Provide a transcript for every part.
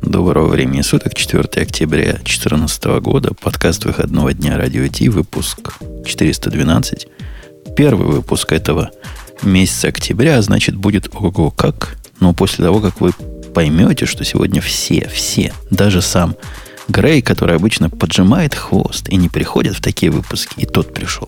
Доброго времени суток, 4 октября 2014 года, подкаст выходного дня Радио Ти, выпуск 412. Первый выпуск этого месяца октября, а значит, будет ого-го как. Но после того, как вы поймете, что сегодня все, даже сам Грей, который обычно поджимает хвост и не приходит в такие выпуски, и тот пришел.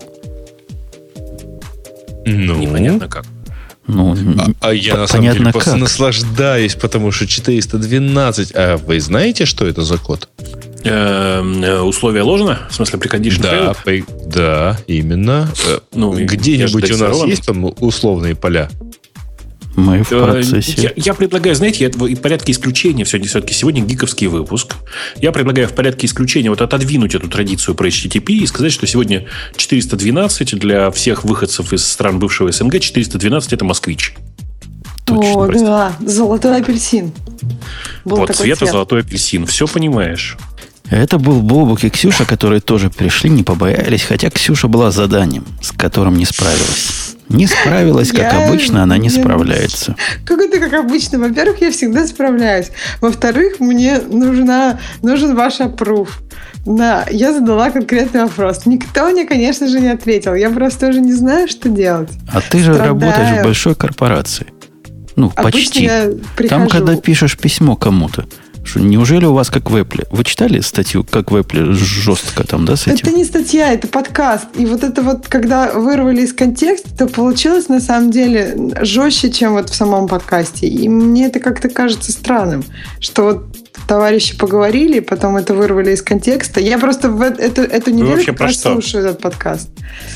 Ну, непонятно как. Ну, я на самом деле просто наслаждаюсь, потому что 412. А вы знаете, что это за код? Условия ложно? В смысле, precondition? Да, именно. Где-нибудь у нас есть там условные поля? Мы в процессе. Я предлагаю, знаете, в порядке исключения, сегодня гиковский выпуск. Я предлагаю в порядке исключения отодвинуть эту традицию про HTTP и сказать, что сегодня 412 для всех выходцев из стран бывшего СНГ, 412 это москвич. Точно. О, да, золотой апельсин. Вот цвета золотой апельсин. Все понимаешь. Это был Бобук и Ксюша, которые тоже пришли, не побоялись, хотя Ксюша была заданием, с которым не справилась. Не справилась, как обычно, она не справляется. Как это как обычно? Во-первых, я всегда справляюсь. Во-вторых, мне нужен ваш аппрув. Да, я задала конкретный вопрос. Никто мне, конечно же, не ответил. Я просто уже не знаю, что делать. А ты же работаешь в большой корпорации. Ну, почти. Там, когда пишешь письмо кому-то, что, неужели у вас как в Apple? Вы читали статью, как в Apple жестко там, да, с этим? Это не статья, это подкаст. И когда вырвали из контекста, то получилось на самом деле жестче, чем в самом подкасте. И мне это как-то кажется странным, что товарищи поговорили, потом это вырвали из контекста. Я просто эту неделю как раз слушаю этот подкаст.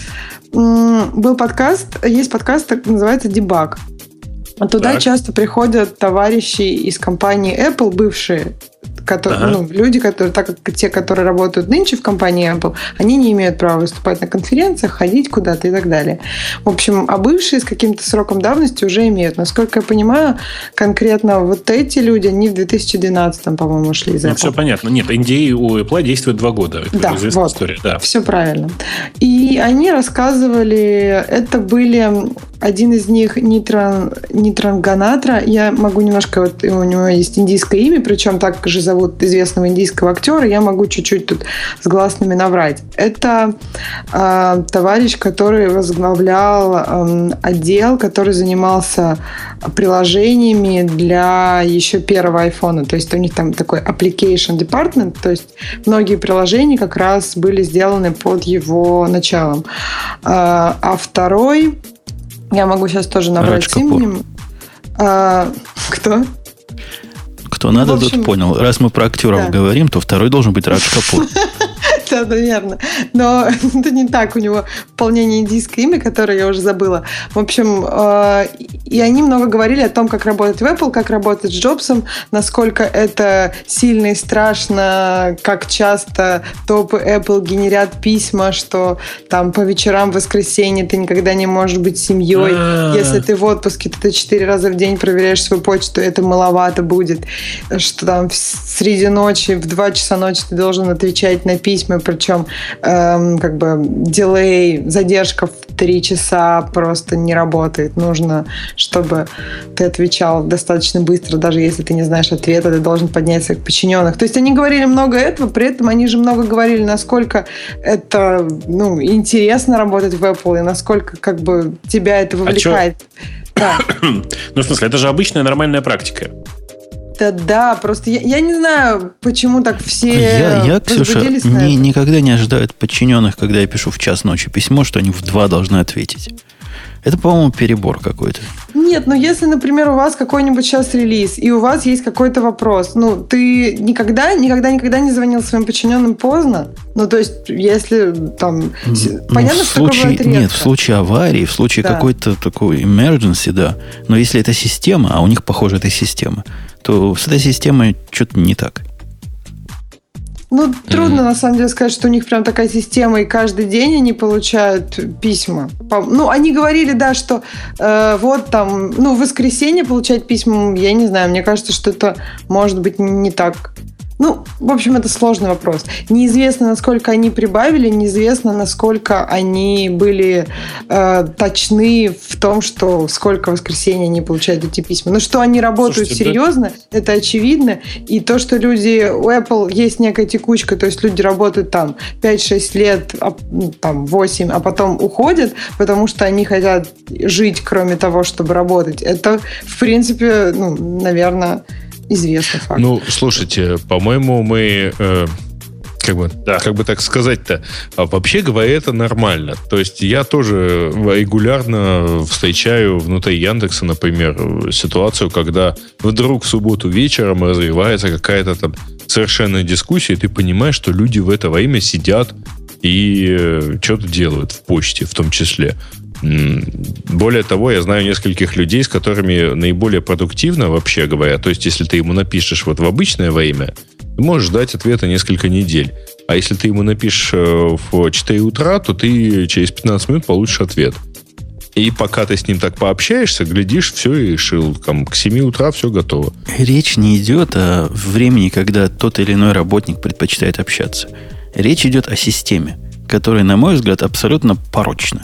Есть подкаст, так называется «Дебаг». Туда часто приходят товарищи из компании Apple, бывшие, люди, которые работают нынче в компании Apple, они не имеют права выступать на конференциях, ходить куда-то и так далее. В общем, а бывшие с каким-то сроком давности уже имеют. Насколько я понимаю, конкретно эти люди, они в 2012, по-моему, шли из Apple. Все понятно. Нет, NDA у Apple действует 2 года. Это известная история. Да, все правильно. И они рассказывали, это были... Один из них Нитранганатра. Я могу немножко... у него есть индийское имя, причем так же зовут известного индийского актера. Я могу чуть-чуть тут с гласными наврать. Это товарищ, который возглавлял отдел, который занимался приложениями для еще первого айфона. То есть у них там такой application department. То есть многие приложения как раз были сделаны под его началом. А второй... Я могу сейчас тоже набрать именем. Кто? Кто надо, тот понял. Раз мы про актеров говорим, то второй должен быть Радж Капур. Да, наверное. Но это не так. У него вполне не индийское имя, которое я уже забыла. В общем, и они много говорили о том, как работать в Apple, как работать с Джобсом, насколько это сильно и страшно, как часто топы Apple генерят письма, что там по вечерам в воскресенье ты никогда не можешь быть с семьей. Если ты в отпуске, то ты 4 раза в день проверяешь свою почту, это маловато будет. Что там среди ночи, в 2 часа ночи ты должен отвечать на письма, причем дилей, задержка в 3 часа просто не работает. Нужно, чтобы ты отвечал достаточно быстро, даже если ты не знаешь ответа, ты должен поднять своих подчиненных. То есть они говорили много этого, при этом они же много говорили, насколько это интересно работать в Apple и насколько тебя это вовлекает. Да. В смысле, это же обычная нормальная практика. Да, просто я не знаю, почему так все Я Ксюша, никогда не ожидаю от подчиненных, когда я пишу в 1:00 ночи письмо, что они в 2 должны ответить. Это, по-моему, перебор какой-то. Нет, если, например, у вас какой-нибудь сейчас релиз, и у вас есть какой-то вопрос, ты никогда не звонил своим подчиненным поздно? То есть, если там... понятно, что такое бывает редко. Нет, в случае аварии, в случае какой-то такой emergency, да. Но если это система, а у них, похоже, это система, то с этой системой что-то не так. Трудно, на самом деле, сказать, что у них прям такая система, и каждый день они получают письма. Они говорили, да, что в воскресенье получать письма, я не знаю, мне кажется, что это может быть не так Ну, в общем, это сложный вопрос. Неизвестно, насколько они прибавили, неизвестно, насколько они были точны в том, что сколько в воскресенье они получают эти письма. Но что они работают серьезно, это очевидно. И то, что люди... У Apple есть некая текучка, то есть люди работают там 5-6 лет, там 8, а потом уходят, потому что они хотят жить, кроме того, чтобы работать. Это, в принципе, наверное... известный факт. Ну, слушайте, по-моему, мы... Как бы так сказать-то, вообще говоря, это нормально. То есть я тоже регулярно встречаю внутри Яндекса, например, ситуацию, когда вдруг в субботу вечером развивается какая-то там совершенная дискуссия, и ты понимаешь, что люди в это время сидят и что-то делают в почте в том числе. Более того, я знаю нескольких людей, с которыми наиболее продуктивно, вообще говоря. То есть, если ты ему напишешь вот в обычное время, ты можешь ждать ответа несколько недель. А если ты ему напишешь в 4 утра, то ты через 15 минут получишь ответ. И пока ты с ним так пообщаешься, глядишь, все и решил. Там, к 7 утра все готово. Речь не идет о времени, когда тот или иной работник предпочитает общаться. Речь идет о системе, которая, на мой взгляд, абсолютно порочна.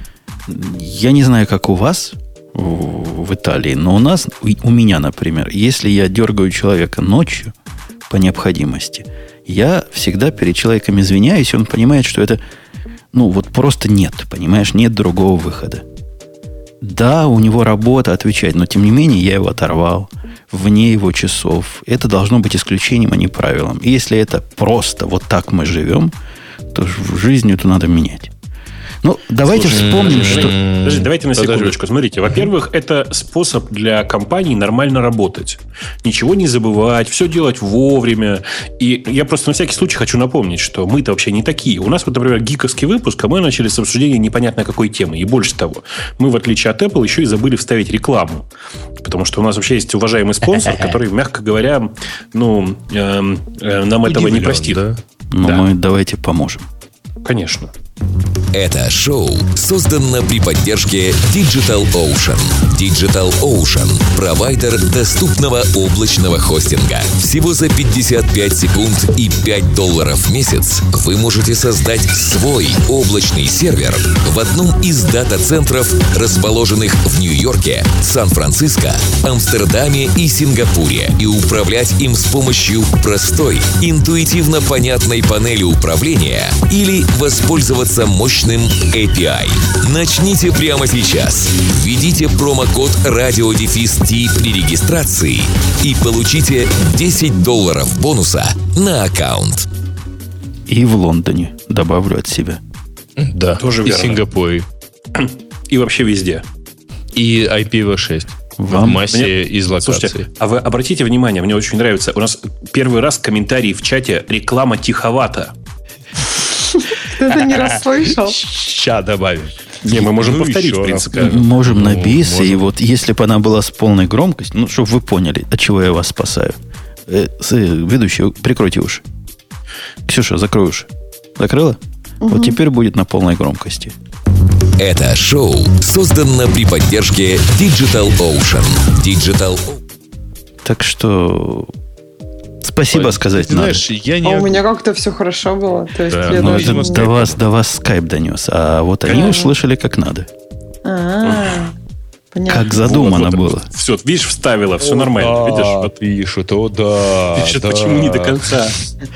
Я не знаю, как у вас в Италии, но у меня, например, если я дергаю человека ночью по необходимости, я всегда перед человеком извиняюсь, и он понимает, что это, вот просто нет, понимаешь, нет другого выхода. Да, у него работа отвечать, но тем не менее я его оторвал вне его часов. Это должно быть исключением, а не правилом. И если это просто вот так мы живем, то жизнь эту надо менять. Давайте вспомним, что... Подожди, давайте на секундочку. Смотрите, во-первых, это способ для компаний нормально работать. Ничего не забывать, все делать вовремя. И я просто на всякий случай хочу напомнить, что мы-то вообще не такие. У нас, вот, например, гиковский выпуск, а мы начали с обсуждения непонятно какой темы. И больше того, мы, в отличие от Apple, еще и забыли вставить рекламу. Потому что у нас вообще есть уважаемый спонсор, который, мягко говоря, нам этого не простит. Да? Мы давайте поможем. Конечно. Это шоу создано при поддержке DigitalOcean. DigitalOcean – провайдер доступного облачного хостинга. Всего за 55 секунд и $5 в месяц вы можете создать свой облачный сервер в одном из дата-центров, расположенных в Нью-Йорке, Сан-Франциско, Амстердаме и Сингапуре, и управлять им с помощью простой, интуитивно понятной панели управления или воспользоваться мощным API. Начните прямо сейчас. Введите промокод RadioDefist при регистрации и получите $10 бонуса на аккаунт. И в Лондоне, добавлю от себя. Да, тоже и верно. В Сингапуре. И вообще везде. И IPv6. В массе из локаций. Слушайте, а вы обратите внимание, мне очень нравится. У нас первый раз комментарий в чате «Реклама тиховата». Кто-то не расслышал. Ща добавим. Не, мы можем повторить, в принципе. Можем на бис, и вот если бы она была с полной громкостью, чтобы вы поняли, от чего я вас спасаю. Ведущий, прикройте уши. Ксюша, закрой уши. Закрыла? Вот теперь будет на полной громкости. Это шоу создано при поддержке DigitalOcean. Так что... Спасибо сказать надо. У меня как-то все хорошо было. То есть я даже... до вас скайп донес, а вот они услышали как надо. Понятно. Как задумано было. Все, видишь, вставила, все нормально. Видишь, вот пишут, да. Пишут, почему не до конца.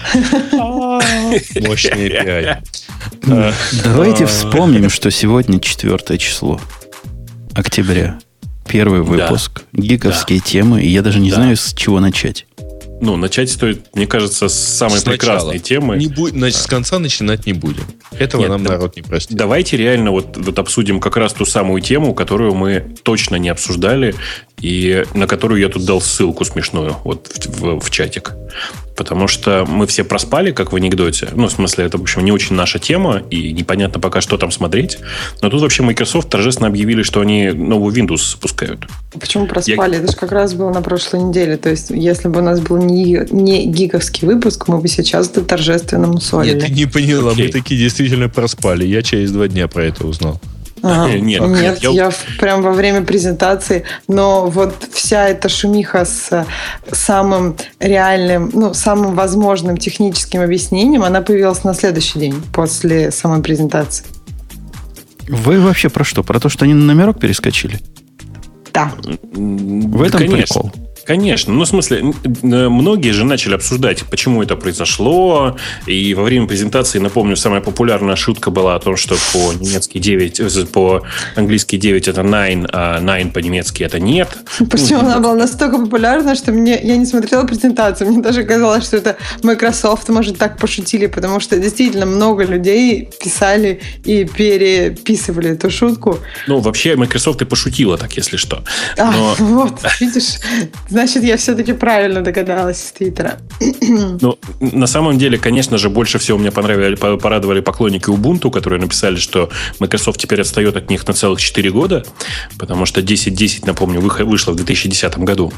Мощный API. Давайте вспомним, что сегодня 4 число октября. Первый выпуск. Гиковские темы. И я даже не знаю, с чего начать. Начать стоит, мне кажется, с самой прекрасной темы. С конца начинать не будем. Этого нам народ не простит. Давайте реально вот обсудим как раз ту самую тему, которую мы точно не обсуждали, и на которую я тут дал ссылку смешную вот в чатик. Потому что мы все проспали, как в анекдоте. В смысле, это, в общем, не очень наша тема, и непонятно пока, что там смотреть. Но тут вообще Microsoft торжественно объявили, что они новый Windows запускают. Почему проспали? Это же как раз было на прошлой неделе. То есть, если бы у нас был не гиковский выпуск, мы бы сейчас это торжественно мусолили. Нет, ты не поняла. Мы такие действительно проспали. Я через 2 дня про это узнал. Нет, я прям во время презентации, но вот вся эта шумиха с самым реальным, самым возможным техническим объяснением, она появилась на следующий день после самой презентации. Вы вообще про что? Про то, что они на номерок перескочили? Да. В этом прикол. Конечно. Ну, в смысле, многие же начали обсуждать, почему это произошло. И во время презентации, напомню, самая популярная шутка была о том, что по-немецки 9, по-английски 9 это 9, а 9 по-немецки это нет. Причем она была настолько популярна, что я не смотрела презентацию. Мне даже казалось, что это Microsoft, может, так пошутили, потому что действительно много людей писали и переписывали эту шутку. Ну, вообще, Microsoft и пошутила так, если что. Вот, видишь... Значит, я все-таки правильно догадалась из Твиттера. Ну, на самом деле, конечно же, больше всего меня порадовали поклонники Ubuntu, которые написали, что Microsoft теперь отстает от них на целых 4 года, потому что 10.10, напомню, вышло в 2010 году.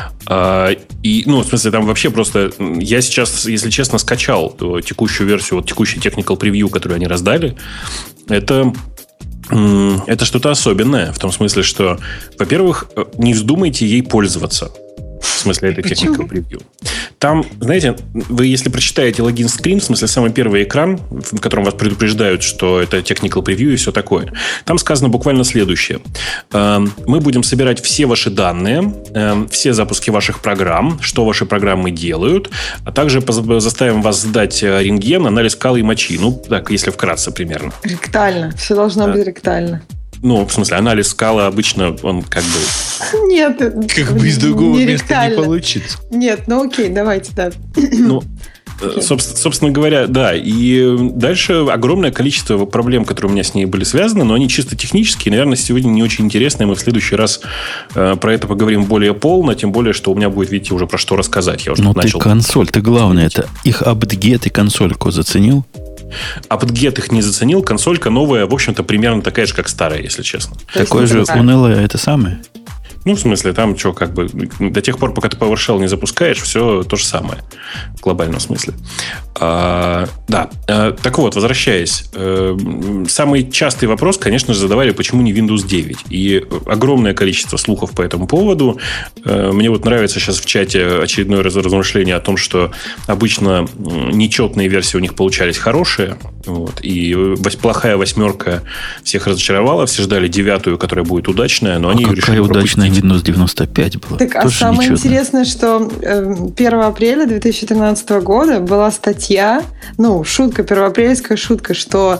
И, в смысле, там вообще просто... Я сейчас, если честно, скачал текущую версию, вот текущий technical preview, которую они раздали. Это что-то особенное, в том смысле, что, во-первых, не вздумайте ей пользоваться. В смысле, это technical preview. Там, знаете, вы если прочитаете логин-скрин, в смысле, самый первый экран, в котором вас предупреждают, что это technical preview и все такое, там сказано буквально следующее. Мы будем собирать все ваши данные, все запуски ваших программ, что ваши программы делают, а также заставим вас сдать рентген, анализ кала и мочи. Ну, так, если вкратце примерно. Ректально. Все должно быть ректально. Ну, в смысле, анализ скала обычно, он как бы... Нет. Как бы из другого места не получится. Нет, окей, давайте, да. Ну, собственно говоря, да. И дальше огромное количество проблем, которые у меня с ней были связаны, но они чисто технические. Наверное, сегодня не очень интересные. Мы в следующий раз про это поговорим более полно, тем более, что у меня будет, видите, уже про что рассказать. Я уже начал. Ты консоль, ты главное, это их apt-get и консольку заценил? apt-get их не заценил, консолька новая, в общем-то, примерно такая же, как старая, если честно. Такое же унылое это самое? Ну, в смысле, там что, как бы, до тех пор, пока ты PowerShell не запускаешь, все то же самое. В глобальном смысле. Да. Так вот, возвращаясь. Самый частый вопрос, конечно же, задавали, почему не Windows 9. И огромное количество слухов по этому поводу. Мне вот нравится сейчас в чате очередное размышление о том, что обычно нечетные версии у них получались хорошие. Вот, и плохая 8 всех разочаровала. Все ждали 9, которая будет удачная, но они решили удачная Windows 95 была. Так, а самое интересное, что 1 апреля 2013 года была статья, шутка, первоапрельская шутка, что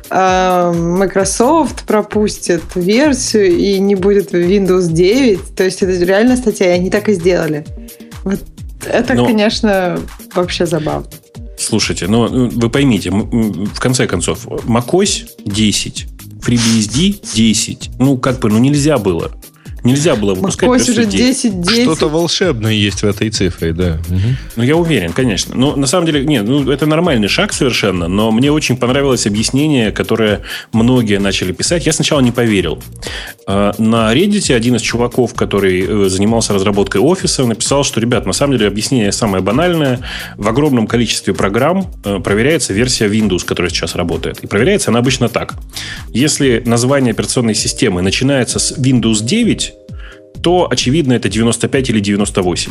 Microsoft пропустит версию и не будет Windows 9. То есть, это реальная статья, и они так и сделали. Вот это, конечно, вообще забавно. Слушайте, вы поймите, в конце концов, macOS 10, FreeBSD 10, нельзя было. Нельзя было выпускать версию 10. Что-то волшебное есть в этой цифре, да. Ну, я уверен, конечно. Но на самом деле, это нормальный шаг совершенно, но мне очень понравилось объяснение, которое многие начали писать. Я сначала не поверил. На Reddit один из чуваков, который занимался разработкой офиса, написал, что, ребят, на самом деле объяснение самое банальное. В огромном количестве программ проверяется версия Windows, которая сейчас работает. И проверяется она обычно так. Если название операционной системы начинается с Windows 9, то, очевидно, это 95 или 98.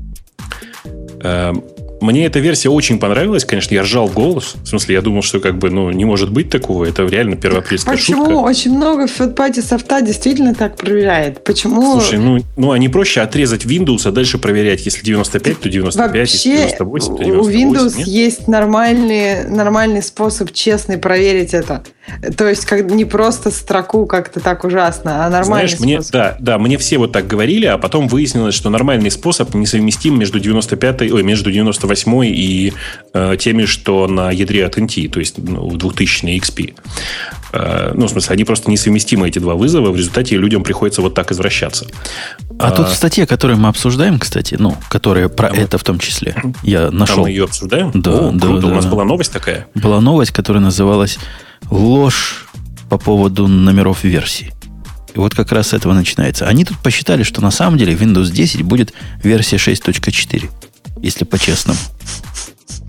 Мне эта версия очень понравилась. Конечно, я ржал в голос. В смысле, я думал, что не может быть такого. Это реально первоапрельская шутка. Почему очень много third-party софта действительно так проверяет? Почему? Слушай, они проще отрезать Windows, а дальше проверять. Если 95, то 95. Вообще, если 98, то 98. У Windows нет? есть нормальный способ честный проверить это. То есть, не просто строку как-то так ужасно, а нормальный способ. Мне все вот так говорили, а потом выяснилось, что нормальный способ несовместим между 98 и теми, что на ядре от NT, то есть 2000 XP. В смысле, они просто несовместимы, эти два вызова, в результате людям приходится вот так извращаться. А тут в статье, которую мы обсуждаем, кстати, которая про это в том числе, я нашел. Мы ее обсуждаем? Да, круто. У нас была новость такая? Была новость, которая называлась «Ложь по поводу номеров версий». И вот как раз с этого начинается. Они тут посчитали, что на самом деле Windows 10 будет версия 6.4, если по-честному.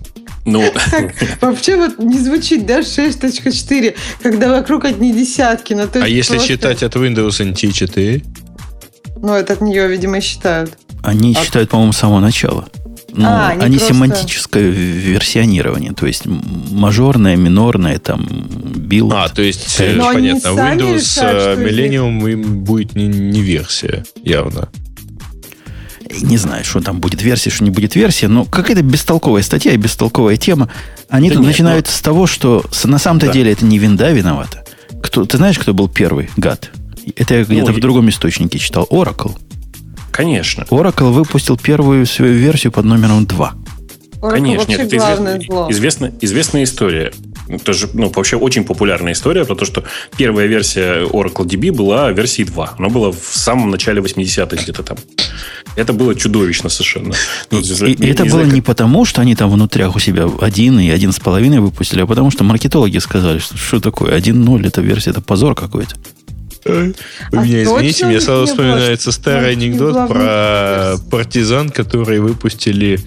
Ну, вообще вот не звучит, да, 6.4, когда вокруг одни десятки. А если считать от Windows NT 4? Ну, это от нее, видимо, и считают. Они считают, по-моему, с самого начала. Они просто... семантическое версионирование, то есть мажорное, минорное, там, билд. То есть, понятно, Windows решают, Millennium им будет не версия, явно. Не знаю, что там будет версия, что не будет версия, но какая-то бестолковая статья и бестолковая тема. Они тут начинают с того, что на самом-то деле это не винда виновата. Ты знаешь, кто был первый гад? Это я где-то в другом источнике читал. Oracle. Конечно. Oracle выпустил первую свою версию под номером 2. Конечно, это известная история. Это же вообще очень популярная история про то, что первая версия Oracle DB была версией 2. Она была в самом начале 80-х где-то там. Это было чудовищно совершенно. И это было не потому, что они там внутрях у себя 1 и 1.5 выпустили, а потому что маркетологи сказали, что такое 1.0, это версия, это позор какой-то. Вы меня извините, мне сразу вспоминается старый анекдот про партизан, которые выпустили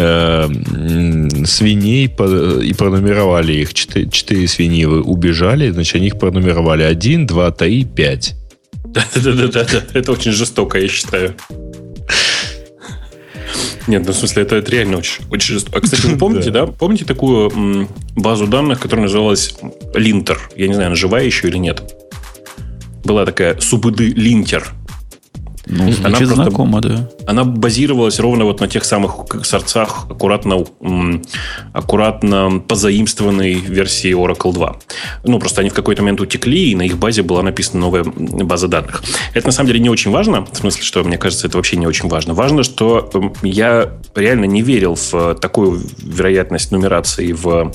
свиней и пронумеровали их. 4 свиньи убежали, значит, они их пронумеровали 1, 2, 3, 5. Да. Это очень жестоко, я считаю. Нет, в смысле, это реально очень жестоко. Кстати, вы помните, да? Помните такую базу данных, которая называлась Linter? Я не знаю, она живая еще или нет. Была такая Субуды Linter. Значит, знакомо, да. Она базировалась ровно вот на тех самых сорцах аккуратно позаимствованной версии Oracle 2. Просто они в какой-то момент утекли, и на их базе была написана новая база данных. Это на самом деле не очень важно, в смысле, что, мне кажется, это вообще не очень важно. Важно, что я реально не верил в такую вероятность нумерации в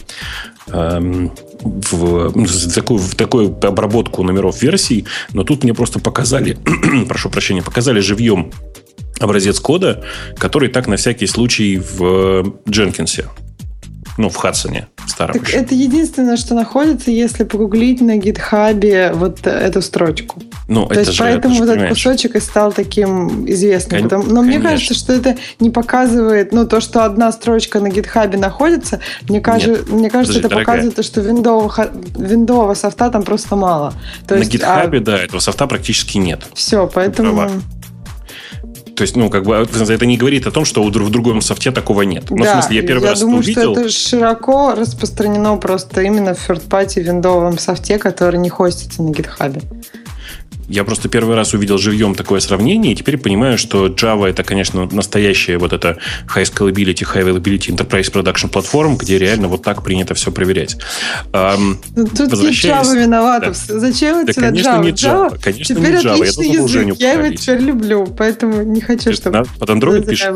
такую обработку номеров версий, но тут мне просто показали, показали живьем образец кода, который так на всякий случай в Дженкинсе. В Хадсоне старом. Так это единственное, что находится, если погуглить на гитхабе вот эту строчку. То есть поэтому вот этот кусочек и стал таким известным. Но мне кажется, что это не показывает, то, что одна строчка на гитхабе находится, мне кажется, это показывает, что виндового софта там просто мало. На гитхабе, да, этого софта практически нет. Все, поэтому... То есть, это не говорит о том, что в другом софте такого нет. В смысле, я первый раз думаю, увидел... что это широко распространено просто именно в third-party виндовом софте, который не хостится на GitHub. Я просто первый раз увидел живьем такое сравнение, и теперь понимаю, что Java — это, конечно, настоящая вот эта high scalability, high availability enterprise production platform, где реально вот так принято все проверять. Тут не Java виновата. Да. Зачем это конечно, не Java. Конечно, теперь не Java. Отличный язык. Я его теперь люблю, поэтому не хочу, чтобы... Под Android пишешь?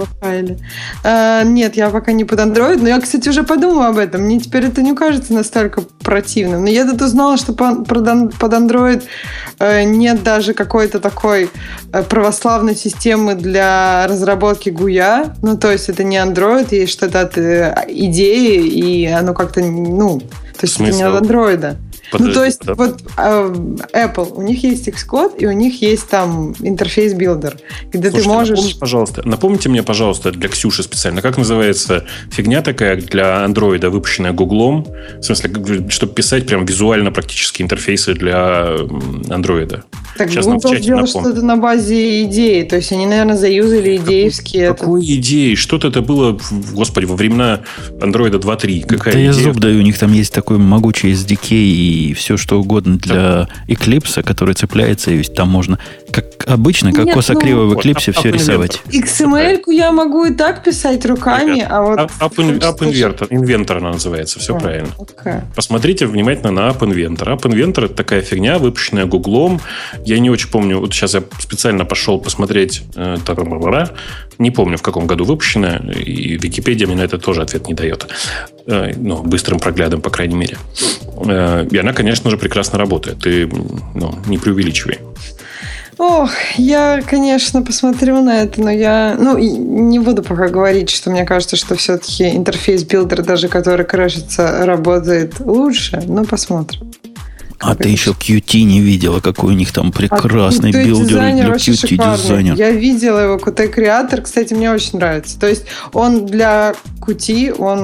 Нет, я пока не под Android, но я, кстати, уже подумала об этом. Мне теперь это не кажется настолько противным. Но я тут узнала, что под Android нет даже какой-то такой православной системы для разработки GUI. То есть это не Android, есть что-то от идеи, и оно как-то, то есть это не от Android. То есть вот Apple, у них есть Xcode, и у них есть там интерфейс-билдер, где ты можешь... Напомните мне, пожалуйста, для Ксюши специально, как называется фигня такая для Android, выпущенная Гуглом, в смысле, чтобы писать прям визуально практически интерфейсы для Android. Так Google сделал что-то на базе идеи, то есть они, наверное, заюзали идеевские... Какой идеи? Что-то это было, господи, во времена Android 2.3. Какая идея? Я зуб даю, у них там есть такой могучий SDK и все что угодно для Eclipse, который цепляется, и там можно, как обычно, как косо-криво в Eclipse все рисовать. XML-ку я могу и так писать руками, а вот... App Inventor она называется, все правильно. Посмотрите внимательно на App Inventor. App Inventor — это такая фигня, выпущенная Гуглом. Я не очень помню, вот сейчас я специально пошел посмотреть, не помню, в каком году выпущенная, и Википедия мне на это тоже ответ не дает. Быстрым проглядом, по крайней мере. И она, конечно же, прекрасно работает. Ты не преувеличивай. Я, конечно, посмотрю на это, но я не буду пока говорить, что мне кажется, что все-таки интерфейс-билдер, даже который крашится, работает лучше. Посмотрим. Ты еще Qt не видела, какой у них там прекрасный билдер для Qt-дизайнер. Я видела его, Qt Creator, кстати, мне очень нравится. То есть он для Qt, он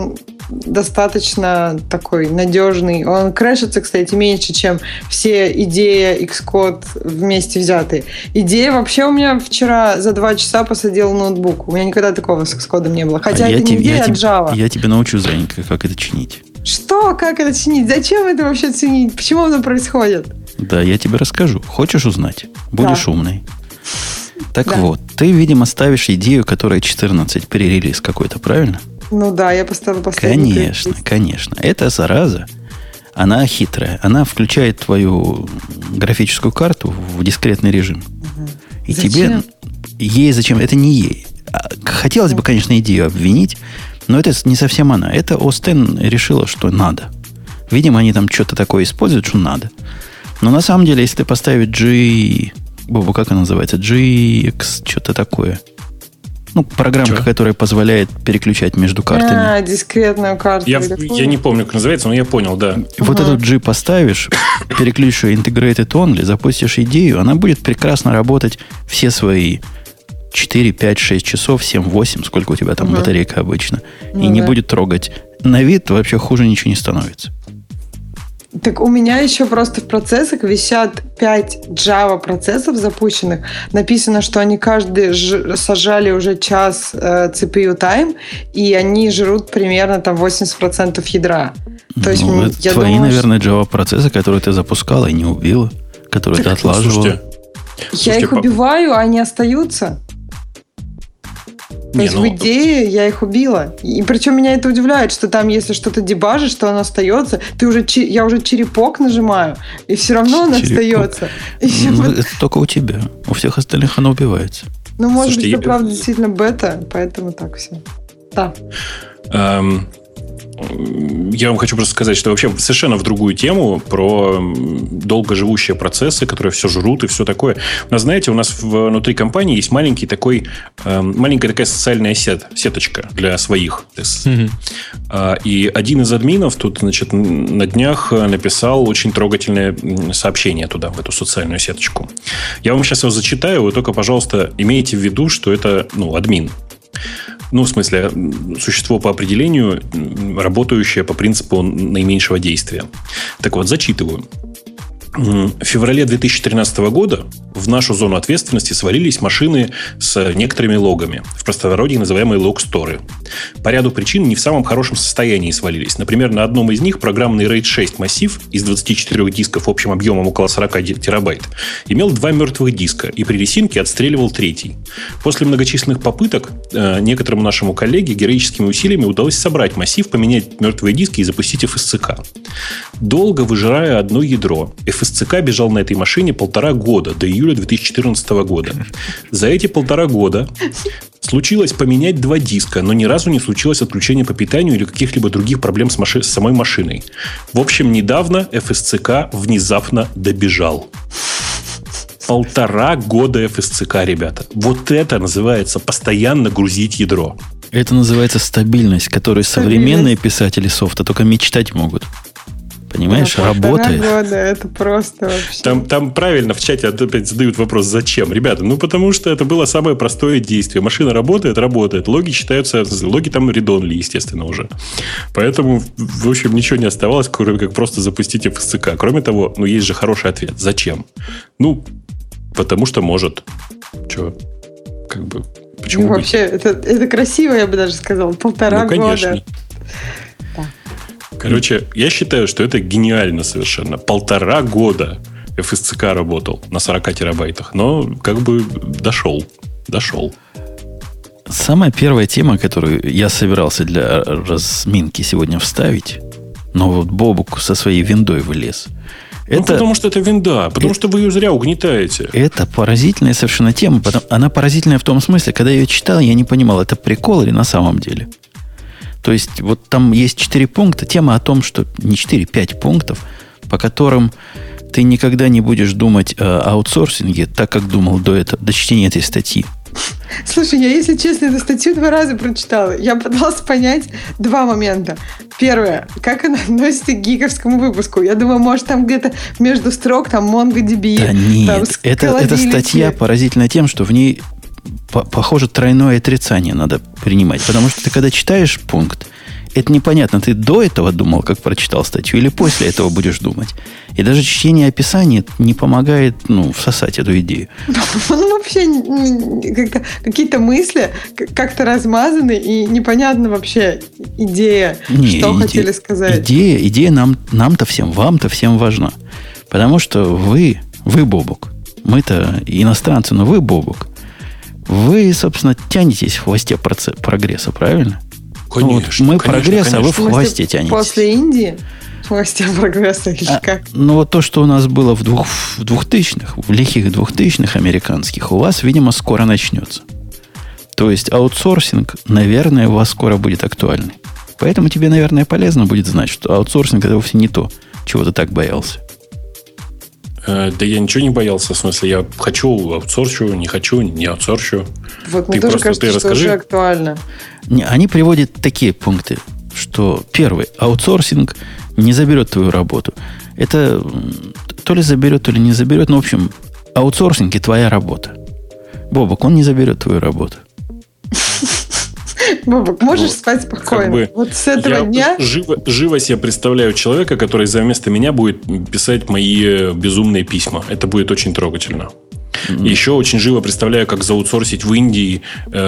достаточно такой надежный. Он крэшится, кстати, меньше, чем все идея, Xcode вместе взятые. Идея вообще у меня вчера за 2 часа посадила ноутбук. У меня никогда такого с Xcode не было. Хотя это не идея, а Java. Я тебе научу, Занька, как это чинить. Что? Как это чинить? Зачем это вообще чинить? Почему это происходит? Да, я тебе расскажу. Хочешь узнать? Будешь умный. Так вот, ты, видимо, ставишь идею, которая 14 перерелиз какой-то, правильно? Ну да, я поставила последний. Конечно, конечно. Эта зараза, она хитрая. Она включает твою графическую карту в дискретный режим. И зачем? тебе... Ей зачем? Это не ей. Хотелось бы, конечно, идею обвинить, но это не совсем она. Это Остен решила, что надо. Видимо, они там что-то такое используют, что надо. Но на самом деле, если ты поставить Бобу, как она называется? GX, что-то такое. Ну, программка, которая позволяет переключать между картами. Дискретную карту. Я не помню, как называется, но я понял, да. Вот этот G поставишь, переключишь Integrated Only, запустишь идею, она будет прекрасно работать все свои 4, 5, 6 часов, 7, 8, сколько у тебя там батарейка обычно. И не будет трогать. На вид вообще хуже ничего не становится. Так у меня еще просто в процессах висят 5 Java процессов запущенных. Написано, что они каждый сожрали уже час CPU time, и они жрут примерно там 80% ядра. То есть, это я твои, думаю, наверное, Java процессы, которые ты запускала и не убила, которые ты отлаживала. Я их убиваю, а они остаются. То есть, в идее, я их убила. И причем меня это удивляет, что там, если что-то дебажишь, что оно остается, я уже черепок нажимаю, и все равно оно остается. Это только у тебя. У всех остальных оно убивается. Ну, может быть, это правда действительно бета, поэтому так все. Да. Я вам хочу просто сказать, что вообще совершенно в другую тему про долгоживущие процессы, которые все жрут и все такое. У нас, знаете, внутри компании есть маленькая такая социальная сеточка для своих. И один из админов тут, значит, на днях написал очень трогательное сообщение туда, в эту социальную сеточку. Я вам сейчас его зачитаю, вы только, пожалуйста, имейте в виду, что это, админ. Ну, в смысле, существо по определению, работающее по принципу наименьшего действия. Так вот, зачитываю. В феврале 2013 года в нашу зону ответственности свалились машины с некоторыми логами, в простонародье называемые лог-сторы. По ряду причин не в самом хорошем состоянии свалились. Например, на одном из них программный RAID 6 массив из 24 дисков общим объемом около 40 терабайт имел 2 мертвых диска и при ресинке отстреливал третий. После многочисленных попыток некоторому нашему коллеге героическими усилиями удалось собрать массив, поменять мертвые диски и запустить FSCK. Долго выжирая одно ядро, FSCK бежал на этой машине 1,5 года, до июля 2014 года. За эти 1,5 года случилось поменять 2 диска, но ни разу не случилось отключение по питанию или каких-либо других проблем с самой машиной. В общем, недавно FSCK внезапно добежал. 1,5 года FSCK, ребята. Вот это называется постоянно грузить ядро. Это называется стабильность, которой современные писатели софта только мечтать могут. Понимаешь, работает. Года, это просто вообще... Там правильно в чате опять задают вопрос, зачем? Ребята, потому что это было самое простое действие. Машина работает. Логи считаются... Логи там read-only, естественно, уже. Поэтому, в общем, ничего не оставалось, кроме как просто запустить FSCK. Кроме того, есть же хороший ответ. Зачем? Потому что может. Чего? Почему вообще, это красиво, я бы даже сказал. 1,5 конечно. года. Короче, я считаю, что это гениально совершенно. 1,5 года FSCK работал на 40 терабайтах. Но дошел. Самая первая тема, которую я собирался для разминки сегодня вставить, но вот Бобук со своей виндой влез. Потому что это винда, потому что вы ее зря угнетаете. Это поразительная совершенно тема. Она поразительная в том смысле, когда я ее читал, я не понимал, это прикол или на самом деле. То есть, вот там есть 4 пункта. Тема о том, что не 4, 5 пунктов, по которым ты никогда не будешь думать о аутсорсинге, так как думал до чтения этой статьи. Слушай, я, если честно, эту статью 2 раза прочитала. Я пыталась понять 2 момента. Первое, как она относится к гиковскому выпуску. Я думаю, может, там где-то между строк там MongoDB. Да нет, эта статья поразительна тем, что в ней, похоже, тройное отрицание надо принимать. Потому что ты, когда читаешь пункт, это непонятно, ты до этого думал, как прочитал статью, или после этого будешь думать. И даже чтение описаний не помогает всосать эту идею. Вообще какие-то мысли как-то размазаны, и непонятно вообще идея, что хотели сказать. Идея нам-то всем, вам-то всем важна. Потому что вы Бобук, мы-то иностранцы, но вы, Бобук, вы, собственно, тянетесь в хвосте прогресса, правильно? Конечно. Мы прогресс, а вы в хвосте тянетесь. После Индии в хвосте прогресса или как? То, что у нас было в 2000-х, в лихих 2000-х американских, у вас, видимо, скоро начнется. То есть аутсорсинг, наверное, у вас скоро будет актуальный. Поэтому тебе, наверное, полезно будет знать, что аутсорсинг это вовсе не то, чего ты так боялся. Да я ничего не боялся. В смысле, я хочу аутсорчу, не хочу, не аутсорчу. Вот мне тоже кажется, что уже актуально. Они приводят такие пункты, что первый, аутсорсинг не заберет твою работу. Это то ли заберет, то ли не заберет. В общем, аутсорсинг и твоя работа. Бобок, он не заберет твою работу. Бобок, можешь спать спокойно. Вот с этого дня... Живо себе представляю человека, который вместо меня будет писать мои безумные письма. Это будет очень трогательно. Еще очень живо представляю, как заутсорсить в Индии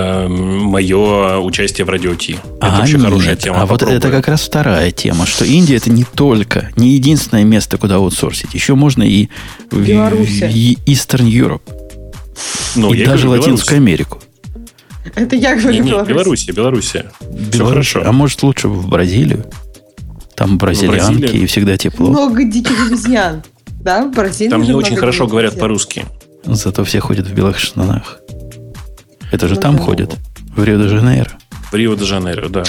мое участие в Радио Ти. Это вообще хорошая тема. Вот это как раз вторая тема, что Индия это не единственное место, куда аутсорсить. Еще можно и в Eastern Europe. И даже Латинскую Америку. Это я говорю Белоруссия. Все хорошо. А может лучше в Бразилию? Там бразильянки и всегда тепло. Много диких обезьян. Да, в Бразилии. Там не очень хорошо говорят по-русски. Зато все ходят в белых штанах. Это же там ходят. В Рио-де-Жанейро. В Рио-де-Жанейро, да.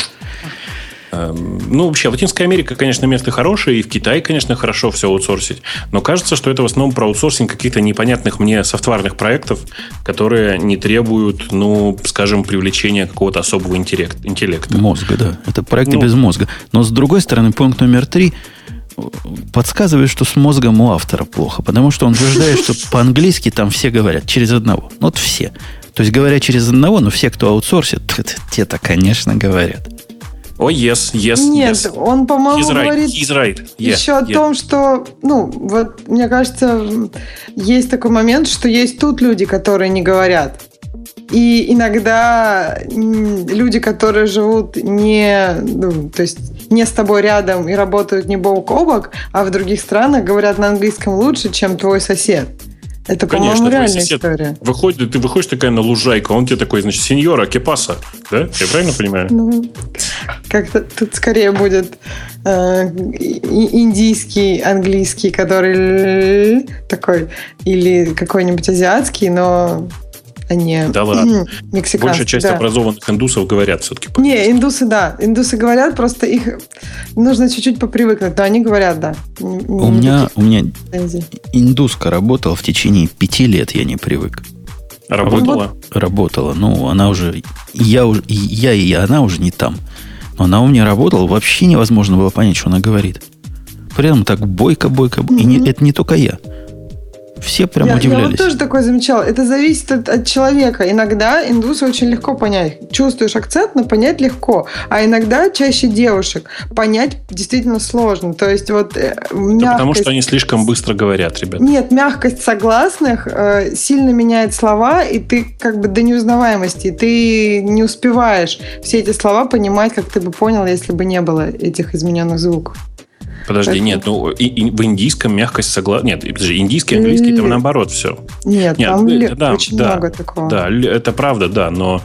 Вообще, Латинская Америка, конечно, место хорошее, и в Китае, конечно, хорошо все аутсорсить. Но кажется, что это в основном про аутсорсинг каких-то непонятных мне софтварных проектов, которые не требуют, скажем, привлечения какого-то особого интеллекта. Мозга, да. Это проекты без мозга. Но, с другой стороны, пункт номер 3 подсказывает, что с мозгом у автора плохо. Потому что он утверждает, что по-английски там все говорят через одного. Вот все. То есть, говоря через одного, но все, кто аутсорсит, те-то, конечно, говорят. Yes. Нет, он, по-моему, говорит еще о том, что, мне кажется, есть такой момент, что есть тут люди, которые не говорят. И иногда люди, которые живут то есть не с тобой рядом и работают не бок о бок, а в других странах говорят на английском лучше, чем твой сосед. Это, по-моему, реальная история. Ты выходишь такая на лужайку, а он тебе такой, значит, сеньора, кепаса. Да? Я правильно понимаю? Как-то тут скорее будет индийский, английский, который такой, или какой-нибудь азиатский, но не мексиканский. Большая часть образованных индусов говорят все-таки. Не, индусы, да. Индусы говорят, просто их нужно чуть-чуть попривыкнуть, но они говорят, да. У меня индуска работала в течение 5 лет, я не привык. Работала? Работала. Она уже... Я и она уже не там. Но она у меня работала, вообще невозможно было понять, что она говорит. При этом так бойко. И это не только я. Все прям удивлялись. Я вот тоже такое замечала. Это зависит от человека. Иногда индусы очень легко понять. Чувствуешь акцент, но понять легко. А иногда чаще девушек понять действительно сложно. То есть мягкость... потому что они слишком быстро говорят, ребята. Нет, мягкость согласных сильно меняет слова, и ты как бы до неузнаваемости. И ты не успеваешь все эти слова понимать, как ты бы понял, если бы не было этих измененных звуков. Подожди, нет, в индийском мягкость согласна. Нет, подожди, индийский, английский, там наоборот все. Нет, там очень много такого. Да, это правда, да, но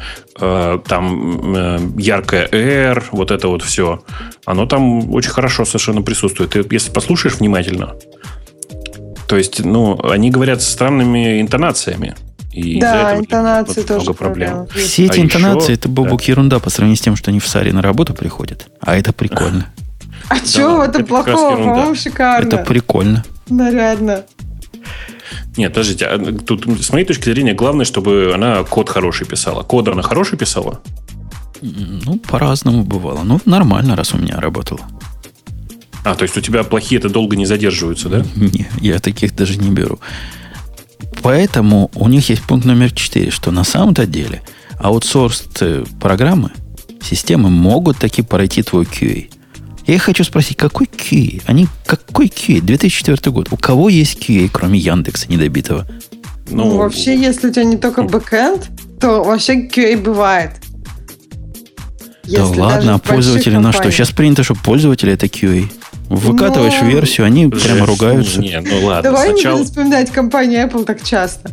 там яркое R, вот это вот все, оно там очень хорошо совершенно присутствует. Ты, если послушаешь внимательно, то есть, они говорят с странными интонациями. И да, интонации тоже много проблем. Все эти интонации, это, Бобук, ерунда по сравнению с тем, что они в Саре на работу приходят. А это прикольно. А что в этом плохого? По-моему, шикарно. Это прикольно. Нарядно. Нет, подождите. Тут, с моей точки зрения, главное, чтобы она код хороший писала. Код она хороший писала? По-разному бывало. Нормально, раз у меня работало. То есть у тебя плохие-то долго не задерживаются, да? Не, я таких даже не беру. Поэтому у них есть пункт номер 4, что на самом-то деле аутсорс программы системы могут таки пройти твой QA. Я их хочу спросить, какой QA? Какой QA? 2004 год. У кого есть QA, кроме Яндекса недобитого? Ну, вообще, если у тебя не только бэкэнд, то вообще QA бывает. Да ладно, а пользователи на что? Сейчас принято, что пользователи это QA. Выкатываешь версию, они прямо ругаются. Не, ну ладно. Давай не будем вспоминать компанию Apple так часто.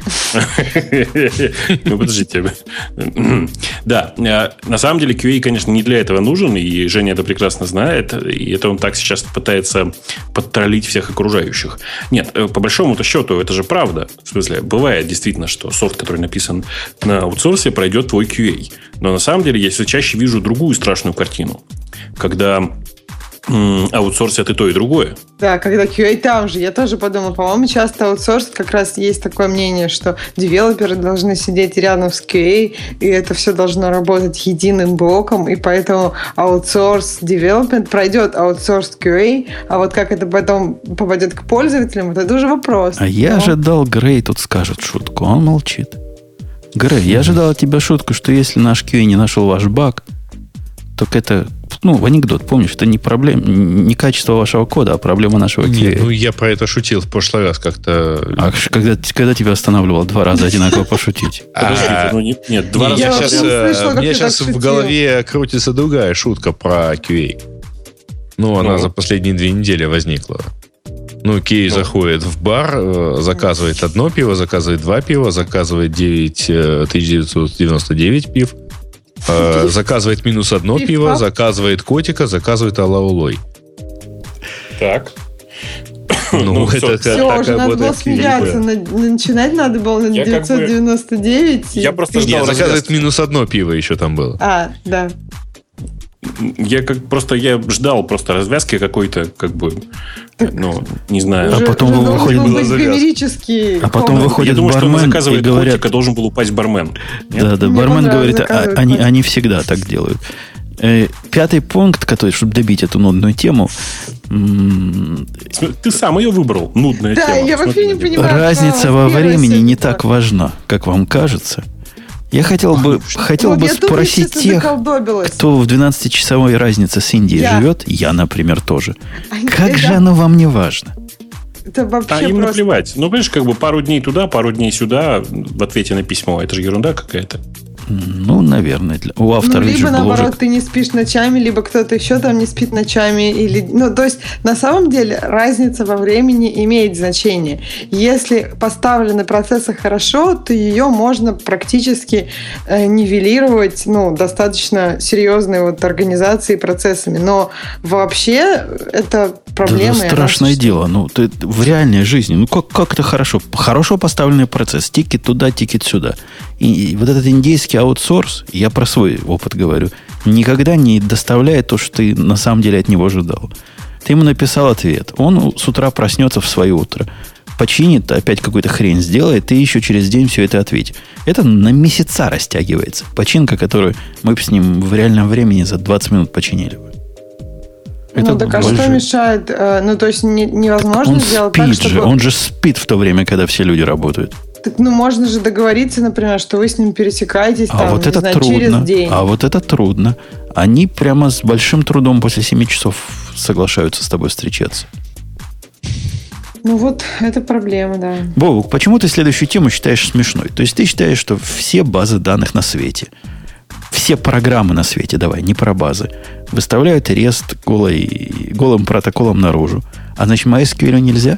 Ну, подождите. Да, на самом деле QA, конечно, не для этого нужен, и Женя это прекрасно знает, и это он так сейчас пытается подтроллить всех окружающих. Нет, по большому-то счету, это же правда. В смысле, бывает действительно, что софт, который написан на аутсорсе, пройдет твой QA. Но на самом деле я все чаще вижу другую страшную картину. Когда аутсорсят и то, и другое. Да, когда QA там же. Я тоже подумала, по-моему, часто аутсорс, как раз есть такое мнение, что девелоперы должны сидеть рядом с QA, и это все должно работать единым блоком, и поэтому аутсорс девелопмент пройдет аутсорс QA, а вот как это потом попадет к пользователям, это уже вопрос. А я ожидал, Грей тут скажет шутку, он молчит. Грей, я ожидал от тебя шутку, что если наш QA не нашел ваш баг, то это, анекдот, помнишь, это не проблема, не качество вашего кода, а проблема нашего QA. Нет, я про это шутил в прошлый раз как-то. А когда тебя останавливал 2 раза одинаково пошутить? Подождите, нет, 2 раза. У меня сейчас в голове крутится другая шутка про QA. Она за последние 2 недели возникла. QA заходит в бар, заказывает одно пиво, заказывает 2 пива, заказывает 9999 пив, заказывает минус 1 пиво, заказывает котика, заказывает алаулой. Так. Это все, уже надо было смеяться. Начинать надо было на 999. Я просто ждал. Заказывает минус 1 пиво еще там было. Да. Я ждал просто развязки какой-то, не знаю. А потом выходит бармен и говорят, котика должен был упасть бармен. Да, бармен говорит, они всегда так делают. 5-й пункт, чтобы добить эту нудную тему. Ты сам ее выбрал, нудная тема. Да, я вообще не понимаю. Разница во времени не так важна, как вам кажется. Я хотел бы спросить тех, кто в 12-часовой разнице с Индией живет, я, например, тоже. Как же оно вам не важно? Это вообще им наплевать. Понимаешь, пару дней туда, пару дней сюда в ответе на письмо. Это же ерунда какая-то. Наверное. У автора либо, наоборот, ты не спишь ночами, либо кто-то еще там не спит ночами. То есть, на самом деле, разница во времени имеет значение. Если поставлены процессы хорошо, то ее можно практически нивелировать достаточно серьезной организацией и процессами. Но вообще это проблема. Это страшное дело. В реальной жизни, как это хорошо? Хорошо поставленный процесс. Тикет туда, тикет сюда. И вот этот индийский аутсорс, я про свой опыт говорю, никогда не доставляет то, что ты на самом деле от него ожидал. Ты ему написал ответ. Он с утра проснется в свое утро, починит, опять какую-то хрень сделает, и еще через день все это ответит. Это на месяца растягивается. Починка, которую мы с ним в реальном времени за 20 минут починили бы. Так а что мешает? То есть невозможно сделать так, чтобы... Он же спит в то время, когда все люди работают. Так, можно же договориться, например, что вы с ним пересекаетесь через день. А вот это трудно. Они прямо с большим трудом после 7 часов соглашаются с тобой встречаться. Это проблема, да. Бобук, почему ты следующую тему считаешь смешной? То есть ты считаешь, что все базы данных на свете, все программы на свете, давай, не про базы, выставляют REST голым протоколом наружу. А значит, MySQL нельзя?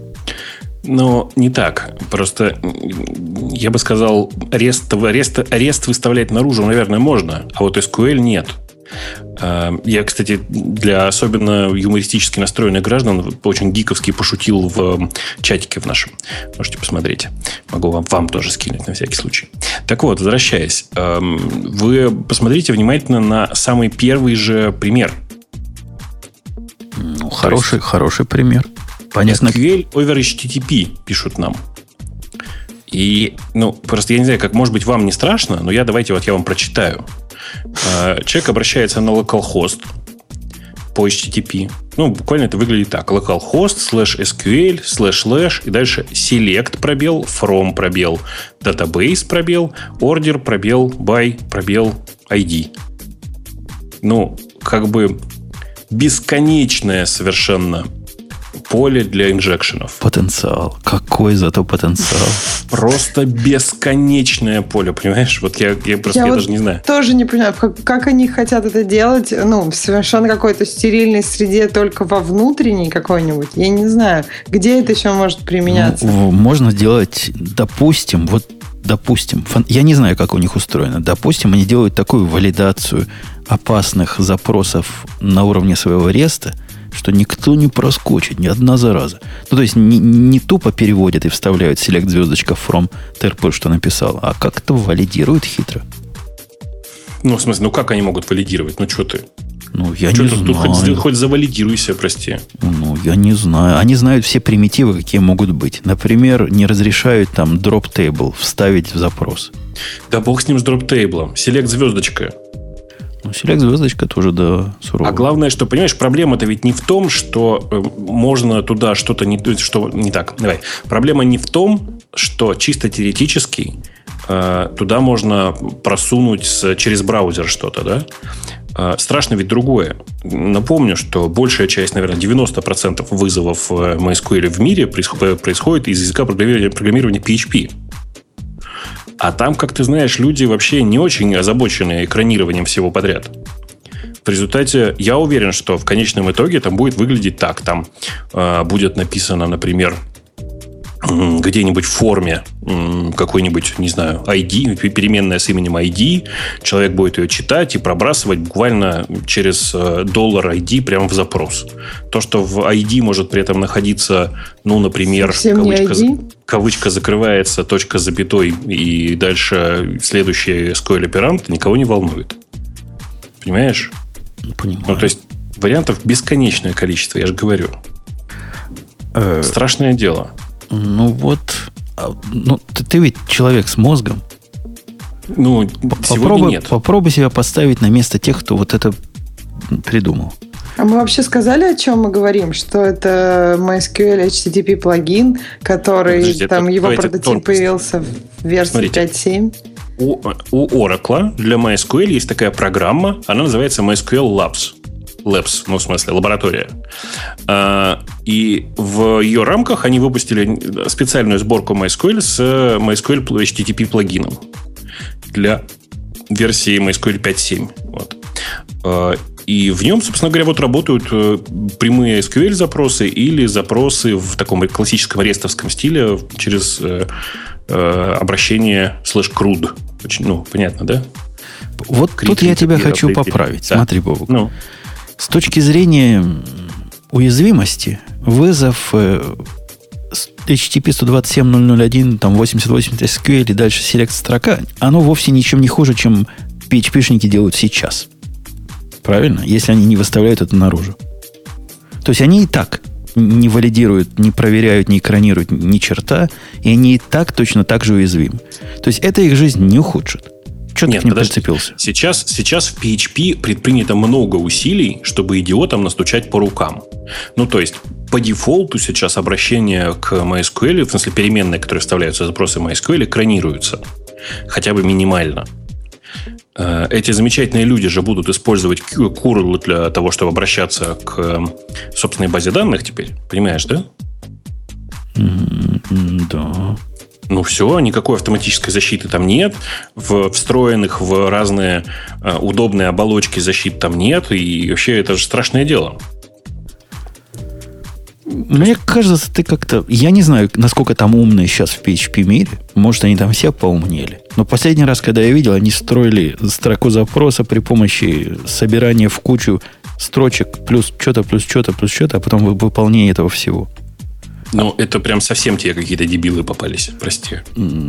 Не так. Просто я бы сказал, REST выставлять наружу, наверное, можно, а вот SQL нет. Я, кстати, для особенно юмористически настроенных граждан очень гиковски пошутил в чатике в нашем. Можете посмотреть. Могу вам тоже скинуть на всякий случай. Так вот, возвращаясь. Вы посмотрите внимательно на самый первый же пример. Хороший пример. Понятно. SQL over HTTP пишут нам. И, просто я не знаю, как, может быть, вам не страшно, но давайте я вам прочитаю. Человек обращается на localhost по HTTP. Буквально это выглядит так. localhost /SQL // и дальше select пробел, from пробел, database пробел, order пробел, by пробел, ID. бесконечное совершенно поле для инжекшенов. Потенциал. Какой зато потенциал. Просто бесконечное поле, понимаешь? Вот я даже не знаю. Тоже не понимаю, как они хотят это делать, в совершенно какой-то стерильной среде, только во внутренней какой-нибудь. Я не знаю, где это еще может применяться. Можно делать, допустим, я не знаю, как у них устроено. Допустим, они делают такую валидацию опасных запросов на уровне своего реста, что никто не проскочит, ни одна зараза. То есть не тупо переводят и вставляют select звездочка from TRP, что написал, а как-то валидируют хитро. В смысле, как они могут валидировать? Что ты? Я не знаю. Тут хоть завалидируйся, прости. Я не знаю. Они знают все примитивы, какие могут быть. Например, не разрешают там drop table вставить в запрос. Да бог с ним, с drop table. Select звездочка. Select звездочка тоже, да, сурово. А главное, что, понимаешь, проблема-то ведь не в том, что можно туда что-то не так. Давай. Проблема не в том, что чисто теоретически туда можно просунуть через браузер что-то, да? Страшно ведь другое. Напомню, что большая часть, наверное, 90% вызовов MySQL в мире происходит из языка программирования PHP. А там, как ты знаешь, люди вообще не очень озабочены экранированием всего подряд. В результате я уверен, что в конечном итоге там будет выглядеть так. Там будет написано, например, где-нибудь в форме какой-нибудь, не знаю, ID, переменная с именем ID. Человек будет ее читать и пробрасывать буквально через $ID прямо в запрос. То, что в ID может при этом находиться, например, кавычка закрывается, точка с запятой и дальше следующий SQL оперант, никого не волнует. Понимаешь? Понимаю. То есть вариантов бесконечное количество, я же говорю. Страшное дело. Ты ведь человек с мозгом. Сегодня нет. Попробуй себя поставить на место тех, кто вот это придумал. А мы вообще сказали, о чем мы говорим? Что это MySQL HTTP плагин, который его прототип появился в версии 5.7. У Oracle для MySQL есть такая программа, она называется MySQL Labs, в смысле, лаборатория. И в ее рамках они выпустили специальную сборку MySQL с MySQL HTTP плагином для версии MySQL 5.7. Вот. И в нем, собственно говоря, работают прямые SQL-запросы или запросы в таком классическом рестовском стиле через обращение /CRUD. Очень, понятно, да? Вот тут я тебя хочу поправить. Да. Смотри, Бобук. С точки зрения уязвимости, вызов HTTP 127.0.0.1, там 88 SQL и дальше select строка, оно вовсе ничем не хуже, чем PHP-шники делают сейчас. Правильно? Если они не выставляют это наружу. То есть они и так не валидируют, не проверяют, не экранируют ни черта, и они и так точно так же уязвимы. То есть это их жизнь не ухудшит. Что ты к ним прицепился? Сейчас в PHP предпринято много усилий, чтобы идиотам настучать по рукам. То есть по дефолту сейчас обращения к MySQL, в смысле переменные, которые вставляются в запросы MySQL, экранируются. Хотя бы минимально. Эти замечательные люди же будут использовать curl для того, чтобы обращаться к собственной базе данных теперь. Понимаешь, да? Да. Все, никакой автоматической защиты там нет. Встроенных в разные удобные оболочки защит там нет. И вообще это же страшное дело. Мне кажется, ты как-то... Я не знаю, насколько там умные сейчас в PHP мире. Может, они там все поумнели. Но последний раз, когда я видел, они строили строку запроса при помощи собирания в кучу строчек плюс что-то, а потом выполнение этого всего. Это прям совсем те какие-то дебилы попались, прости.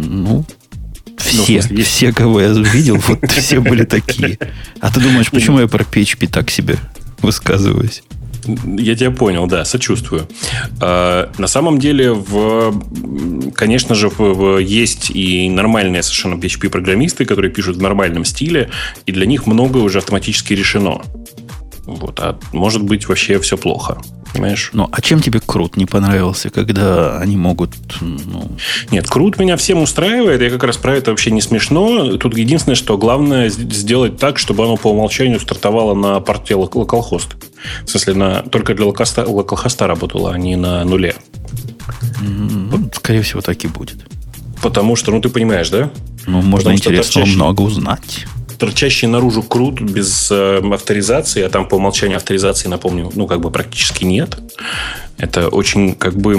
Все, кого я видел, вот все были такие. А ты думаешь, почему я про PHP так себе высказываюсь? Я тебя понял, да, сочувствую. На самом деле, конечно же, есть и нормальные совершенно PHP-программисты, которые пишут в нормальном стиле, и для них многое уже автоматически решено. А может быть, вообще все плохо. Понимаешь? Ну, а чем тебе CRUD не понравился, когда они могут... Нет, CRUD меня всем устраивает. Я как раз про это вообще не смешно. Тут единственное, что главное сделать так, чтобы оно по умолчанию стартовало на порте localhost. В смысле, только для localhost работало, а не на нуле. Скорее всего, так и будет. Потому что, ты понимаешь, да? Можно интересного много узнать. Торчащий наружу CRUD без авторизации, а там по умолчанию авторизации, напомню, практически нет. Это очень,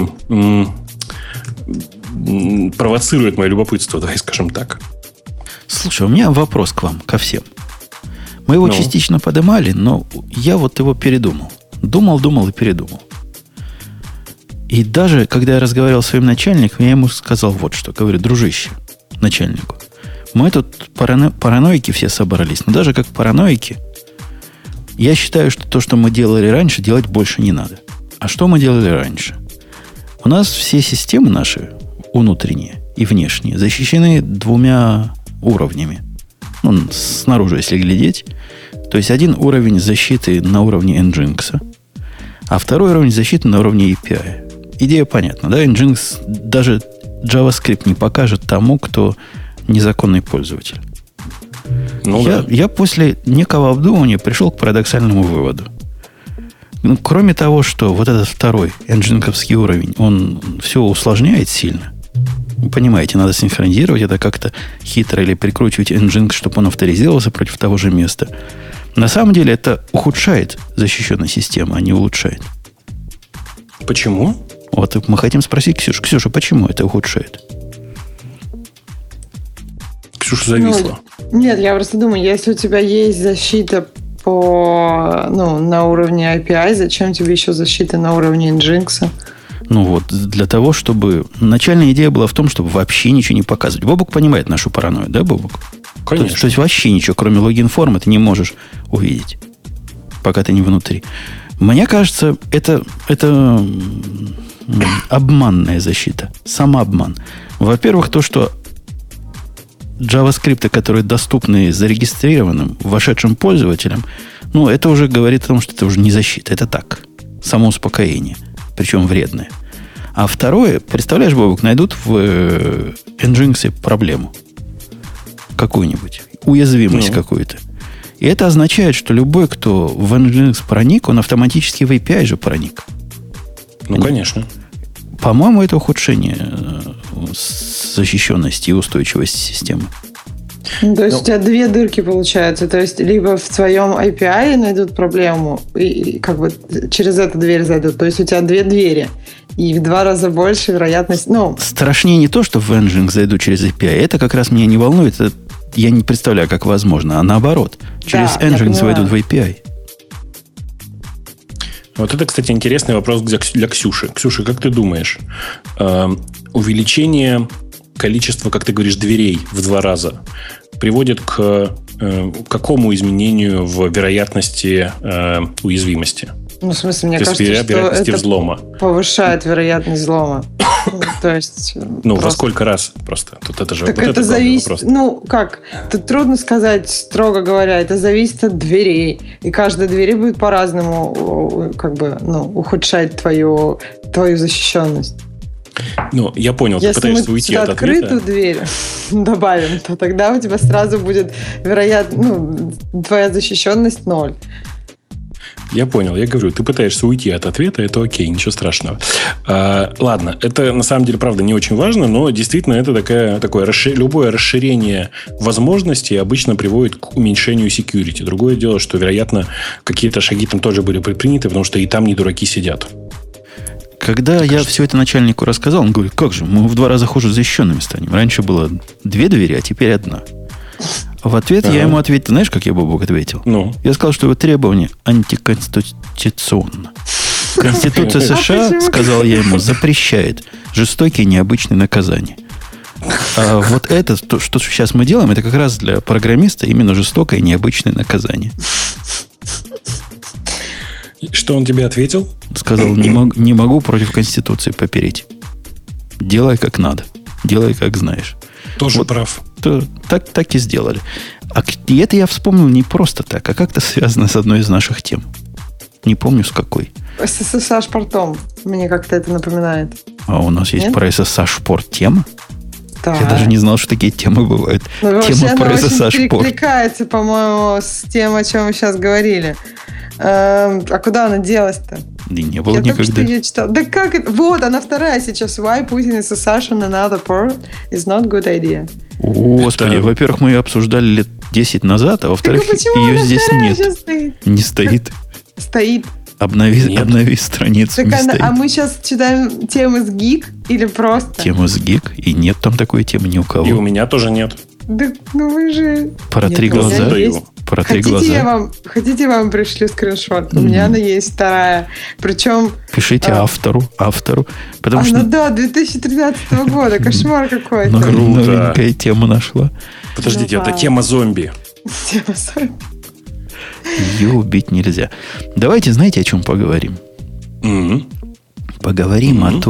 провоцирует мое любопытство, давай скажем так. Слушай, у меня вопрос к вам, ко всем. Мы его частично поднимали, но я его передумал. Думал и передумал. И даже, когда я разговаривал с своим начальником, я ему сказал вот что. Говорю, дружище, начальнику, мы тут параноики все собрались. Но даже как параноики, я считаю, что то, что мы делали раньше, делать больше не надо. А что мы делали раньше? У нас все системы наши, внутренние и внешние, защищены 2 уровнями. Снаружи, если глядеть. То есть один уровень защиты на уровне Nginx, а второй уровень защиты на уровне API. Идея понятна, да? Nginx даже JavaScript не покажет тому, кто незаконный пользователь. Я после некого обдумывания пришел к парадоксальному выводу. Кроме того, что вот этот второй Nginx-овский уровень, он все усложняет сильно. Вы понимаете, надо синхронизировать это как-то хитро или прикручивать Nginx, чтобы он авторизировался против того же места. На самом деле это ухудшает защищенность системы, а не улучшает. Почему? Вот мы хотим спросить Ксюшу. Ксюша, почему это ухудшает? Ксюша зависла. Нет, я просто думаю, если у тебя есть защита на уровне API, зачем тебе еще защита на уровне Nginx? Для того, чтобы... Начальная идея была в том, чтобы вообще ничего не показывать. Бобук понимает нашу паранойю, да, Бобук? Конечно. То есть вообще ничего, кроме логин-формы, ты не можешь увидеть, пока ты не внутри. Мне кажется, это обманная защита. Самообман. Во-первых, то, что JavaScript, которые доступны зарегистрированным, вошедшим пользователям, это уже говорит о том, что это уже не защита. Это так. Самоуспокоение. Причем вредное. А второе, представляешь, Бобук, найдут в Nginx проблему. Какую-нибудь. Уязвимость какую-то. И это означает, что любой, кто в Nginx проник, он автоматически в API же проник. Конечно. По-моему, это ухудшение защищенности и устойчивости системы. То есть у тебя 2 дырки получаются. То есть либо в твоем API найдут проблему и через эту дверь зайдут. То есть у тебя 2 двери. И в 2 раза больше вероятность... Страшнее не то, что в Nginx зайдут через API. Это как раз меня не волнует. Это я не представляю, как возможно. А наоборот. Через Nginx войдут в API. Вот это, кстати, интересный вопрос для Ксюши. Ксюша, как ты думаешь, увеличение количества, как ты говоришь, дверей в 2 раза приводит к какому изменению в вероятности уязвимости? В смысле, мне кажется, вероятности что взлома. Это повышает вероятность взлома. То есть... во сколько раз просто? Тут это же так это зависит... Тут трудно сказать, строго говоря. Это зависит от дверей. И каждая дверь будет по-разному ухудшать твою защищенность. Я понял, ты пытаешься уйти от ответа. Если мы открытую дверь добавим, то тогда у тебя сразу будет твоя защищенность 0. Я понял, я говорю, ты пытаешься уйти от ответа, это окей, ничего страшного. Ладно, это на самом деле, правда, не очень важно, но действительно это такое любое расширение возможностей обычно приводит к уменьшению security. Другое дело, что, вероятно, какие-то шаги там тоже были предприняты, потому что и там не дураки сидят. Когда я все это начальнику рассказал, он говорит, как же, мы в 2 раза хуже защищенными станем. Раньше было 2 двери, а теперь 1. В ответ я ему ответил, знаешь, как я, Бобок, ответил? Я сказал, что его требование антиконституционно. Конституция США, сказал я ему, запрещает жестокие необычные наказания. А вот это, что сейчас мы делаем, это как раз для программиста именно жестокое необычное наказание. Что он тебе ответил? Сказал, не могу против Конституции попереть. Делай как надо. Делай как знаешь. Тоже прав. Так и сделали. И это я вспомнил не просто так, а как-то связано с одной из наших тем. Не помню с какой. С SSH-портом. Мне как-то это напоминает. А у нас есть Нет? про SSH-порт тема? Да. Я даже не знал, что такие темы бывают. Ну, Тема про она очень SSH-порт. перекликается, по-моему, с тем, о чем мы сейчас говорили. А куда она делась-то? Да не было Я только никогда. что ее читала. Да как это? Вот, она вторая сейчас. Why putting SSH on another port is not good idea. Господи, Это- во-первых, мы ее обсуждали лет 10 назад, а во-вторых, Так почему ее она здесь вторая нет. сейчас стоит? Не стоит. Стоит. Нет. Обнови страницу, Так не она, стоит. а мы сейчас читаем темы с гик или просто? Тема с гик, и нет там такой темы ни у кого. И у меня тоже нет. Да, ну вы же... Про Нет, три у меня глаза. есть. Про три Хотите, глаза. я вам пришлю скриншот? У меня она есть вторая. Причем... Пишите автору. Потому Она, что да, 2013 года. Кошмар какой-то. новенькая тема нашла. Подождите, Ну это да. тема зомби. Тема с- Ее убить нельзя. Давайте, знаете, о чем поговорим? Мгм. Поговорим о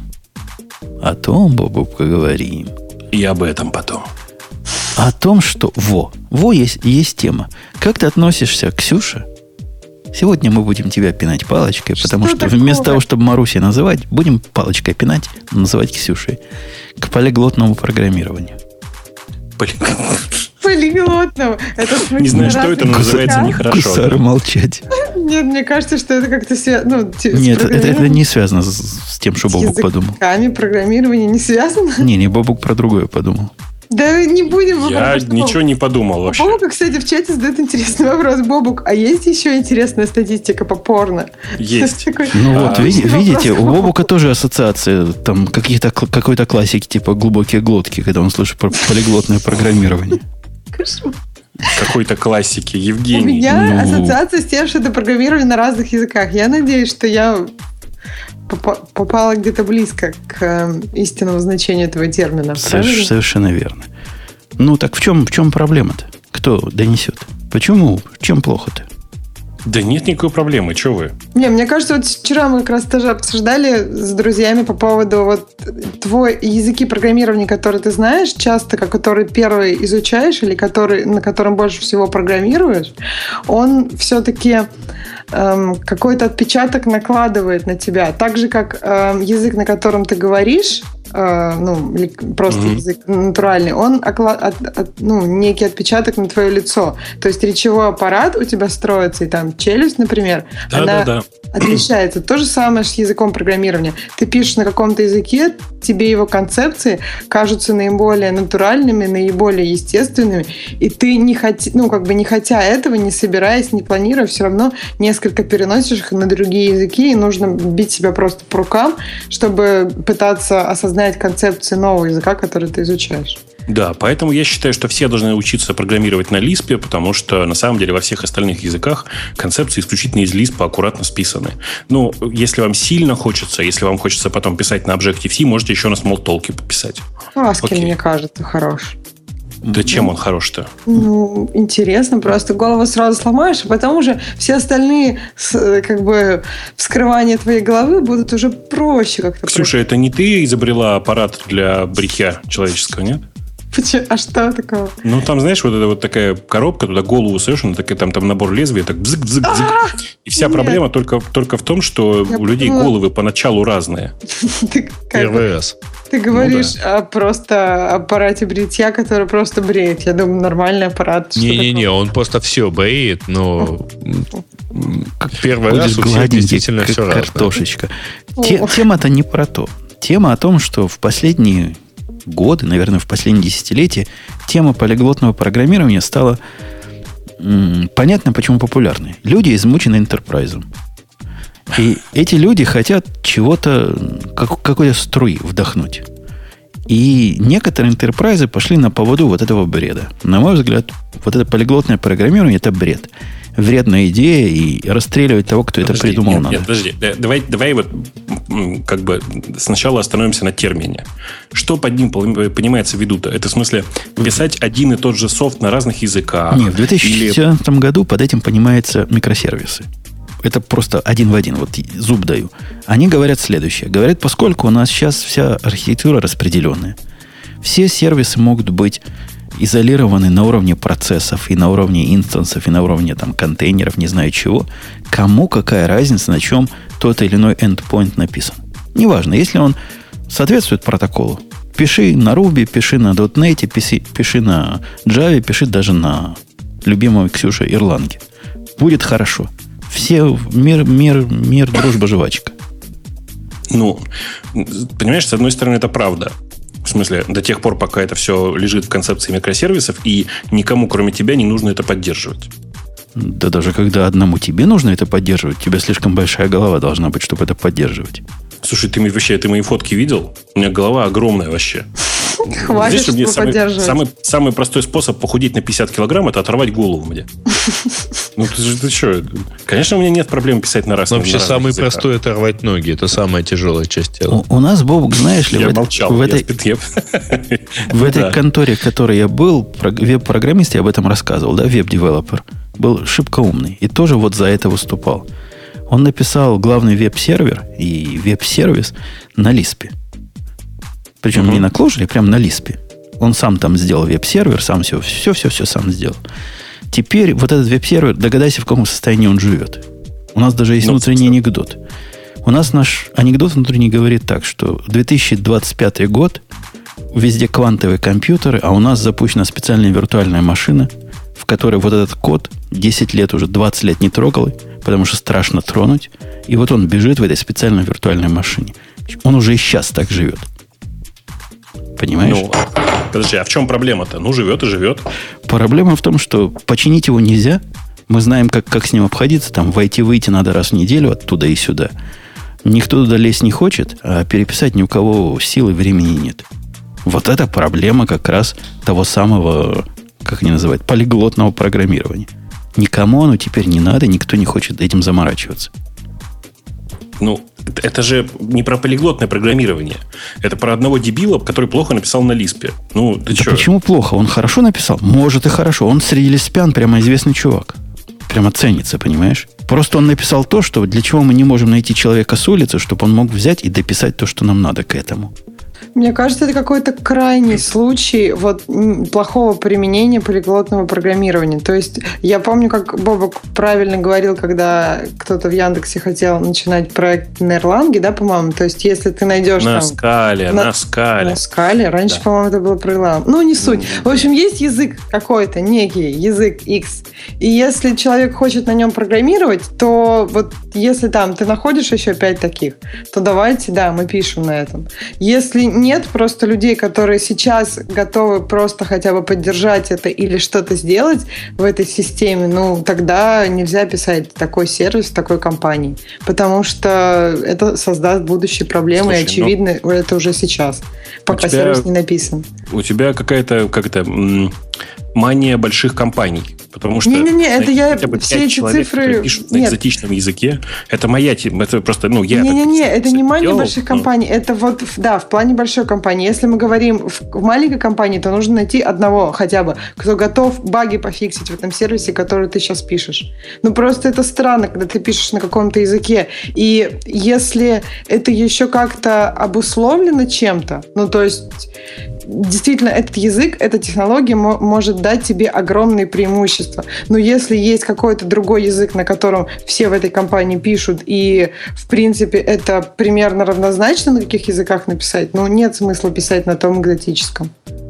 том, Бобок, поговорим. И об этом потом. О том, что есть тема. Как ты относишься к Ксюше? Сегодня мы будем тебя пинать палочкой, потому что такого? вместо того, чтобы Марусей называть, будем палочкой пинать, называть Ксюшей. К полиглотному программированию. Блин. Полиглотного. Это в смысле Не знаю, что разных это, но называется языках? нехорошо. Кусары молчать. Нет, мне кажется, что это как-то связано. Нет, это не связано с тем, что Бобук подумал. языками программирования не связано? Не, Бобук про другое подумал. Да не будем. Я ничего не подумал вообще. Бобук, кстати, в чате задает интересный вопрос. Бобук, а есть еще интересная статистика по порно? Есть. Такой, Ну вот, видите, у вопрос. Бобука тоже ассоциация там какой-то классики, типа глубокие глотки, когда он слышит про полиглотное программирование. Кошмар. Какой-то классики. У Евгений. меня ассоциация с тем, что это программирование на разных языках. Я надеюсь, что я попала где-то близко к истинному значению этого термина. правильно? Совершенно верно. Ну так в чем проблема-то? Кто донесет? Почему? Чем плохо-то? Да нет никакой проблемы, что вы? Не, мне кажется, вот вчера мы как раз тоже обсуждали с друзьями по поводу вот твой языки программирования, которые ты знаешь, часто, который первый изучаешь или на котором больше всего программируешь, он все-таки какой-то отпечаток накладывает на тебя. Так же, как язык, на котором ты говоришь, ну, или просто язык натуральный, он некий отпечаток на твое лицо. То есть речевой аппарат у тебя строится, и там челюсть, например, она отличается. То же самое с языком программирования. Ты пишешь на каком-то языке, тебе его концепции кажутся наиболее натуральными, наиболее естественными, и ты не хотя этого, не собираясь, не планируя, все равно несколько переносишь их на другие языки, и нужно бить себя просто по рукам, чтобы пытаться осознать концепции нового языка, который ты изучаешь. Да, поэтому я считаю, что все должны учиться программировать на Lisp, потому что на самом деле во всех остальных языках концепции исключительно из Lisp аккуратно списаны. Ну, если вам сильно хочется, если вам хочется потом писать на Objective-C, можете еще на Smalltalk пописать. Haskell, Окей. мне кажется, хорош. Да чем он хорош-то? Ну, интересно, просто голову сразу сломаешь, а потом уже все остальные вскрывания твоей головы будут уже проще как-то. Ксюша, это не ты изобрела аппарат для бритья человеческого, нет? А что такого? Ну, там, знаешь, вот эта вот такая коробка, туда голову совершенно, там набор лезвия, так бзык-бзык-бзык. И вся проблема только в том, что у людей головы поначалу разные. РВС. Ты говоришь о просто аппарате бритья, который просто бреет. Я думаю, нормальный аппарат. Не-не-не, он просто все бреет, но первый раз Будешь у всех гладенький, действительно как все разное. картошечка. Тема-то не про то. Тема о том, что в последние годы, наверное, в последние десятилетия, тема полиглотного программирования стала понятно, почему популярной. Люди измучены энтерпрайзом. И эти люди хотят чего-то, какой-то струи вдохнуть. И некоторые энтерпрайзы пошли на поводу вот этого бреда. На мой взгляд, вот это полиглотное программирование – это бред. Вредная идея, и расстреливать того, кто это придумал, надо. Нет, подожди. Давай вот как бы сначала остановимся на термине. Что под ним понимается в виду-то? Это в смысле писать один и тот же софт на разных языках? Нет, в 2014 году под этим понимаются микросервисы. Это просто один в один, вот зуб даю. Они говорят следующее. Говорят, поскольку у нас сейчас вся архитектура распределенная, все сервисы могут быть изолированы на уровне процессов, и на уровне инстансов, и на уровне там, контейнеров, не знаю чего. Кому какая разница, на чем тот или иной endpoint написан? Неважно, если он соответствует протоколу. Пиши на Ruby, пиши на .NET, пиши на Java, пиши даже на любимой Ксюше Ирланге. Будет хорошо. Все мир, дружба, жвачка. Ну, понимаешь, с одной стороны, это правда. В смысле, до тех пор, пока это все лежит в концепции микросервисов, и никому, кроме тебя, не нужно это поддерживать. Да даже когда одному тебе нужно это поддерживать, у тебя слишком большая голова должна быть, чтобы это поддерживать. Слушай, ты мои фотки видел? У меня голова огромная вообще. Хватит, чтобы поддерживать. Самый простой способ похудеть на 50 килограмм – это оторвать голову мне. Ну, ты что? Конечно, у меня нет проблем писать на раз. Но вообще самый простой – это рвать ноги. Это самая тяжелая часть тела. У нас, Бобук, знаешь ли, в этой конторе, в которой я был, веб-программист, я об этом рассказывал, да, веб-девелопер, был шибко умный. И тоже вот за это выступал. Он написал главный веб-сервер и веб-сервис на Лиспе. Причем не на Clojure, прям на Лиспе. Он сам там сделал веб-сервер, сам все сам сделал. Теперь вот этот веб-сервер, догадайся, в каком состоянии он живет. У нас даже есть внутренний анекдот. У нас наш анекдот внутренний говорит так, что 2025 год, везде квантовые компьютеры, а у нас запущена специальная виртуальная машина, в которой вот этот код 10 лет уже, 20 лет не трогал, потому что страшно тронуть. И вот он бежит в этой специальной виртуальной машине. Он уже и сейчас так живет. Понимаешь? Ну, подожди, а в чем проблема-то? Ну, живет и живет. Проблема в том, что починить его нельзя. Мы знаем, как с ним обходиться. Там войти-выйти надо раз в неделю оттуда и сюда. Никто туда лезть не хочет, а переписать ни у кого сил и времени нет. Вот это проблема как раз того самого, как они называют, полиглотного программирования. Никому оно теперь не надо, никто не хочет этим заморачиваться. Ну, это же не про полиглотное программирование. Это про одного дебила, который плохо написал на Лиспе. Ну, ты да что? Почему плохо? Он хорошо написал? Может и хорошо. Он среди лиспян прямо известный чувак. Прямо ценится, понимаешь? Просто он написал то, что для чего мы не можем найти человека с улицы, чтобы он мог взять и дописать то, что нам надо к этому. Мне кажется, это какой-то крайний случай вот плохого применения полиглотного программирования. То есть я помню, как Бобок правильно говорил, когда кто-то в Яндексе хотел начинать проект на Erlang, да, по-моему. То есть если ты найдешь на там... скале. На скале. Раньше, да. По-моему, это было про Erlang. Ну, не суть. В общем, есть язык какой-то, некий язык X. И если человек хочет на нем программировать, то вот если там ты находишь еще 5 таких, то давайте, да, мы пишем на этом. Если нет просто людей, которые сейчас готовы просто хотя бы поддержать это или что-то сделать в этой системе, ну, тогда нельзя писать такой сервис в такой компании. Потому что это создаст будущие проблемы. Слушай, и очевидно, это уже сейчас, пока сервис не написан. У тебя какая-то, мания больших компаний. Потому что это я все эти цифры пишут на экзотичном языке. Это моя тема. Это просто, я это не мания больших компаний. Это вот, да, в плане большой компании. Если мы говорим в маленькой компании, то нужно найти одного хотя бы, кто готов баги пофиксить в этом сервисе, который ты сейчас пишешь. Ну, просто это странно, когда ты пишешь на каком-то языке. И если это еще как-то обусловлено чем-то, ну, то есть действительно, этот язык, эта технология может дать тебе огромные преимущества. Но если есть какой-то другой язык, на котором все в этой компании пишут, и, в принципе, это примерно равнозначно на каких языках написать, ну, нет смысла писать на том экзотическом.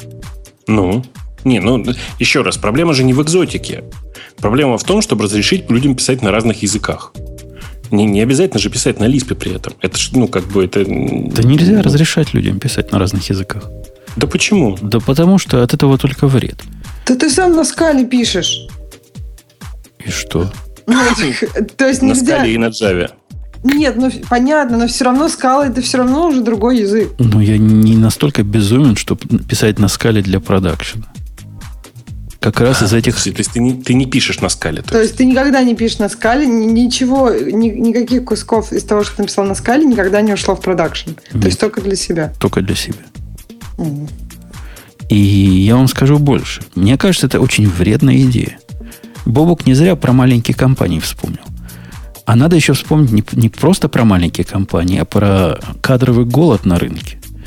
Еще раз, проблема же не в экзотике. Проблема в том, чтобы разрешить людям писать на разных языках. Не обязательно же писать на Лиспе при этом. Это ж, это... Да нельзя разрешать людям писать на разных языках. Да почему? Да потому что от этого только вред. Да ты сам на скале пишешь. И что? То есть на нельзя... скале и на Java. Нет, понятно, но все равно скала это все равно уже другой язык. Но я не настолько безумен, чтобы писать на скале для продакшена. Как раз из этих... То есть ты не пишешь на скале? То есть ты никогда не пишешь на скале, ничего, никаких кусков из того, что ты написал на скале, никогда не ушло в продакшн. То есть только для себя. Только для себя. И я вам скажу больше. Мне кажется, это очень вредная идея. Бобук не зря про маленькие компании вспомнил. А надо еще вспомнить не просто про маленькие компании, а про кадровый голод на рынке.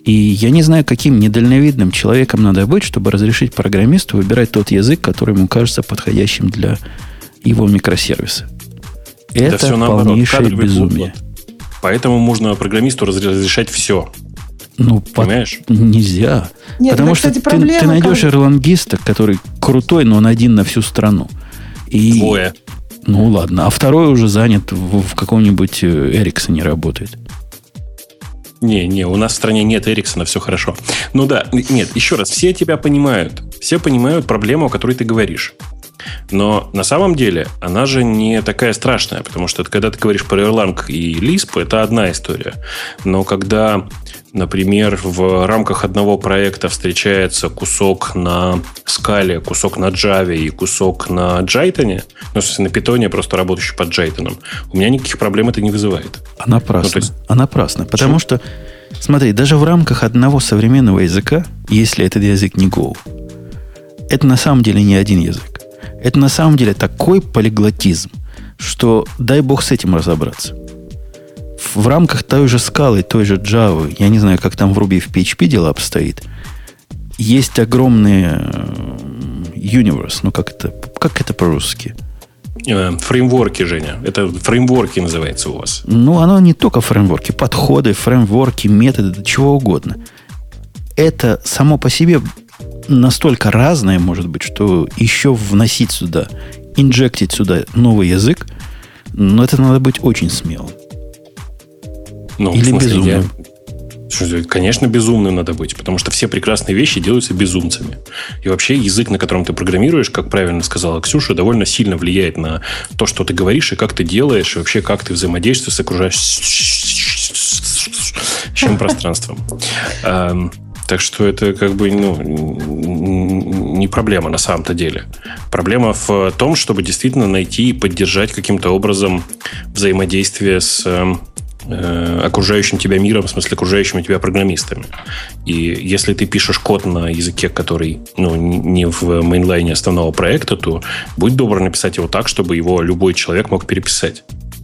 И я не знаю, каким недальновидным человеком надо быть, чтобы разрешить программисту выбирать тот язык, который ему кажется подходящим для его микросервиса. Это все полнейшее безумие. Поэтому можно программисту разрешать все. Ну, понимаешь? Нельзя. Нет, потому что кстати, ты найдешь эрлангиста, который крутой, но он один на всю страну. И, двое. Ну, ладно. А второй уже занят в каком-нибудь Эриксоне работает. Не, у нас в стране нет Эриксона, все хорошо. Ну да, нет, еще раз, все тебя понимают. Все понимают проблему, о которой ты говоришь. Но на самом деле она же не такая страшная, потому что когда ты говоришь про Erlang и Lisp, это одна история. Но когда, например, в рамках одного проекта встречается кусок на Scala, кусок на Java и кусок на Jython, ну, в смысле, на Python, просто работающий под Jython, у меня никаких проблем это не вызывает. А напрасно. А напрасно. Потому что, смотри, даже в рамках одного современного языка, если этот язык не Go, это на самом деле не один язык. Это на самом деле такой полиглотизм, что дай бог с этим разобраться. В рамках той же Scala, той же Java, я не знаю, как там в Ruby и в PHP дело обстоит, есть огромные universe, ну как это по-русски? Фреймворки, Женя. Это фреймворки называется у вас. Ну, оно не только фреймворки, подходы, фреймворки, методы, чего угодно. Это само по себе настолько разное может быть, что еще вносить сюда, инжектить сюда новый язык, но это надо быть очень смелым. Ну, или безумным. Конечно, безумным надо быть, потому что все прекрасные вещи делаются безумцами. И вообще язык, на котором ты программируешь, как правильно сказала Ксюша, довольно сильно влияет на то, что ты говоришь, и как ты делаешь, и вообще как ты взаимодействуешь с окружающим пространством. Так что это как бы не проблема на самом-то деле. Проблема в том, чтобы действительно найти и поддержать каким-то образом взаимодействие с окружающим тебя миром, в смысле окружающими тебя программистами. И если ты пишешь код на языке, который не в мейнлайне основного проекта, то будь добр написать его так, чтобы его любой человек мог переписать.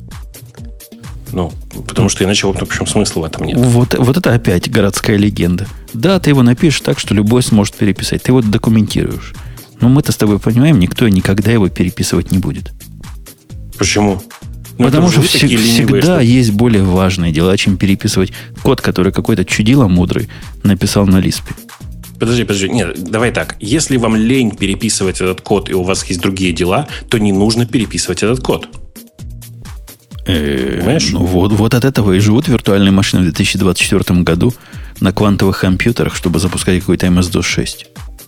Потому что иначе, в общем, смысла в этом нет. Вот это опять городская легенда. Да, ты его напишешь так, что любой сможет переписать. Ты его документируешь. Но мы-то с тобой понимаем, никто никогда его переписывать не будет. Почему? Потому что всегда есть более важные дела, чем переписывать код, который какой-то чудило мудрый написал на Lisp. Подожди. Нет, давай так. Если вам лень переписывать этот код, и у вас есть другие дела, то не нужно переписывать этот код. Понимаешь? Вот от этого и живут виртуальные машины в 2024 году на квантовых компьютерах, чтобы запускать какой-то MS-DOS 6.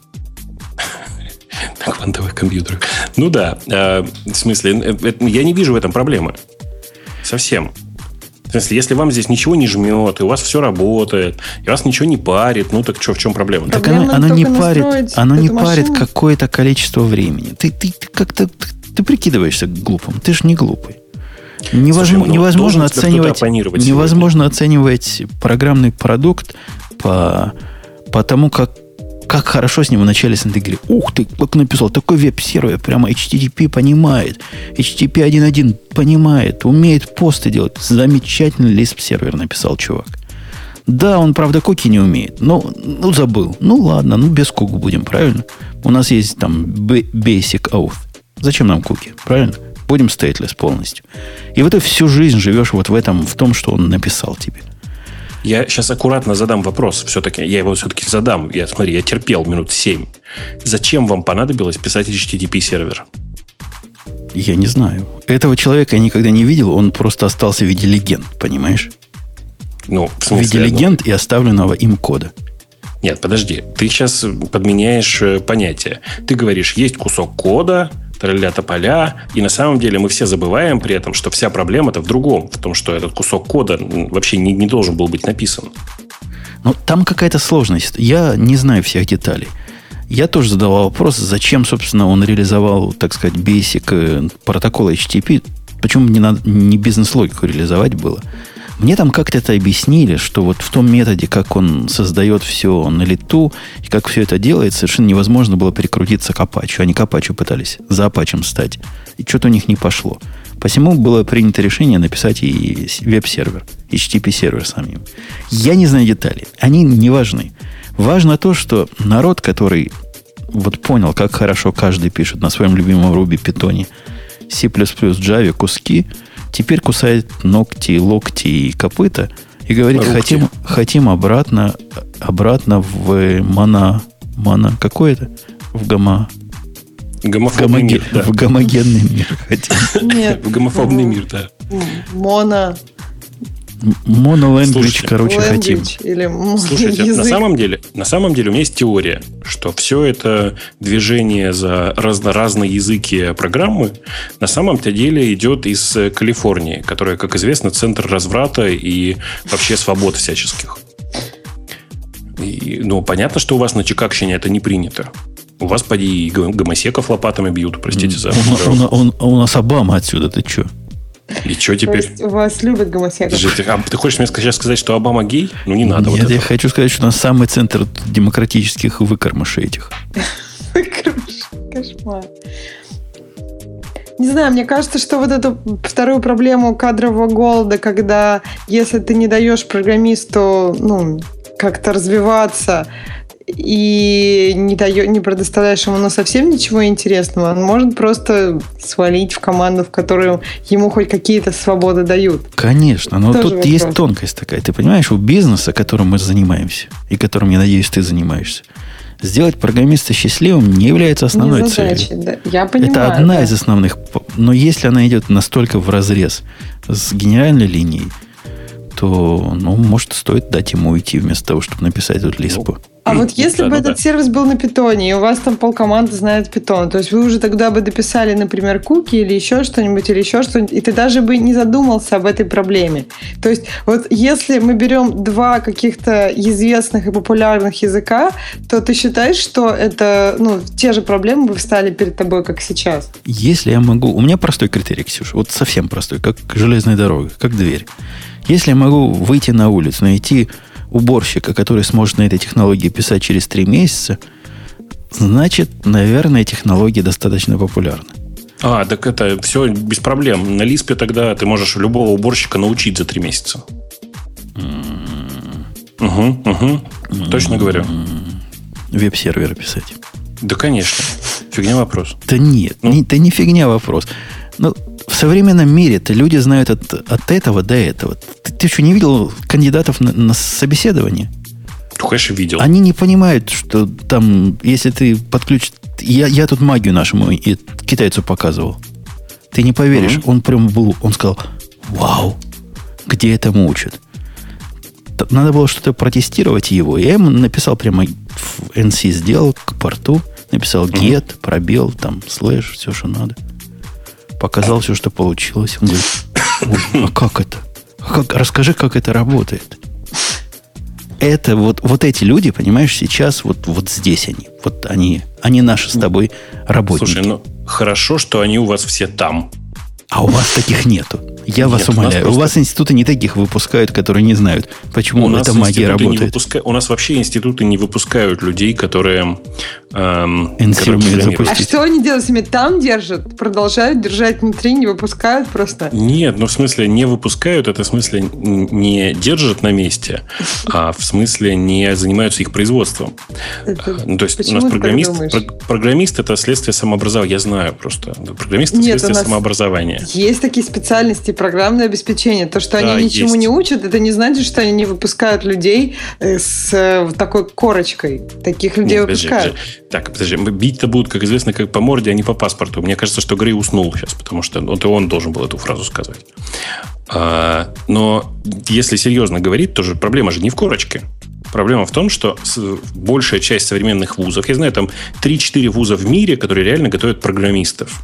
На квантовых компьютерах. Ну да. В смысле, я не вижу в этом проблемы. Совсем. В смысле, если вам здесь ничего не жмет, и у вас все работает, и вас ничего не парит, ну так что, в чем проблема? Так оно не парит какое-то количество времени. Ты прикидываешься глупым. Ты же не глупый. Невозможно оценивать программный продукт по тому, как хорошо с ним вначале интегрировать. Ух ты, как написал, такой веб-сервер, прямо HTTP понимает, HTTP 1.1 понимает, умеет посты делать. Замечательный Lisp-сервер написал чувак. Да, он, правда, куки не умеет, но забыл. Ну, ладно, без кук будем, правильно? У нас есть там basic auth. Зачем нам куки, правильно? Будем stateless полностью. И вот ты всю жизнь живешь вот в том, что он написал тебе. Я сейчас аккуратно задам вопрос. Все-таки я его все-таки задам. Я терпел минут 7. Зачем вам понадобилось писать HTTP-сервер? Я не знаю. Этого человека я никогда не видел. Он просто остался в виде легенд, понимаешь? В смысле, в виде легенд и оставленного им кода. Нет, подожди. Ты сейчас подменяешь понятие. Ты говоришь, есть кусок кода, тополя, и на самом деле мы все забываем при этом, что вся проблема-то в другом, в том, что этот кусок кода вообще не должен был быть написан. Там какая-то сложность. Я не знаю всех деталей. Я тоже задавал вопрос, зачем, собственно, он реализовал, так сказать, basic протокол HTTP, почему не бизнес-логику реализовать было. Мне там как-то это объяснили, что вот в том методе, как он создает все на лету, и как все это делает, совершенно невозможно было перекрутиться к Apache. Они к Apache пытались за Apache стать. И что-то у них не пошло. Посему было принято решение написать и веб-сервер, HTTP-сервер самим. Я не знаю деталей. Они не важны. Важно то, что народ, который вот понял, как хорошо каждый пишет на своем любимом Ruby, Python, C++, Java куски, теперь кусает ногти, локти и копыта и говорит, хотим обратно в какое-то, в гомофобный мир, да. В гомогенный мир. Нет. В гомофобный мир, да. Моноленгвидж, короче, хотим. Слушайте, на самом деле у меня есть теория, что все это движение за разные языки программы на самом-то деле идет из Калифорнии, которая, как известно, центр разврата и вообще свобод всяческих. Понятно, что у вас на Чикагщине это не принято. У вас, поди, и гомосеков лопатами бьют, простите за... У нас Обама отсюда, ты что? И что теперь? То есть вас любят гомосеков. Ты хочешь мне сейчас сказать, что Обама гей? Не надо. Нет, я хочу сказать, что у нас самый центр демократических выкормышей этих. Кошмар. Не знаю, мне кажется, что вот эту вторую проблему кадрового голода, когда если ты не даешь программисту как-то развиваться и не предоставляешь ему совсем ничего интересного, он может просто свалить в команду, в которую ему хоть какие-то свободы дают. Конечно, но тут есть тонкость такая. Ты понимаешь, у бизнеса, которым мы занимаемся, и которым, я надеюсь, ты занимаешься, сделать программиста счастливым не является основной целью. Да. Я понимаю. Это одна из основных. Но если она идет настолько вразрез с генеральной линией, то, может, стоит дать ему уйти вместо того, чтобы написать тут Лиспу. А вот если бы этот сервис был на питоне, и у вас там полкоманды знает питон, то есть вы уже тогда бы дописали, например, куки или еще что-нибудь, и ты даже бы не задумался об этой проблеме. То есть вот если мы берем два каких-то известных и популярных языка, то ты считаешь, что это, те же проблемы бы встали перед тобой, как сейчас? Если я могу... У меня простой критерий, Ксюша, вот совсем простой, как железная дорога, как дверь. Если я могу выйти на улицу, найти уборщика, который сможет на этой технологии писать через 3 месяца, значит, наверное, технология достаточно популярна. Так это все без проблем. На Лиспе тогда ты можешь любого уборщика научить за 3 месяца. Точно говорю. Веб-серверы писать. Да, конечно. Фигня вопрос. Да нет, это не фигня вопрос. В современном мире-то люди знают от этого до этого. Ты что, не видел кандидатов на собеседование? Конечно, видел. Они не понимают, что там, если ты подключишь... Я тут магию нашему и китайцу показывал. Ты не поверишь, он прям был... Он сказал, вау, где этому учат? Надо было что-то протестировать его. Я ему написал прямо в NC, сделал к порту, написал get, пробел, там, слэш, все, что надо. Показал все, что получилось. Он говорит, а как это? Расскажи, как это работает. Это вот эти люди, понимаешь, сейчас вот здесь они. Вот они наши с тобой работники. Слушай, хорошо, что они у вас все там. А у вас таких нету. Я вас умоляю. У вас институты не таких выпускают, которые не знают, почему эта магия работает. У нас вообще институты не выпускают людей, которые... запустить. А что они делают с ними? Там держат? Продолжают держать внутри, не выпускают просто? Нет, в смысле не выпускают, это в смысле не держат на месте, а в смысле не занимаются их производством. То есть у нас программист это следствие самообразования. Я знаю просто. Программист это следствие самообразования. Есть такие специальности, программное обеспечение. То, что они ничему не учат, это не значит, что они не выпускают людей с такой корочкой. Таких людей выпускают. Подожди. Бить-то будут, как известно, как по морде, а не по паспорту. Мне кажется, что Грей уснул сейчас, потому что он должен был эту фразу сказать. Но если серьезно говорить, то же проблема же не в корочке. Проблема в том, что большая часть современных вузов, я знаю, там 3-4 вуза в мире, которые реально готовят программистов.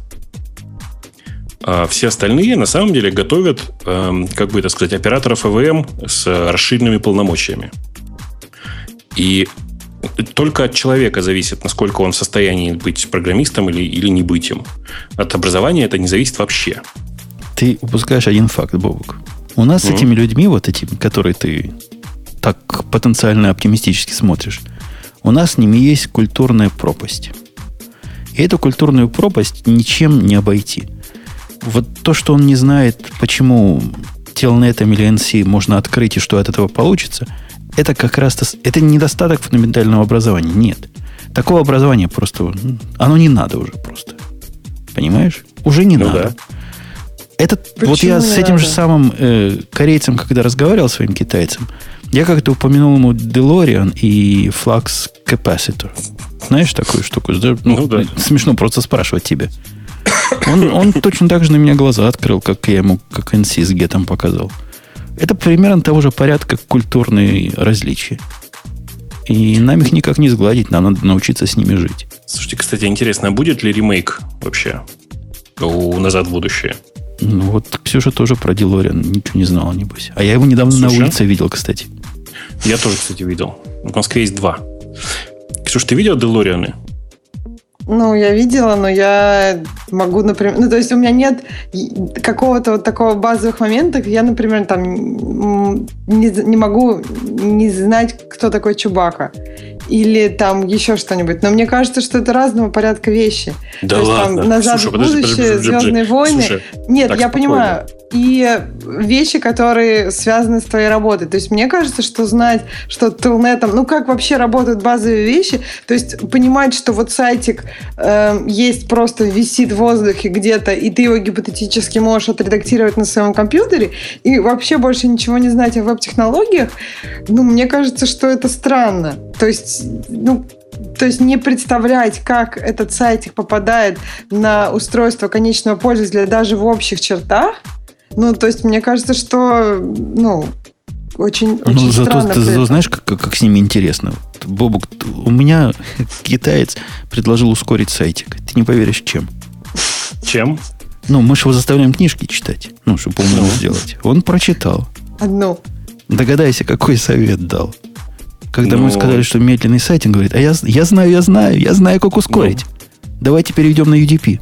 А все остальные, на самом деле, готовят, операторов ЭВМ с расширенными полномочиями. И только от человека зависит, насколько он в состоянии быть программистом или не быть им. От образования это не зависит вообще. Ты упускаешь один факт, Бобук. У нас с этими людьми, вот этими, которые ты так потенциально оптимистически смотришь, у нас с ними есть культурная пропасть. И эту культурную пропасть ничем не обойти. вот то, что он не знает, почему Telnet или NC можно открыть и что от этого получится, это как раз это недостаток фундаментального образования. Нет. Такого образования просто... Оно не надо уже просто. Понимаешь? Уже не надо. Да. Вот я с этим же самым корейцем, когда разговаривал с своим китайцем, я как-то упомянул ему DeLorean и Flux Capacitor. Знаешь такую штуку? Ну, да. Смешно просто спрашивать тебя. Он точно так же на меня глаза открыл, как я ему, как NC с гетом показал. Это примерно того же порядка культурные различия. И нам их никак не сгладить, нам надо научиться с ними жить. Слушайте, кстати, интересно, будет ли ремейк вообще у «Назад в будущее»? Ну, вот Ксюша тоже про DeLorean ничего не знала, небось. А я его недавно на улице видел, кстати. Я тоже, кстати, видел. В Москве есть 2. Ксюш, ты видел DeLorean? Ну, я видела, но я могу, например... Ну, то есть у меня нет какого-то вот такого базовых моментов. Я, например, там не могу не знать, кто такой Чубака. Или там еще что-нибудь. Но мне кажется, что это разного порядка вещи. Да то ладно. Есть, там, «Назад в будущее», «Звездные войны». Слушай, нет, я спокойно. понимаю. И вещи, которые связаны с твоей работой. То есть мне кажется, что знать, что Telnet, ну как вообще работают базовые вещи, то есть понимать, что вот сайтик есть просто висит в воздухе где-то, и ты его гипотетически можешь отредактировать на своем компьютере, и вообще больше ничего не знать о веб-технологиях, ну, мне кажется, что это странно. То есть не представлять, как этот сайтик попадает на устройство конечного пользователя даже в общих чертах. Ну, то есть, мне кажется, что, очень странно. Зато знаешь, как с ними интересно. Бобук, у меня китаец предложил ускорить сайтик. Ты не поверишь, чем? Чем? Мы же его заставляем книжки читать, чтобы умно сделать. Он прочитал. Одну. Догадайся, какой совет дал. Когда мы сказали, что медленный сайт, он говорит, а я знаю, как ускорить. Давайте перейдем на UDP.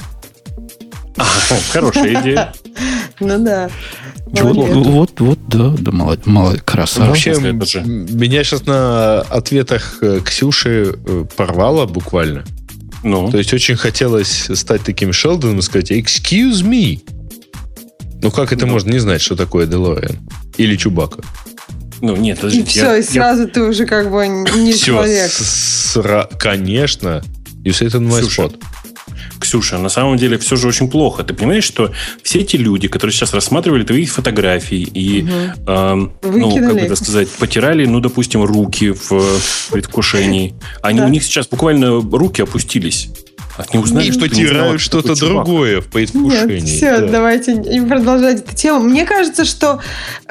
Хорошая идея. Ну да. Вот, да, красава. Вообще, меня сейчас на ответах Ксюши порвало буквально. То есть, очень хотелось стать таким Шелдоном и сказать, excuse me. Как это можно не знать, что такое DeLorean? Или Чубака? Нет, подождите. И все, и сразу ты уже как бы не человек. Конечно. You sit on my spot. Ксюша, на самом деле все же очень плохо. Ты понимаешь, что все эти люди, которые сейчас рассматривали твои фотографии и, как бы это сказать, потирали, допустим, руки в предвкушении, у них сейчас буквально руки опустились. Они узнали, что тирают что-то другое в предвкушении. Нет, все, давайте не продолжать эту тему. Мне кажется, что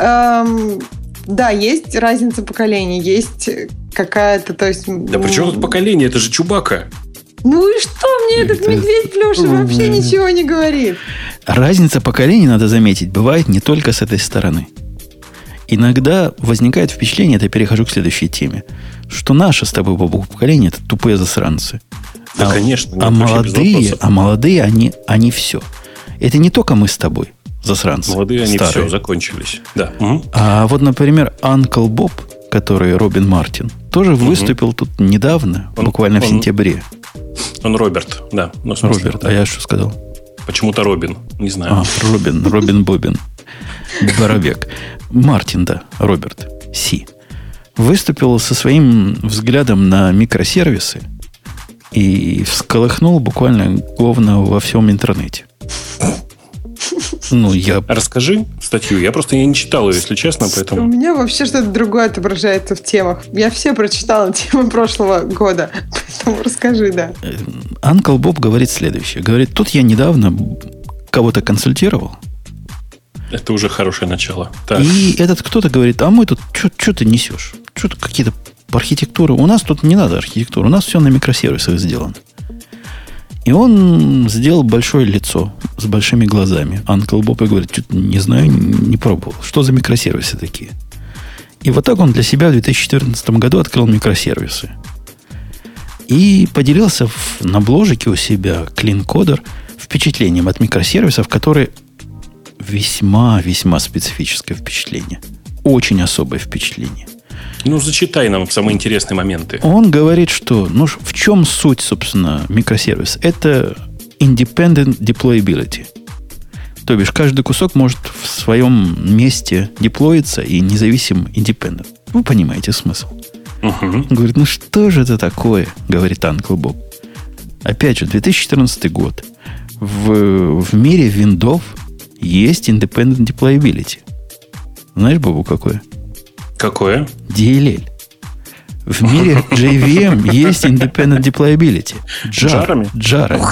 да, есть разница поколений, есть какая-то, то есть... Да при чем тут поколение? Это же Чубака. Ну и что мне этот медведь плюшевый вообще ничего не говорит? Разница поколений, надо заметить, бывает не только с этой стороны. Иногда возникает впечатление, это я перехожу к следующей теме, что наше с тобой поколение это тупые засранцы. Да, конечно. А молодые, они все. Это не только мы с тобой, засранцы. Молодые, старые. они все, закончились. Да. А вот, например, Uncle Bob, который Робин Мартин, тоже выступил тут недавно, буквально в сентябре. Он Роберт, да. Роберт, а я что сказал? Почему-то Робин, не знаю. Робин Бобин. Боровек. Мартин, да, Роберт Си. Выступил со своим взглядом на микросервисы и всколыхнул буквально говно во всем интернете. Расскажи статью. Я просто не читал ее, если честно, поэтому... У меня вообще что-то другое отображается в темах. Я все прочитала темы прошлого года. Поэтому расскажи, да. Uncle Bob говорит следующее. Говорит, тут я недавно кого-то консультировал. Это уже хорошее начало. Так. И этот кто-то говорит, а мы тут, что ты несешь? Что-то какие-то архитектуры. У нас тут не надо архитектуры. У нас все на микросервисах сделано. И он сделал большое лицо с большими глазами. Uncle Bob говорит, что-то не знаю, не пробовал. Что за микросервисы такие? И вот так он для себя в 2014 году открыл микросервисы. И поделился на бложике у себя CleanCoder впечатлением от микросервисов, которые весьма-весьма специфическое впечатление. Очень особое впечатление. Зачитай нам самые интересные моменты. Он говорит, что в чем суть, собственно, микросервиса? Это independent deployability. То бишь, каждый кусок может в своем месте деплоиться и независим independent. Вы понимаете смысл. Он говорит, ну что же это такое, говорит Uncle Bob. Опять же, 2014 год. В мире Windows есть independent deployability. Знаешь, Бобу, какое? Какое? DLL. В мире JVM есть independent deployability. Джарами? Джарами.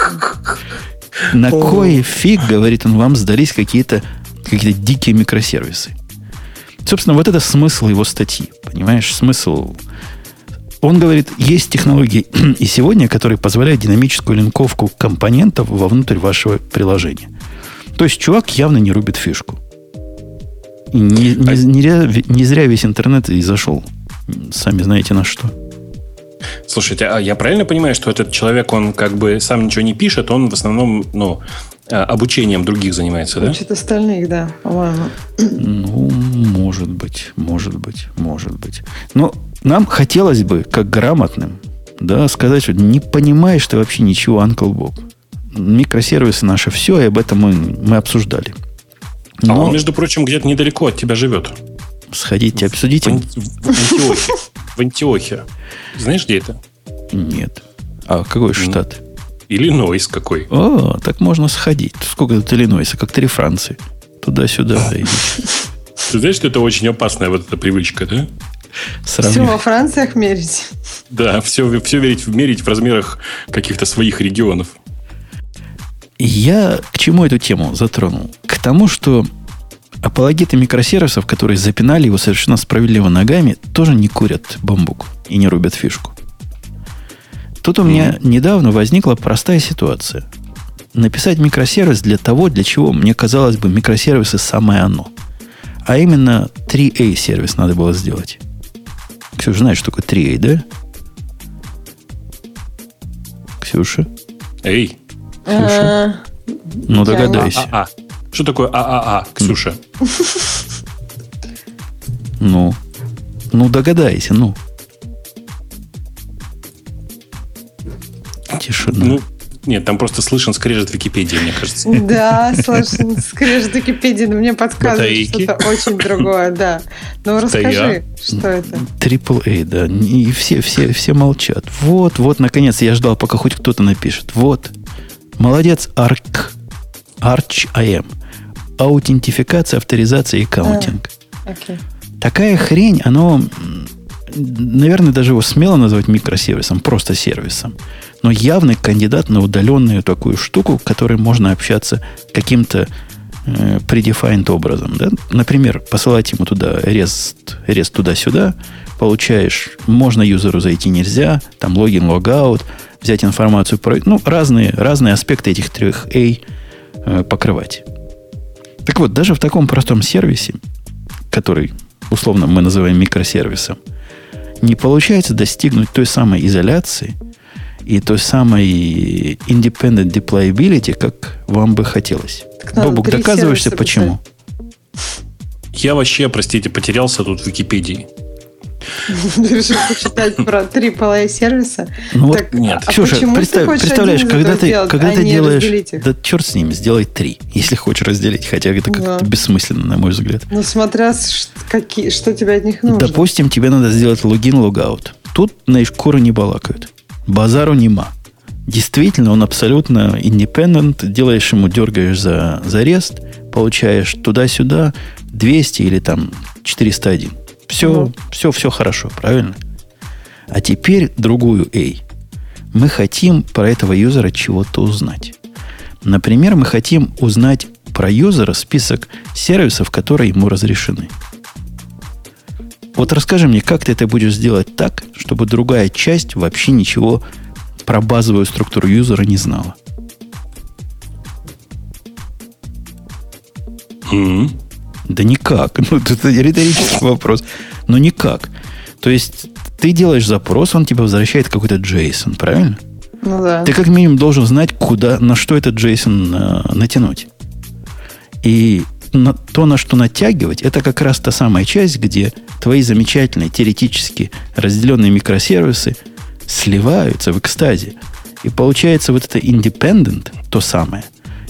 На кой фиг, говорит он, вам сдались какие-то дикие микросервисы? Собственно, вот это смысл его статьи. Понимаешь, смысл... Он говорит, есть технологии и сегодня, которые позволяют динамическую линковку компонентов вовнутрь вашего приложения. То есть, чувак явно не рубит фишку. И не зря весь интернет и зашел. Сами знаете на что. Слушайте, а я правильно понимаю, что этот человек, он как бы сам ничего не пишет, он в основном, обучением других занимается, да? Учит остальных, да, по-моему. Ну, может быть. Но нам хотелось бы, как грамотным, да, сказать, что не понимаешь ты вообще ничего, Uncle Bob. Микросервисы наше все, и об этом мы обсуждали. Но... А он, между прочим, где-то недалеко от тебя живет. Сходите, обсудите. В Антиохе. Знаешь, где это? Нет. А какой штат? Иллинойс какой. О, так можно сходить. Сколько тут Иллинойса? Как 3 Франции. Туда-сюда. Ты знаешь, что это очень опасная вот эта привычка, да? Все во Франциях мерить. Да, все мерить в размерах каких-то своих регионов. Я к чему эту тему затронул? К тому, что апологеты микросервисов, которые запинали его совершенно справедливо ногами, тоже не курят бамбук и не рубят фишку. Тут у меня недавно возникла простая ситуация. Написать микросервис для того, для чего, мне казалось бы, микросервисы самое оно. А именно 3A сервис надо было сделать. Ксюша, знаешь, что такое 3A, да? Ксюша? Эй. Ксюша? Ну, догадайся. Что такое ААА, Ксюша? Ну, догадайся, ну. Тишина. Ну, нет, там просто слышен скрежет Википедии, мне кажется. Да, слышен скрежет Википедии, но мне подсказывает что-то очень другое, да. Ну, расскажи, что это. AAA, да. И все молчат. Вот, наконец, я ждал, пока хоть кто-то напишет. Вот. Молодец, Arch-IM. Аутентификация, авторизация и аккаунтинг. Okay. Такая хрень, оно, наверное, даже его смело назвать микросервисом, просто сервисом. Но явный кандидат на удаленную такую штуку, которой можно общаться каким-то predefined образом. Да? Например, посылать ему туда REST туда-сюда, получаешь, можно юзеру зайти, нельзя, там логин, логаут, взять информацию про... Ну, разные аспекты этих 3A покрывать. Так вот, даже в таком простом сервисе, который, условно, мы называем микросервисом, не получается достигнуть той самой изоляции и той самой independent deployability, как вам бы хотелось. Бобук, доказываешься, почему? Я вообще, простите, потерялся тут в Википедии. Ты решил почитать про AAA сервиса? Ну вот, нет. Ксюша, представляешь, когда ты делаешь... Да черт с ним, сделай 3, если хочешь разделить. Хотя это как-то бессмысленно, на мой взгляд. Ну, смотря, что тебе от них нужно. Допустим, тебе надо сделать логин, логаут. Тут на шкуру не балакают. Базару нема. Действительно, он абсолютно independent. Делаешь ему, дергаешь за REST, получаешь туда-сюда 200 или там 401. Все хорошо, правильно? А теперь другую A. Мы хотим про этого юзера чего-то узнать. Например, мы хотим узнать про юзера список сервисов, которые ему разрешены. Вот расскажи мне, как ты это будешь сделать так, чтобы другая часть вообще ничего про базовую структуру юзера не знала. Да никак. Ну, это риторический вопрос. Но никак. То есть, ты делаешь запрос, он тебе возвращает какой-то JSON, правильно? Ну да. Ты как минимум должен знать, на что этот JSON натянуть. И то, на что натягивать, это как раз та самая часть, где твои замечательные, теоретически разделенные микросервисы сливаются в экстазе. И получается вот это independent, то самое,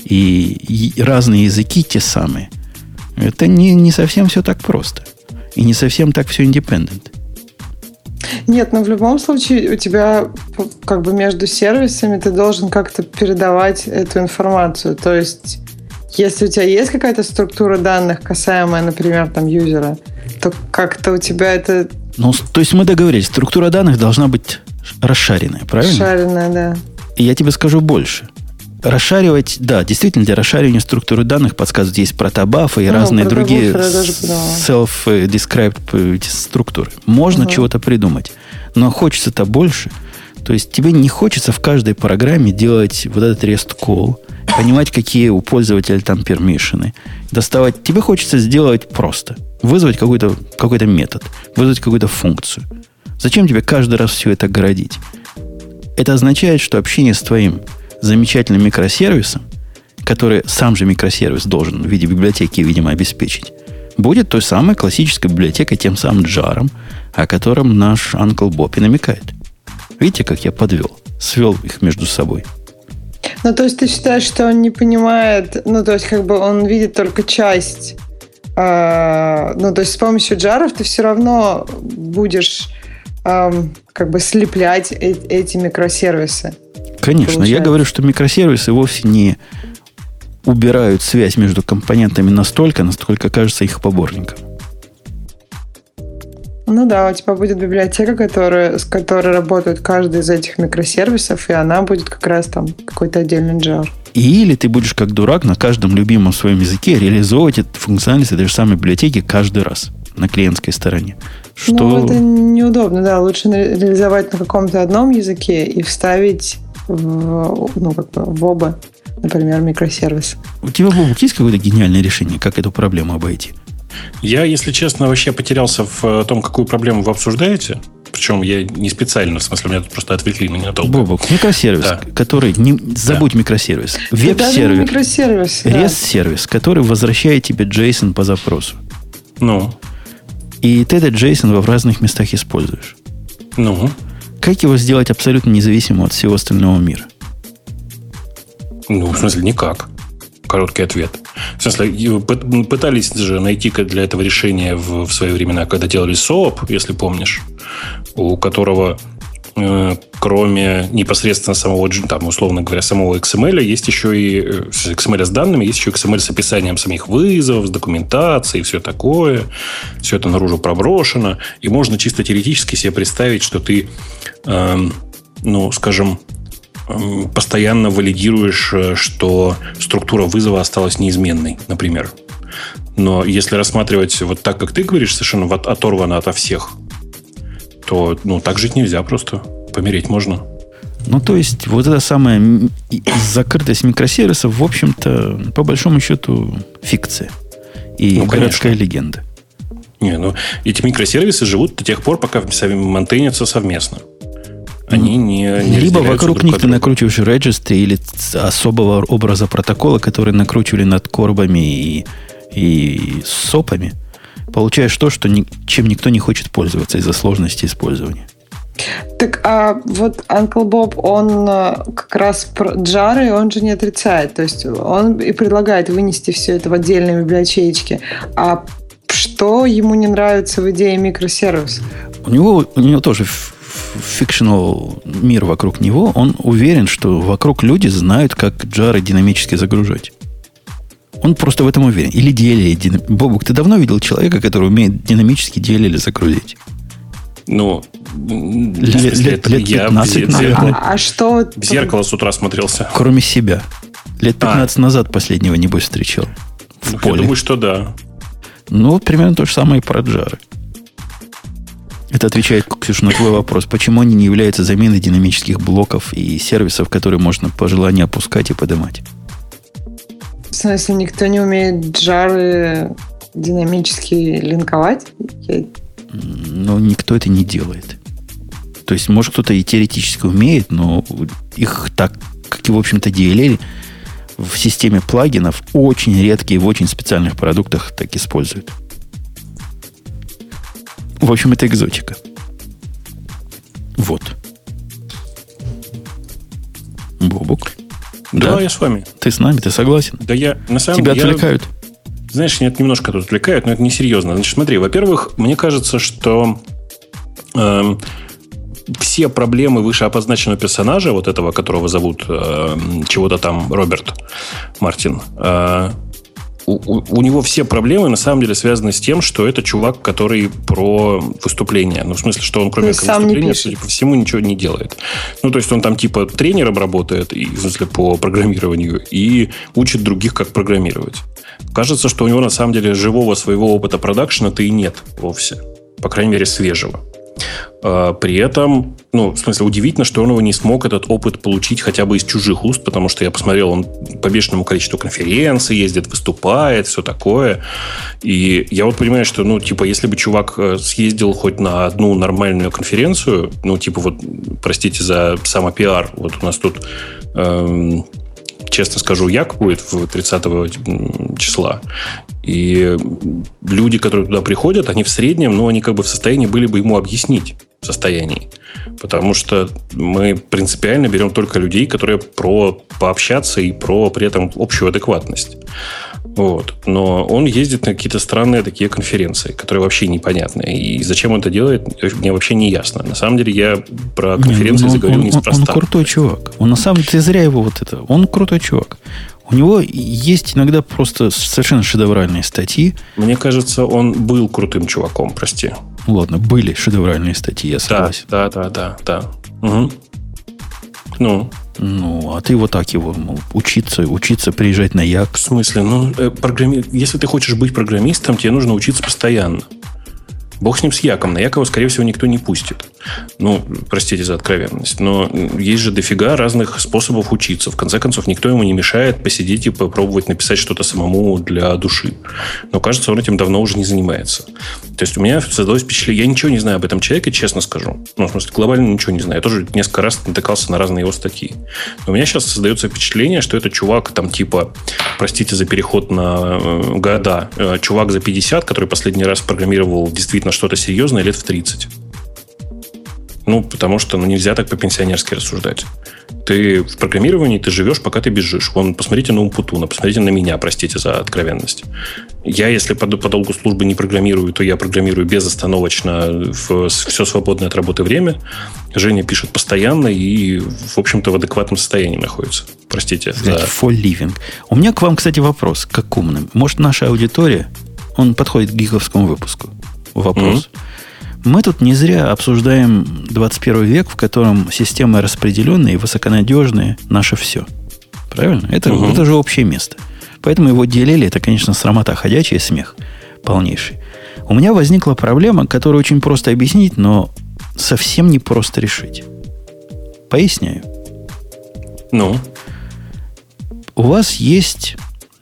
и разные языки те самые. Это не совсем все так просто. И не совсем так все independent. Нет, но в любом случае у тебя как бы между сервисами ты должен как-то передавать эту информацию. То есть, если у тебя есть какая-то структура данных, касаемая, например, там, юзера, то как-то у тебя это... Ну, то есть мы договорились, структура данных должна быть расшаренная, правильно? Расшаренная, да. И я тебе скажу больше. Расшаривать, да, действительно, для расшаривания структуры данных подсказывают, есть протобафы и разные другие self-described структуры. Можно чего-то придумать, но хочется-то больше. То есть тебе не хочется в каждой программе делать вот этот REST call, понимать, какие у пользователя там пермишины, доставать. Тебе хочется сделать просто. Вызвать какой-то метод, вызвать какую-то функцию. Зачем тебе каждый раз все это городить? Это означает, что общение с твоим замечательным микросервисом, который сам же микросервис должен в виде библиотеки, видимо, обеспечить, будет той самой классической библиотекой, тем самым джаром, о котором наш Uncle Bob и намекает. Видите, как я подвел? Свел их между собой. Ну, то есть ты считаешь, что он не понимает, ну, то есть как бы он видит только часть. Ну, то есть с помощью джаров ты все равно будешь как бы слеплять эти микросервисы. Конечно, получается. Я говорю, что микросервисы вовсе не убирают связь между компонентами настолько, насколько кажется их поборником. Ну да, у тебя будет библиотека, с которой работает каждый из этих микросервисов, и она будет как раз там какой-то отдельный джар. Или ты будешь как дурак на каждом любимом своем языке реализовывать эту функциональность этой же самой библиотеки каждый раз на клиентской стороне. Что... Ну, это неудобно, да. Лучше реализовать на каком-то одном языке и вставить в оба, например, микросервисы. У тебя, Бобук, есть какое-то гениальное решение, как эту проблему обойти? Я, если честно, вообще потерялся в том, какую проблему вы обсуждаете. Причем я не специально, в смысле, меня тут просто отвлекли на ненадолго. Бобук, микросервис, который... Забудь микросервис. Веб-сервис. Микросервис, REST-сервис, который возвращает тебе JSON по запросу. Ну? И ты этот JSON в разных местах используешь. Ну? Как его сделать абсолютно независимым от всего остального мира? Ну, в смысле, никак. Короткий ответ. В смысле, пытались же найти для этого решение в свои времена, когда делали SOAP, если помнишь, у которого кроме непосредственно самого, там, условно говоря, самого XML, есть еще и XML с данными, есть еще XML с описанием самих вызовов, с документацией, все такое. Все это наружу проброшено. И можно чисто теоретически себе представить, что ты, скажем, постоянно валидируешь, что структура вызова осталась неизменной, например. Но если рассматривать вот так, как ты говоришь, совершенно оторвано ото всех, то так жить нельзя просто. Помереть можно. Ну, то есть, вот эта самая закрытость микросервисов, в общем-то, по большому счету, фикция. И городская легенда. Эти микросервисы живут до тех пор, пока мейнтейнятся совместно. Они не либо вокруг них ты накручиваешь registry или особого образа протокола, который накручивали над корбами и сопами. Получаешь то, чем никто не хочет пользоваться из-за сложности использования. Так, а вот Uncle Bob, он как раз про джары, он же не отрицает. То есть он и предлагает вынести все это в отдельные библиотечки. А что ему не нравится в идее микросервиса? У него тоже фикшнл мир вокруг него. Он уверен, что вокруг люди знают, как джары динамически загружать. Он просто в этом уверен. Или DLL. Бобук, ты давно видел человека, который умеет динамически DLL загрузить? Лет 15, наверное. А что? В зеркало с утра смотрелся. Кроме себя. Лет 15 назад последнего, небось, встречал. В поле. Я думаю, что да. Примерно то же самое и про джары. Это отвечает, Ксюша, на твой вопрос. Почему они не являются заменой динамических блоков и сервисов, которые можно по желанию опускать и поднимать? В смысле, никто не умеет джары динамически линковать? Никто это не делает. То есть, может, кто-то и теоретически умеет, но их так, как и, в общем-то, DLL в системе плагинов очень редкие, в очень специальных продуктах так используют. В общем, это экзотика. Вот. Бобук. Да, я с вами. Ты с нами, ты согласен? Да я, на самом деле... Тебя отвлекают? Знаешь, нет, немножко тут отвлекают, но это несерьезно. Значит, смотри, во-первых, мне кажется, что все проблемы вышеобозначенного персонажа, вот этого, которого зовут чего-то там Роберт Мартин, у него все проблемы на самом деле связаны с тем, что это чувак, который про выступления. Ну, в смысле, что он кроме выступления, судя по всему, ничего не делает. Ну, то есть он там типа тренером работает, в смысле, по программированию, и учит других, как программировать. Кажется, что у него на самом деле живого своего опыта продакшена-то и нет вовсе. По крайней мере, свежего. При этом, ну, в смысле, удивительно, что он его не смог этот опыт получить хотя бы из чужих уст, потому что я посмотрел, он по бешеному количеству конференций ездит, выступает, все такое. И я вот понимаю, что, ну, типа, если бы чувак съездил хоть на одну нормальную конференцию, ну, типа, вот, простите за самопиар, вот у нас тут... честно скажу, Як будет в 30 числа. И люди, которые туда приходят, они в среднем, ну, они как бы в состоянии были бы ему объяснить в состоянии. Потому что мы принципиально берем только людей, которые про пообщаться и про при этом общую адекватность. Вот. Но он ездит на какие-то странные такие конференции, которые вообще непонятны. И зачем он это делает, мне вообще не ясно. На самом деле, я про конференции заговорил неспроста. Он крутой чувак. Он на самом деле, зря его вот это. Он крутой чувак. У него есть иногда просто совершенно шедевральные статьи. Мне кажется, он был крутым чуваком, прости. Ладно, были шедевральные статьи, я согласен. Да. Угу. Ну, а ты вот так его, мол, учиться, приезжать на Як. В смысле? Ну, если ты хочешь быть программистом, тебе нужно учиться постоянно. Бог с ним, с Яком. На Якова, скорее всего, никто не пустит. Ну, простите за откровенность. Но есть же дофига разных способов учиться. В конце концов, никто ему не мешает посидеть и попробовать написать что-то самому для души. Но, кажется, он этим давно уже не занимается. То есть у меня создалось впечатление... Я ничего не знаю об этом человеке, честно скажу. Ну, в смысле, глобально ничего не знаю. Я тоже несколько раз натыкался на разные его статьи. Но у меня сейчас создается впечатление, что это чувак там типа... Простите за переход на года. Чувак за 50, который последний раз программировал действительно что-то серьезное лет в 30. Ну, потому что нельзя так по-пенсионерски рассуждать. Ты в программировании, ты живешь, пока ты бежишь. Вон, посмотрите на Умпутуна, посмотрите на меня, простите за откровенность. Я, если по долгу службы не программирую, то я программирую безостановочно все свободное от работы время. Женя пишет постоянно и, в общем-то, в адекватном состоянии находится. Простите. For living. У меня к вам, кстати, вопрос, как умным. Может, наша аудитория, он подходит к гиковскому выпуску? Вопрос. Мы тут не зря обсуждаем 21 век, в котором системы распределенные и высоконадежные – наше все. Правильно? Это же общее место. Поэтому его делили. Это, конечно, срамота ходячая, смех полнейший. У меня возникла проблема, которую очень просто объяснить, но совсем не просто решить. Поясняю. Ну? У вас есть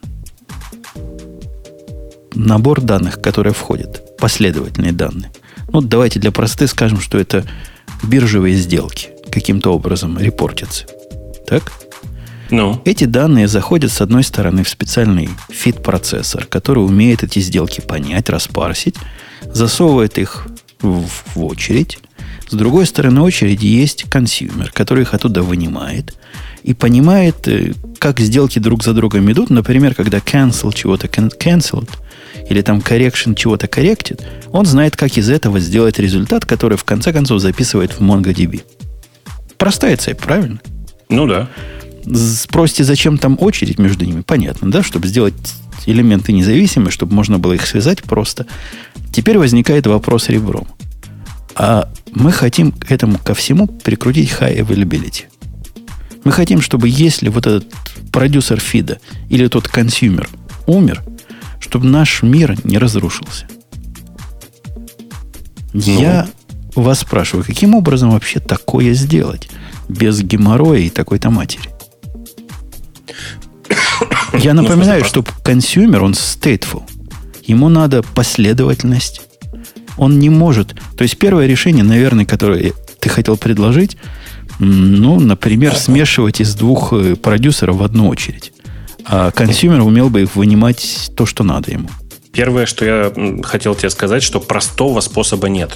набор данных, которые входят. Последовательные данные. Ну, давайте для простоты скажем, что это биржевые сделки каким-то образом репортятся. Так? Ну. Эти данные заходят, с одной стороны, в специальный фид-процессор, который умеет эти сделки понять, распарсить, засовывает их в очередь. С другой стороны очереди есть консюмер, который их оттуда вынимает и понимает, как сделки друг за другом идут. Например, когда cancel чего-то cancelled, или там correction чего-то корректит, он знает, как из этого сделать результат, который в конце концов записывает в MongoDB. Простая цепь, правильно? Ну да. Спросите, зачем там очередь между ними? Понятно, да? Чтобы сделать элементы независимые, чтобы можно было их связать просто. Теперь возникает вопрос ребром. А мы хотим к этому ко всему прикрутить high availability. Мы хотим, чтобы если вот этот продюсер фида или тот консюмер умер, чтобы наш мир не разрушился. Я вас спрашиваю, каким образом вообще такое сделать? Без геморроя и такой-то матери. Я напоминаю, что консюмер, он stateful. Ему надо последовательность. Он не может... То есть первое решение, наверное, которое ты хотел предложить, ну, например, смешивать из двух продюсеров в одну очередь. А консюмер умел бы их вынимать то, что надо ему. Первое, что я хотел тебе сказать, что простого способа нет.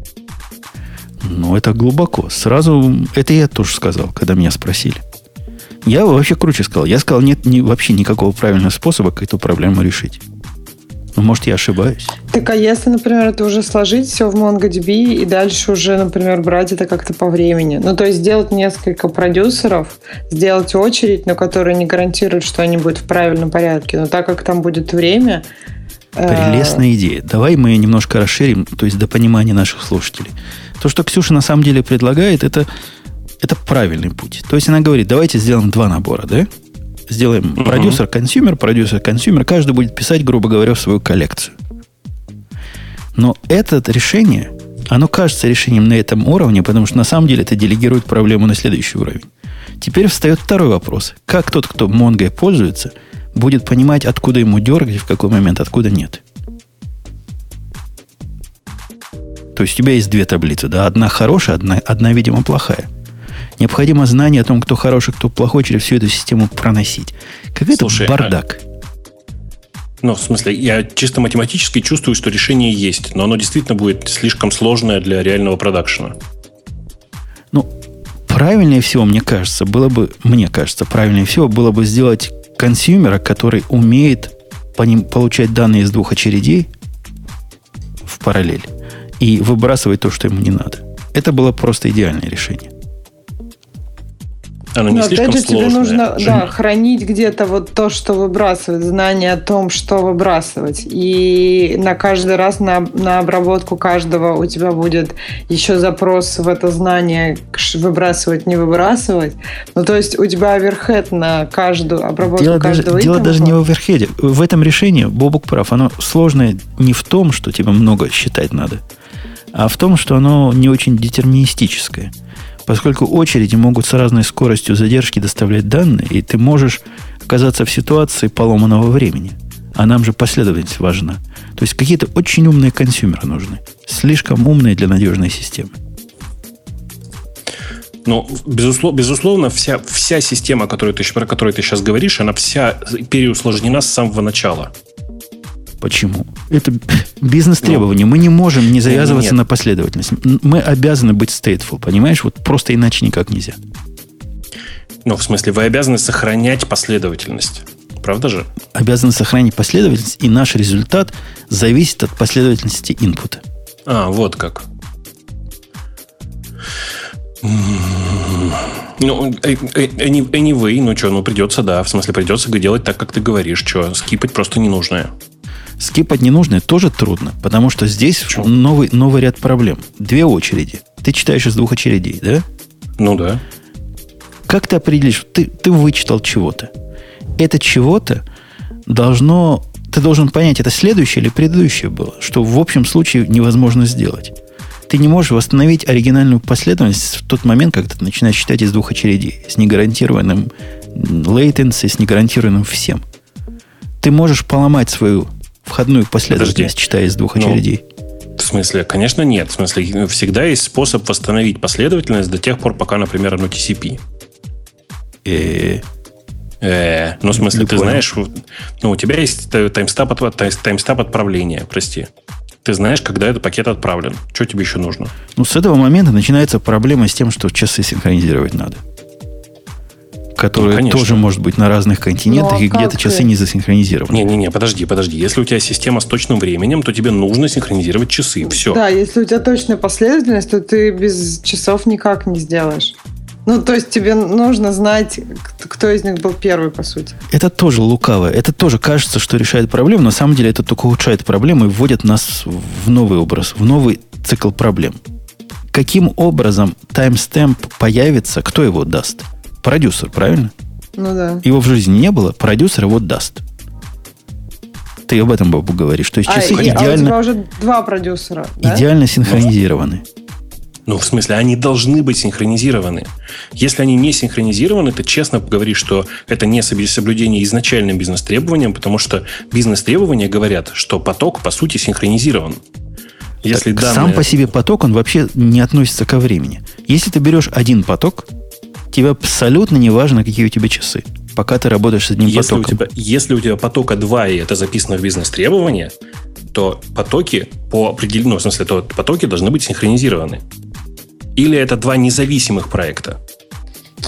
Ну, это глубоко. Сразу, это я тоже сказал, когда меня спросили. Я вообще круче сказал. Я сказал, нет вообще никакого правильного способа, как эту проблему решить. Ну, может, я ошибаюсь. Так, а если, например, это уже сложить все в MongoDB и дальше уже, например, брать это как-то по времени? Ну, то есть сделать несколько продюсеров, сделать очередь, но которая не гарантирует, что они будут в правильном порядке. Но так как там будет время... Прелестная идея. Давай мы ее немножко расширим, то есть до понимания наших слушателей. То, что Ксюша на самом деле предлагает, это правильный путь. То есть она говорит, давайте сделаем 2 набора, да? Сделаем продюсер-консюмер, каждый будет писать, грубо говоря, в свою коллекцию. Но это решение, оно кажется решением на этом уровне, потому что на самом деле это делегирует проблему на следующий уровень. Теперь встает второй вопрос. Как тот, кто Mongo пользуется, будет понимать, откуда ему дергать, в какой момент, откуда нет? То есть у тебя есть 2 таблицы, да? Одна хорошая, одна, видимо, плохая. Необходимо знание о том, кто хороший, кто плохой, через всю эту систему проносить. Какой-то бардак. Ну, в смысле, я чисто математически чувствую, что решение есть, но оно действительно будет слишком сложное для реального продакшена. Ну, правильнее всего, мне кажется, правильнее всего было бы сделать консюмера, который умеет по ним получать данные из 2 очередей в параллель и выбрасывать то, что ему не надо. Это было просто идеальное решение. Оно не слишком опять же, сложное. тебе нужно хранить где-то вот то, что выбрасывать, знание о том, что выбрасывать. И на каждый раз на обработку каждого у тебя будет еще запрос в это знание выбрасывать, не выбрасывать. Ну, то есть у тебя оверхед на каждую обработку каждого Дело итема. даже не в оверхеде. В этом решении Бобук прав. Оно сложное не в том, что тебе много считать надо, а в том, что оно не очень детерминистическое. Поскольку очереди могут с разной скоростью задержки доставлять данные, и ты можешь оказаться в ситуации поломанного времени. А нам же последовательность важна. То есть какие-то очень умные консюмеры нужны. Слишком умные для надежной системы. Ну, безусловно, вся система, про которую ты сейчас говоришь, она вся переусложнена с самого начала. Почему? Это бизнес-требование. Мы не можем не завязываться на последовательность. Мы обязаны быть stateful, понимаешь? Вот просто иначе никак нельзя. Ну, в смысле, вы обязаны сохранять последовательность. Правда же? Обязаны сохранить последовательность, и наш результат зависит от последовательности инпута. Вот как. Ну, anyway, придется, в смысле, придется делать так, как ты говоришь. Скипать просто ненужное. Скипать ненужное тоже трудно, потому что здесь новый ряд проблем. 2 очереди. Ты читаешь из 2 очередей, да? Ну да. Как ты определишь? Ты вычитал чего-то. Это чего-то ты должен понять, это следующее или предыдущее было, что в общем случае невозможно сделать. Ты не можешь восстановить оригинальную последовательность в тот момент, когда ты начинаешь читать из 2 очередей, с негарантированным latency, с негарантированным всем. Ты можешь поломать свою входную последовательность, читая из 2 очередей. В смысле, конечно, нет. В смысле, всегда есть способ восстановить последовательность до тех пор, пока, например, оно TCP. Ну, в смысле, ты знаешь, у тебя есть таймстап отправления, прости. Ты знаешь, когда этот пакет отправлен. Что тебе еще нужно? Ну, с этого момента начинается проблема с тем, что часы синхронизировать надо. Которые тоже может быть на разных континентах, и где-то часы не засинхронизированы. Не, подожди. Если у тебя система с точным временем, то тебе нужно синхронизировать часы. Все. Да, если у тебя точная последовательность, то ты без часов никак не сделаешь. Ну, то есть тебе нужно знать, кто из них был первый, по сути. Это тоже лукаво. Это тоже кажется, что решает проблему. На самом деле это только ухудшает проблему и вводит нас в новый образ, в новый цикл проблем. Каким образом таймстемп появится, кто его даст? Продюсер, правильно? Ну да. Его в жизни не было, продюсер его даст. Ты об этом, Бабу, говоришь. То есть часы идеально... у тебя уже 2 продюсера, да? Идеально синхронизированы. Ну, в смысле, они должны быть синхронизированы. Если они не синхронизированы, ты честно говоришь, что это не соблюдение изначальным бизнес-требованиям, потому что бизнес-требования говорят, что поток, по сути, синхронизирован. Если Сам по себе поток, он вообще не относится ко времени. Если ты берешь один поток, тебе абсолютно не важно, какие у тебя часы, пока ты работаешь с одним потоком. Если у тебя потока 2, и это записано в бизнес-требования, то потоки по определенному, в смысле, то потоки должны быть синхронизированы. Или это 2 независимых проекта?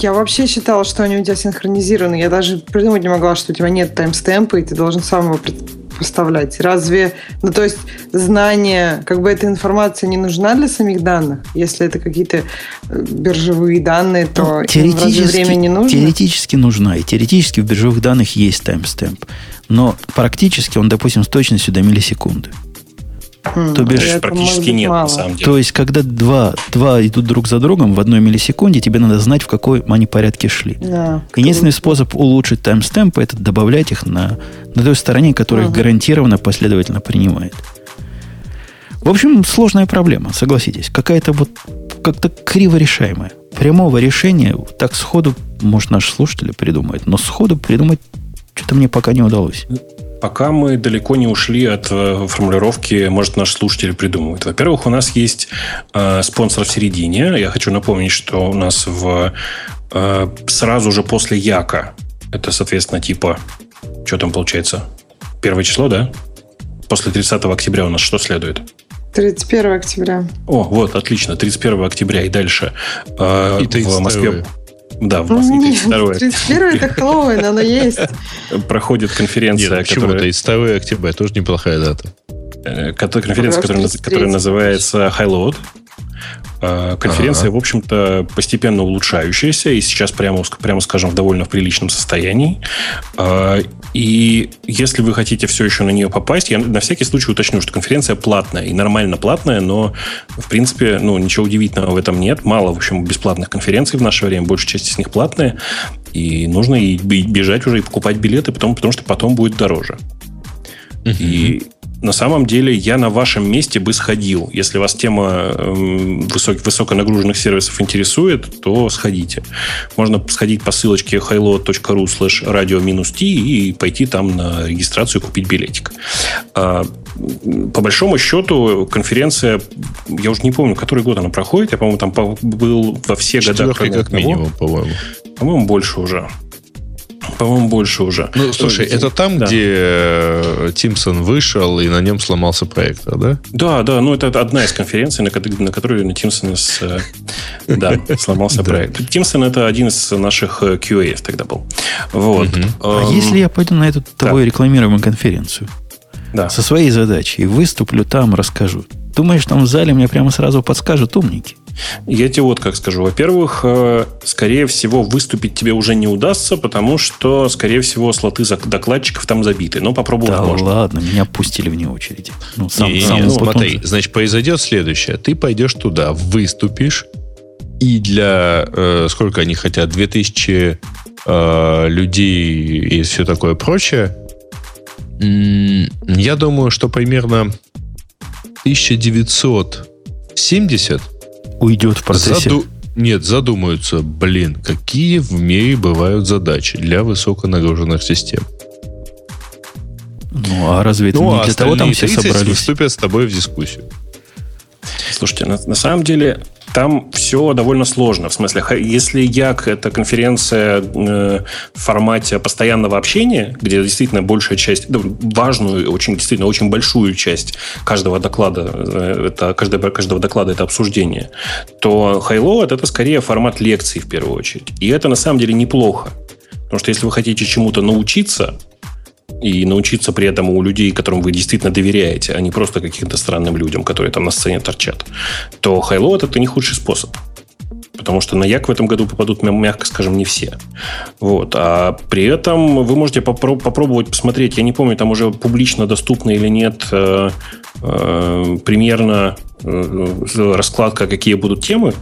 Я вообще считала, что они у тебя синхронизированы. Я даже придумать не могла, что у тебя нет таймстемпа, и ты должен сам его поставлять. Разве... Ну, то есть, знание, как бы эта информация не нужна для самих данных? Если это какие-то биржевые данные, то им разве время не нужно? Теоретически нужна. И теоретически в биржевых данных есть таймстемп. Но практически он, допустим, с точностью до миллисекунды. То бишь, практически нет, мало. На самом деле. То есть, когда два идут друг за другом в одной миллисекунде, тебе надо знать, в какой они порядке шли. Да, единственный способ улучшить таймстемпы – это добавлять их на той стороне, которая их гарантированно последовательно принимает. В общем, сложная проблема, согласитесь. Какая-то вот как-то криво решаемая. Прямого решения так сходу, может, наши слушатели придумают, но сходу придумать что-то мне пока не удалось. Пока мы далеко не ушли от формулировки «может, наш слушатель придумывает». Во-первых, у нас есть спонсор в середине. Я хочу напомнить, что у нас сразу же после Яка, это, соответственно, типа, что там получается? 1 число, да? После 30 октября у нас что следует? 31 октября. О, вот, отлично. 31 октября и дальше в Москве. Да, в Москве 32-е. 31 это Хэллоуин, оно есть. Проходит конференция. Нет, почему-то 32 октября тоже неплохая дата. Конференция, которая называется Highload. Конференция, в общем-то, постепенно улучшающаяся и сейчас, прямо скажем, в довольно приличном состоянии. И если вы хотите все еще на нее попасть, я на всякий случай уточню, что конференция платная и нормально платная, но, в принципе, ничего удивительного в этом нет. Мало, в общем, бесплатных конференций в наше время, большая часть из них платные, и нужно и бежать уже и покупать билеты, потому что потом будет дороже. И на самом деле я на вашем месте бы сходил. Если вас тема высоконагруженных сервисов интересует, то сходите. Можно сходить по ссылочке highload.ru/radio-t и пойти там на регистрацию и купить билетик. По большому счету, конференция, я уже не помню, который год она проходит. Я, по-моему, там был во все года. Как минимум, по-моему. По-моему, больше уже. Ну, слушай, это там, где Тимсон вышел, и на нем сломался проектор, да? Да, это одна из конференций, на которой на Тимсона сломался проект. Тимсон — это один из наших QA тогда был. Вот. А если я пойду на эту тобой рекламируемую конференцию? Да. Со своей задачей, выступлю там, расскажу. Думаешь, там в зале мне прямо сразу подскажут умники? Я тебе вот как скажу. Во-первых, скорее всего, выступить тебе уже не удастся, потому что, скорее всего, слоты докладчиков там забиты. Но попробовать можно. Да ладно, меня пустили вне очереди. Смотри, значит, произойдет следующее. Ты пойдешь туда, выступишь, и для, сколько они хотят, 2000 людей и все такое прочее, я думаю, что примерно 1970 уйдет в процессе. Задумаются, какие в мире бывают задачи для высоконагруженных систем. Ну, а разве это не для того там все собрались? Вступят с тобой в дискуссию. Слушайте, на самом деле там все довольно сложно. В смысле, если Як — это конференция в формате постоянного общения, где действительно большая часть, важную, действительно очень большую часть каждого доклада, каждого доклада это обсуждение, то Highload — это скорее формат лекций в первую очередь. И это на самом деле неплохо. Потому что если вы хотите чему-то научиться, и научиться при этом у людей, которым вы действительно доверяете, а не просто каким-то странным людям, которые там на сцене торчат, то Highload — это не худший способ. Потому что на Як в этом году попадут, мягко скажем, не все. Вот. А при этом вы можете попробовать посмотреть, я не помню, там уже публично доступно или нет, примерно раскладка, какие будут темы.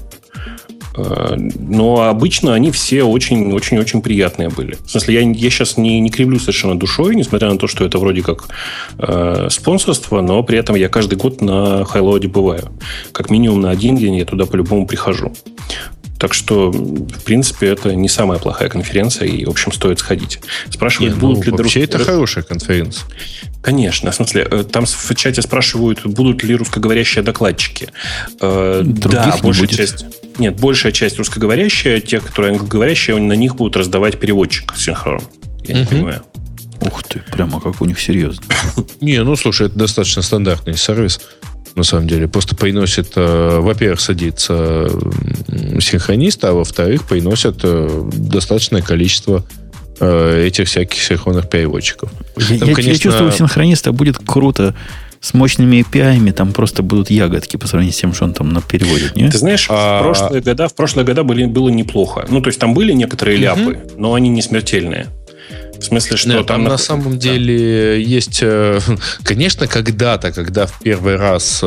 Но обычно они все очень-очень-очень приятные были. В смысле, я сейчас не кривлю совершенно душой, несмотря на то, что это вроде как спонсорство, но при этом я каждый год на Highload бываю. Как минимум на один день я туда по-любому прихожу. Так что, в принципе, это не самая плохая конференция, и, в общем, стоит сходить. Спрашивают, будут ли... Вообще, это хорошая конференция. Конечно. В смысле, там в чате спрашивают, будут ли русскоговорящие докладчики. Да, большая часть... Нет, большая часть русскоговорящая, те, которые англоговорящие, на них будут раздавать переводчик синхрон. Я не понимаю. Ух ты, прямо как у них серьезно. Не, слушай, это достаточно стандартный сервис. на самом деле. Просто приносит, во-первых, садится синхронист, а во-вторых, приносят достаточное количество этих всяких синхронных переводчиков. Я чувствую, у синхрониста будет круто с мощными API-ами, там просто будут ягодки по сравнению с тем, что он там переводит, нет? Ты знаешь, в прошлые года было неплохо. Ну, то есть там были некоторые ляпы, но они не смертельные. В смысле, что нет, там на самом деле есть... Конечно, когда-то, когда в первый раз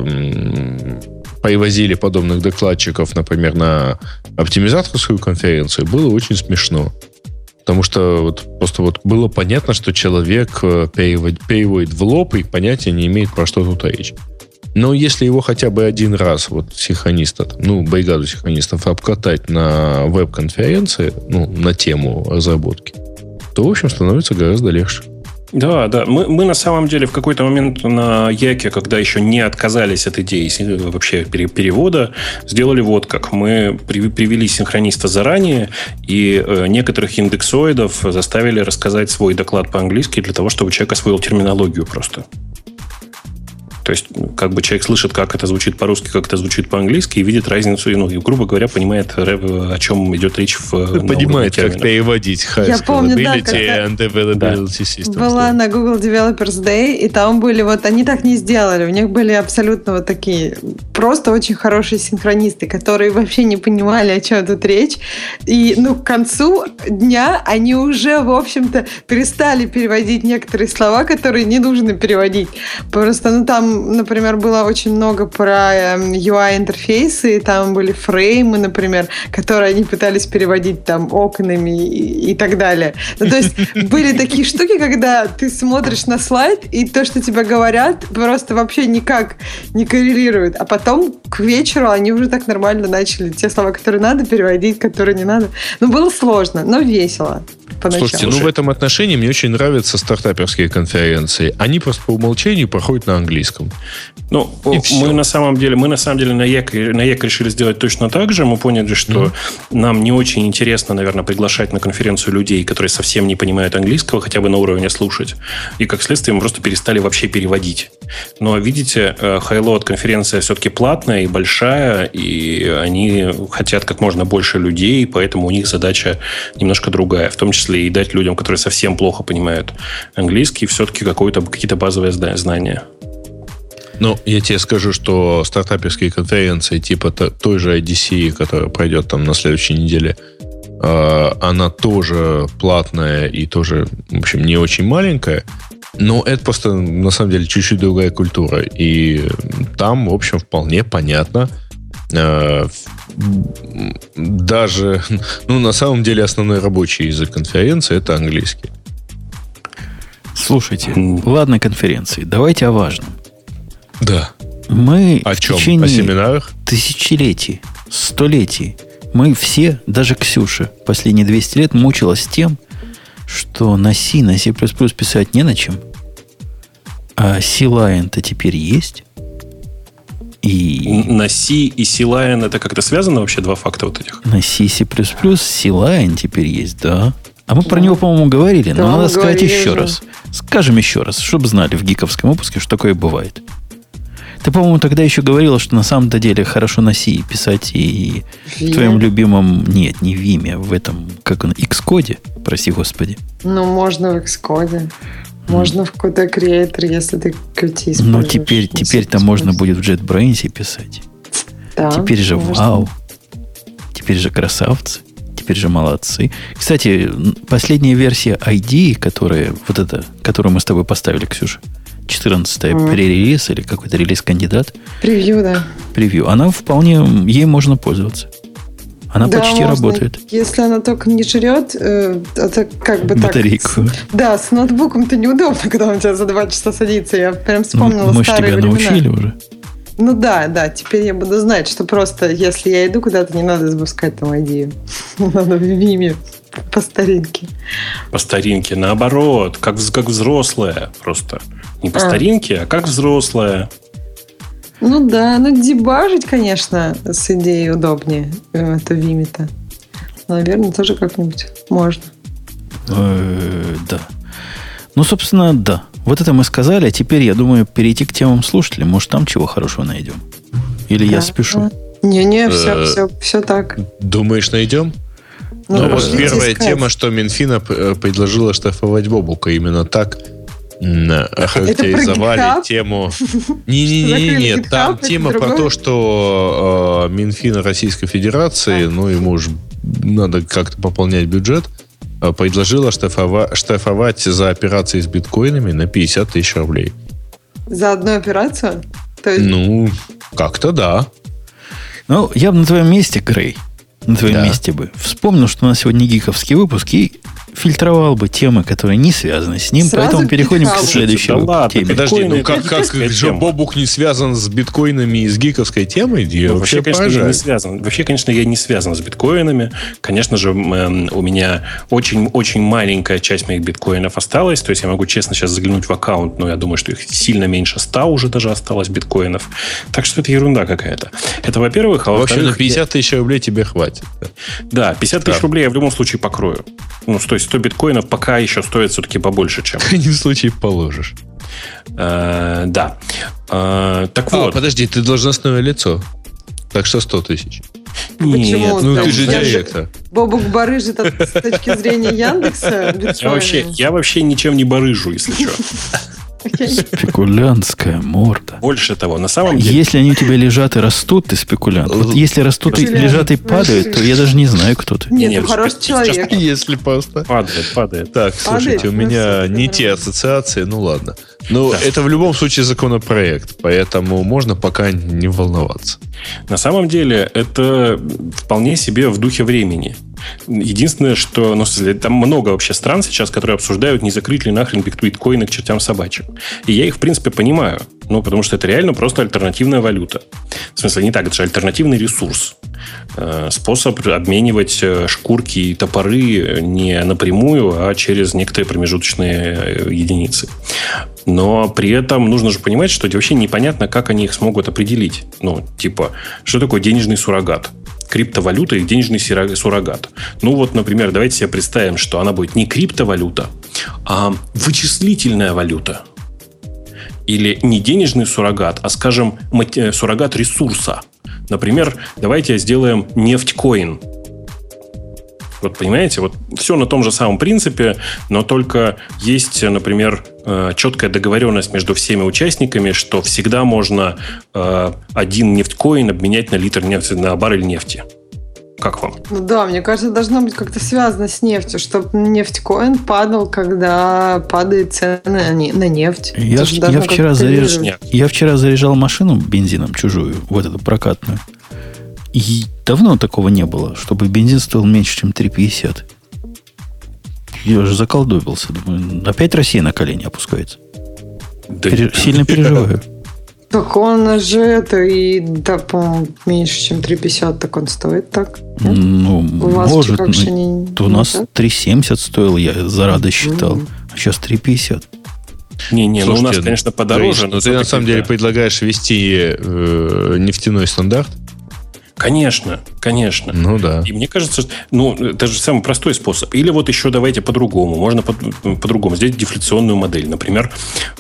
привозили подобных докладчиков, например, на оптимизаторскую конференцию, было очень смешно. Потому что просто было понятно, что человек переводит в лоб и понятия не имеет, про что тут речь. Но если его хотя бы один раз, синхрониста, бригаду синхронистов обкатать на веб-конференции, на тему разработки, то, в общем, становится гораздо легче. Да. Мы на самом деле в какой-то момент на Яке, когда еще не отказались от идеи вообще перевода, сделали вот как. Мы привели синхрониста заранее, и некоторых индексоидов заставили рассказать свой доклад по-английски для того, чтобы человек освоил терминологию просто. То есть, как бы человек слышит, как это звучит по-русски, как это звучит по-английски, и видит разницу, и, грубо говоря, понимает, о чем идет речь понимает, как переводить high scalability and availability systems. Была на Google Developers Day, и там были они так не сделали. У них были абсолютно такие просто очень хорошие синхронисты, которые вообще не понимали, о чем тут речь. И, к концу дня они уже, в общем-то, перестали переводить некоторые слова, которые не нужно переводить. Просто, там, например, было очень много про UI-интерфейсы, и там были фреймы, например, которые они пытались переводить там окнами и так далее. То есть были такие штуки, когда ты смотришь на слайд, и то, что тебе говорят, просто вообще никак не коррелирует. А потом к вечеру они уже так нормально начали те слова, которые надо, переводить, которые не надо. Было сложно, но весело. Поначалу. Слушайте, в этом отношении мне очень нравятся стартаперские конференции. Они просто по умолчанию проходят на английском. Мы на самом деле на ЯК решили сделать точно так же. Мы поняли, что нам не очень интересно, наверное, приглашать на конференцию людей, которые совсем не понимают английского, хотя бы на уровне слушать. И, как следствие, мы просто перестали вообще переводить. Но, видите, Highload конференция все-таки платная и большая, и они хотят как можно больше людей, поэтому у них задача немножко другая. В том числе и дать людям, которые совсем плохо понимают английский, все-таки какие-то базовые знания. Я тебе скажу, что стартаперские конференции типа той же IDC, которая пройдет там на следующей неделе, она тоже платная и тоже, в общем, не очень маленькая, но это просто, на самом деле, чуть-чуть другая культура. И там, в общем, вполне понятно, даже, на самом деле, основной рабочий язык конференции – это английский. Слушайте, ладно конференции, давайте о важном. Да. Мы о в чем? течение о семинарах? Тысячелетий, столетий, мы все, даже Ксюша, последние 200 лет мучилась тем, что на C, на C++ писать не на чем, а C-Line-то теперь есть. И на C и C-Line это как-то связано вообще, два факта вот этих? На C, C++ C-Line теперь есть, да. А мы про него, по-моему, говорили, но надо сказать еще раз. Скажем еще раз, чтобы знали в гиковском выпуске, что такое бывает. Ты, по-моему, тогда еще говорила, что на самом-то деле хорошо на C писать и в твоем любимом... Нет, не в Vime, в этом, как он, Xcode, прости господи. Можно в Xcode. Можно в Code Creator, если ты Qt используешь. Но теперь-то можно будет в JetBrains писать. Да, теперь же вау. Теперь же красавцы. Теперь же молодцы. Кстати, последняя версия ID, которую мы с тобой поставили, Ксюша, 14-я пререлиз или какой-то релиз-кандидат. Превью, да. Превью. Она вполне, ей можно пользоваться. Она почти работает. Если она только не жрет, это как бы батарейку. Да, с ноутбуком-то неудобно, когда он у тебя за 2 часа садится. Я прям вспомнила старые времена. Мы ж тебя научили уже. Да, теперь я буду знать, что просто, если я иду куда-то, не надо запускать там ID. Надо в Vime по старинке. По старинке, наоборот, как взрослая просто. Не по старинке, а как взрослая. Дебажить, конечно, с идеей удобнее. Это Vime-то. Наверное, тоже как-нибудь можно. Да. Собственно, да. Вот это мы сказали, а теперь, я думаю, перейти к темам слушателей. Может, там чего хорошего найдем? Или я спешу? Не, все так. Думаешь, найдем? Ну, вот первая тема, что Минфин предложила штрафовать Бобука. Именно так охарактеризовали тему. Не, там тема про то, что Минфин Российской Федерации, ему же надо как-то пополнять бюджет, предложила штрафовать за операции с биткоинами на 50 тысяч рублей. За одну операцию? То есть... как-то да. Я бы на твоем месте, Грей, на твоем месте бы вспомнил, что у нас сегодня гиковский выпуск, и фильтровал бы темы, которые не связаны с ним. Сразу поэтому переходим к следующей теме. Подожди, как же Бобук не связан с биткоинами и с гиковской темой? Вообще, конечно, я не связан. Вообще, конечно, я не связан с биткоинами. Конечно же, у меня очень маленькая часть моих биткоинов осталась. То есть я могу честно сейчас заглянуть в аккаунт, но я думаю, что их сильно меньше 100 уже даже осталось биткоинов. Так что это ерунда какая-то. Это, во-первых. А в общем, на 50 тысяч рублей тебе хватит. Да, 50 тысяч рублей я в любом случае покрою. То есть 100 биткоинов пока еще стоит все-таки побольше, чем... В крайнем случае положишь. Да. Так вот. Подожди, ты должностное лицо. Так что 100 тысяч. Почему? Ты же директор. Бобук барыжит с точки зрения Яндекса. Я вообще ничем не барыжу, если что. Спекулянтская морда. Больше того, на самом деле... Если они у тебя лежат и растут, ты спекулянт. Вот если растут и лежат и падают, то я даже не знаю, кто ты. Нет, хороший человек. Если просто... Падает. Так, слушайте, у меня не те ассоциации, ладно. Это в любом случае законопроект, поэтому можно пока не волноваться. На самом деле, это вполне себе в духе времени. Единственное, что... там много вообще стран сейчас, которые обсуждают, не закрыть ли нахрен биткоины к чертям собачьим. И я их, в принципе, понимаю. Потому что это реально просто альтернативная валюта. В смысле, не так, это же альтернативный ресурс. Способ обменивать шкурки и топоры не напрямую, а через некоторые промежуточные единицы. Но при этом нужно же понимать, что вообще непонятно, как они их смогут определить. Что такое денежный суррогат? Криптовалюта и денежный суррогат. Например, давайте себе представим, что она будет не криптовалюта, а вычислительная валюта. Или не денежный суррогат, а, скажем, суррогат ресурса. Например, давайте сделаем нефтькоин. Понимаете, все на том же самом принципе, но только есть, например, четкая договоренность между всеми участниками, что всегда можно один нефтькоин обменять на литр нефти, на баррель нефти. Как вам? Да, мне кажется, должно быть как-то связано с нефтью, чтобы нефтькоин падал, когда падает цена на нефть. Я вчера заряжал машину бензином чужую, вот эту прокатную. И давно такого не было, чтобы бензин стоил меньше, чем 3,50. Я уже заколдобился. Думаю, опять Россия на колени опускается. Сильно переживаю. Так он же по-моему, меньше, чем 3,50, так он стоит так. У вас может. У нас 3,70 стоил, я за радость считал. А сейчас 3,50. Слушайте, у нас, конечно, подороже. Но ты на самом деле предлагаешь ввести нефтяной стандарт? Конечно. Да. И мне кажется, это же самый простой способ. Или еще давайте по-другому. Можно по-другому сделать дефляционную модель. Например,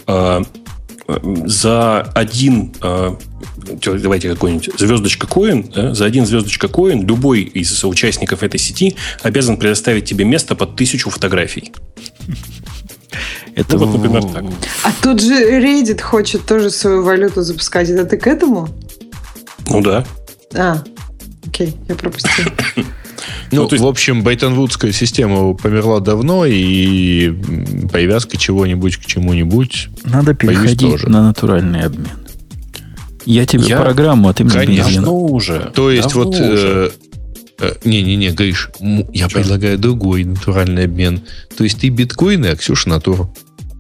за один давайте какой-нибудь звездочка коин, за один звездочка коин любой из участников этой сети обязан предоставить тебе место под 1000 фотографий. Это например, так. А тут же Reddit хочет тоже свою валюту запускать. Это ты к этому? Да. Окей, я пропустил. В общем, Бреттон-Вудская система померла давно, и привязка чего-нибудь к чему-нибудь. Надо переходить на натуральный обмен. Я тебе программу, а ты мне бензин. Уже. То есть не, Гриш, я предлагаю другой натуральный обмен. То есть ты биткоины, а Ксюша натуру.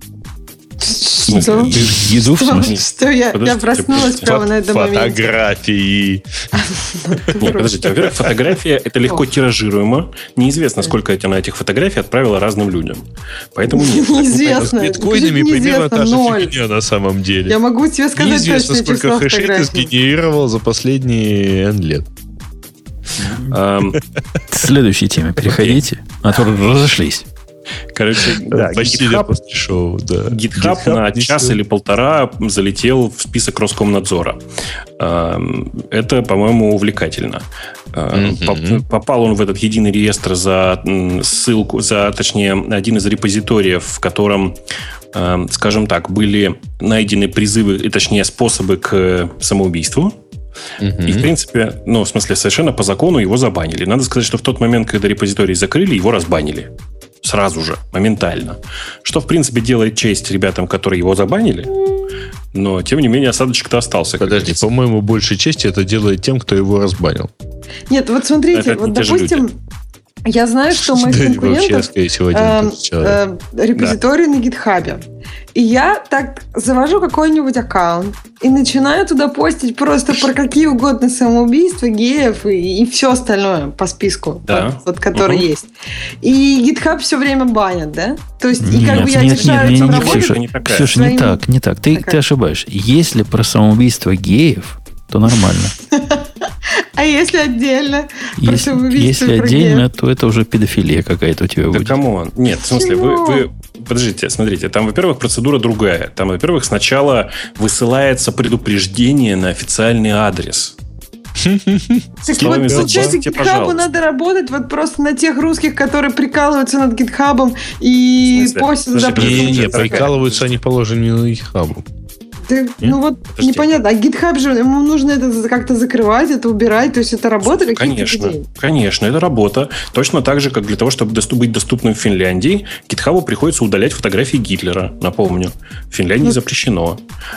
Что? Еду, в смысле? Что я проснулась прямо на этом моменте. Фотографии. Подождите, во-первых, фотография это легко тиражируемо. Неизвестно, сколько я на этих фотографий отправила разным людям. Поэтому нет. Неизвестно. С биткоинами примерно та же фигня на самом деле. Я могу тебе сказать неизвестно, точное число сколько хэшей ты сгенерировал за последние N лет. К следующей теме переходите. А то разошлись. Короче, да, GitHub на час или полтора залетел в список Роскомнадзора. Это, по-моему, увлекательно. Попал он в этот единый реестр за ссылку, точнее, один из репозиториев, в котором, скажем так, были найдены призывы, точнее, способы к самоубийству. И, в принципе, в смысле, совершенно по закону его забанили. Надо сказать, что в тот момент, когда репозиторий закрыли, его разбанили. Сразу же, моментально. Что, в принципе, делает честь ребятам, которые его забанили. Но, тем не менее, осадочек-то остался. Подожди, по-моему, большей чести это делает тем, кто его разбанил. Нет, вот смотрите, вот, допустим, я знаю, что у моих конкурентов репозиторий на GitHub. И я так завожу какой-нибудь аккаунт и начинаю туда постить просто про какие угодно самоубийства, геев и все остальное по списку, вот, который есть. И GitHub все время банят, да? То есть, и как бы я решаю этим работать. Ксюша, не так. Ты ошибаешь. Если про самоубийство геев, то нормально. А если отдельно? Если отдельно, то это уже педофилия какая-то у тебя будет. Да камон. Нет, в смысле, вы подождите, смотрите, там, во-первых, процедура другая. Там, во-первых, сначала высылается предупреждение на официальный адрес. Так вот, получается, GitHub надо работать вот просто на тех русских, которые прикалываются над GitHub и постят запросы. Не, прикалываются они положены на GitHub. Непонятно. А GitHub же, ему нужно это как-то закрывать, это убирать, то есть это работа каких-то людей. Конечно, это работа. Точно так же, как для того, чтобы быть доступным в Финляндии, GitHub приходится удалять фотографии Гитлера, напомню. В Финляндии запрещено.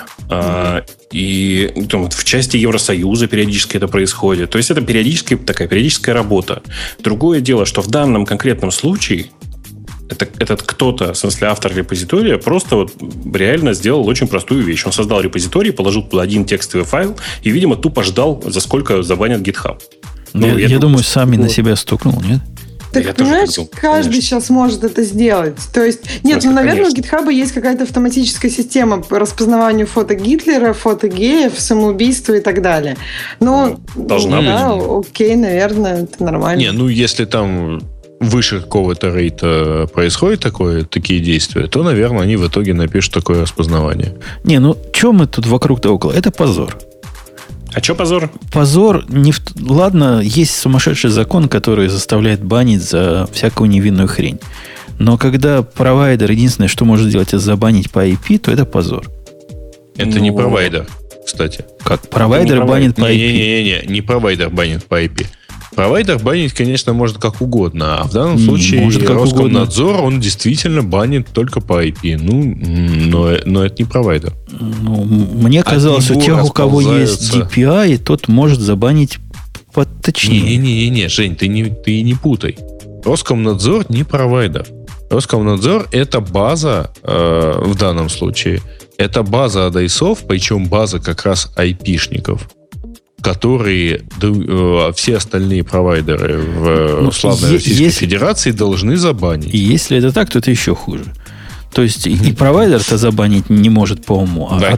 И в части Евросоюза периодически это происходит. То есть это периодическая работа. Другое дело, что в данном конкретном случае этот кто-то, в смысле автор репозитория, просто вот реально сделал очень простую вещь. Он создал репозиторий, положил туда один текстовый файл и, видимо, тупо ждал, за сколько забанят GitHub. Я думаю, сами на себя стукнул, нет? Так, понимаешь, каждый сейчас может это сделать. То есть, нет, наверное, у GitHub есть какая-то автоматическая система по распознаванию фото Гитлера, фото геев, самоубийства и так далее. Но, должна быть. Окей, наверное, это нормально. Если там выше какого-то рейта происходит такие действия, то, наверное, они в итоге напишут такое распознавание. Что мы тут вокруг да около? Это позор. А что позор? Позор. Ладно, есть сумасшедший закон, который заставляет банить за всякую невинную хрень. Но когда провайдер единственное, что может сделать, это забанить по IP, то это позор. Это не провайдер, кстати. Как? Провайдер банит по IP? Не провайдер банит по IP. Провайдер банить, конечно, может как угодно. А в данном случае Роскомнадзор, он действительно банит только по IP. Но это не провайдер. Мне казалось, у тех, у кого есть DPI, тот может забанить поточнее. Не, Жень, ты не путай. Роскомнадзор не провайдер. Роскомнадзор это база в данном случае. Это база адресов, причем база как раз IP-шников, которые все остальные провайдеры в славной Российской Федерации должны забанить. И если это так, то это еще хуже. То есть и провайдер-то забанить не может по уму. А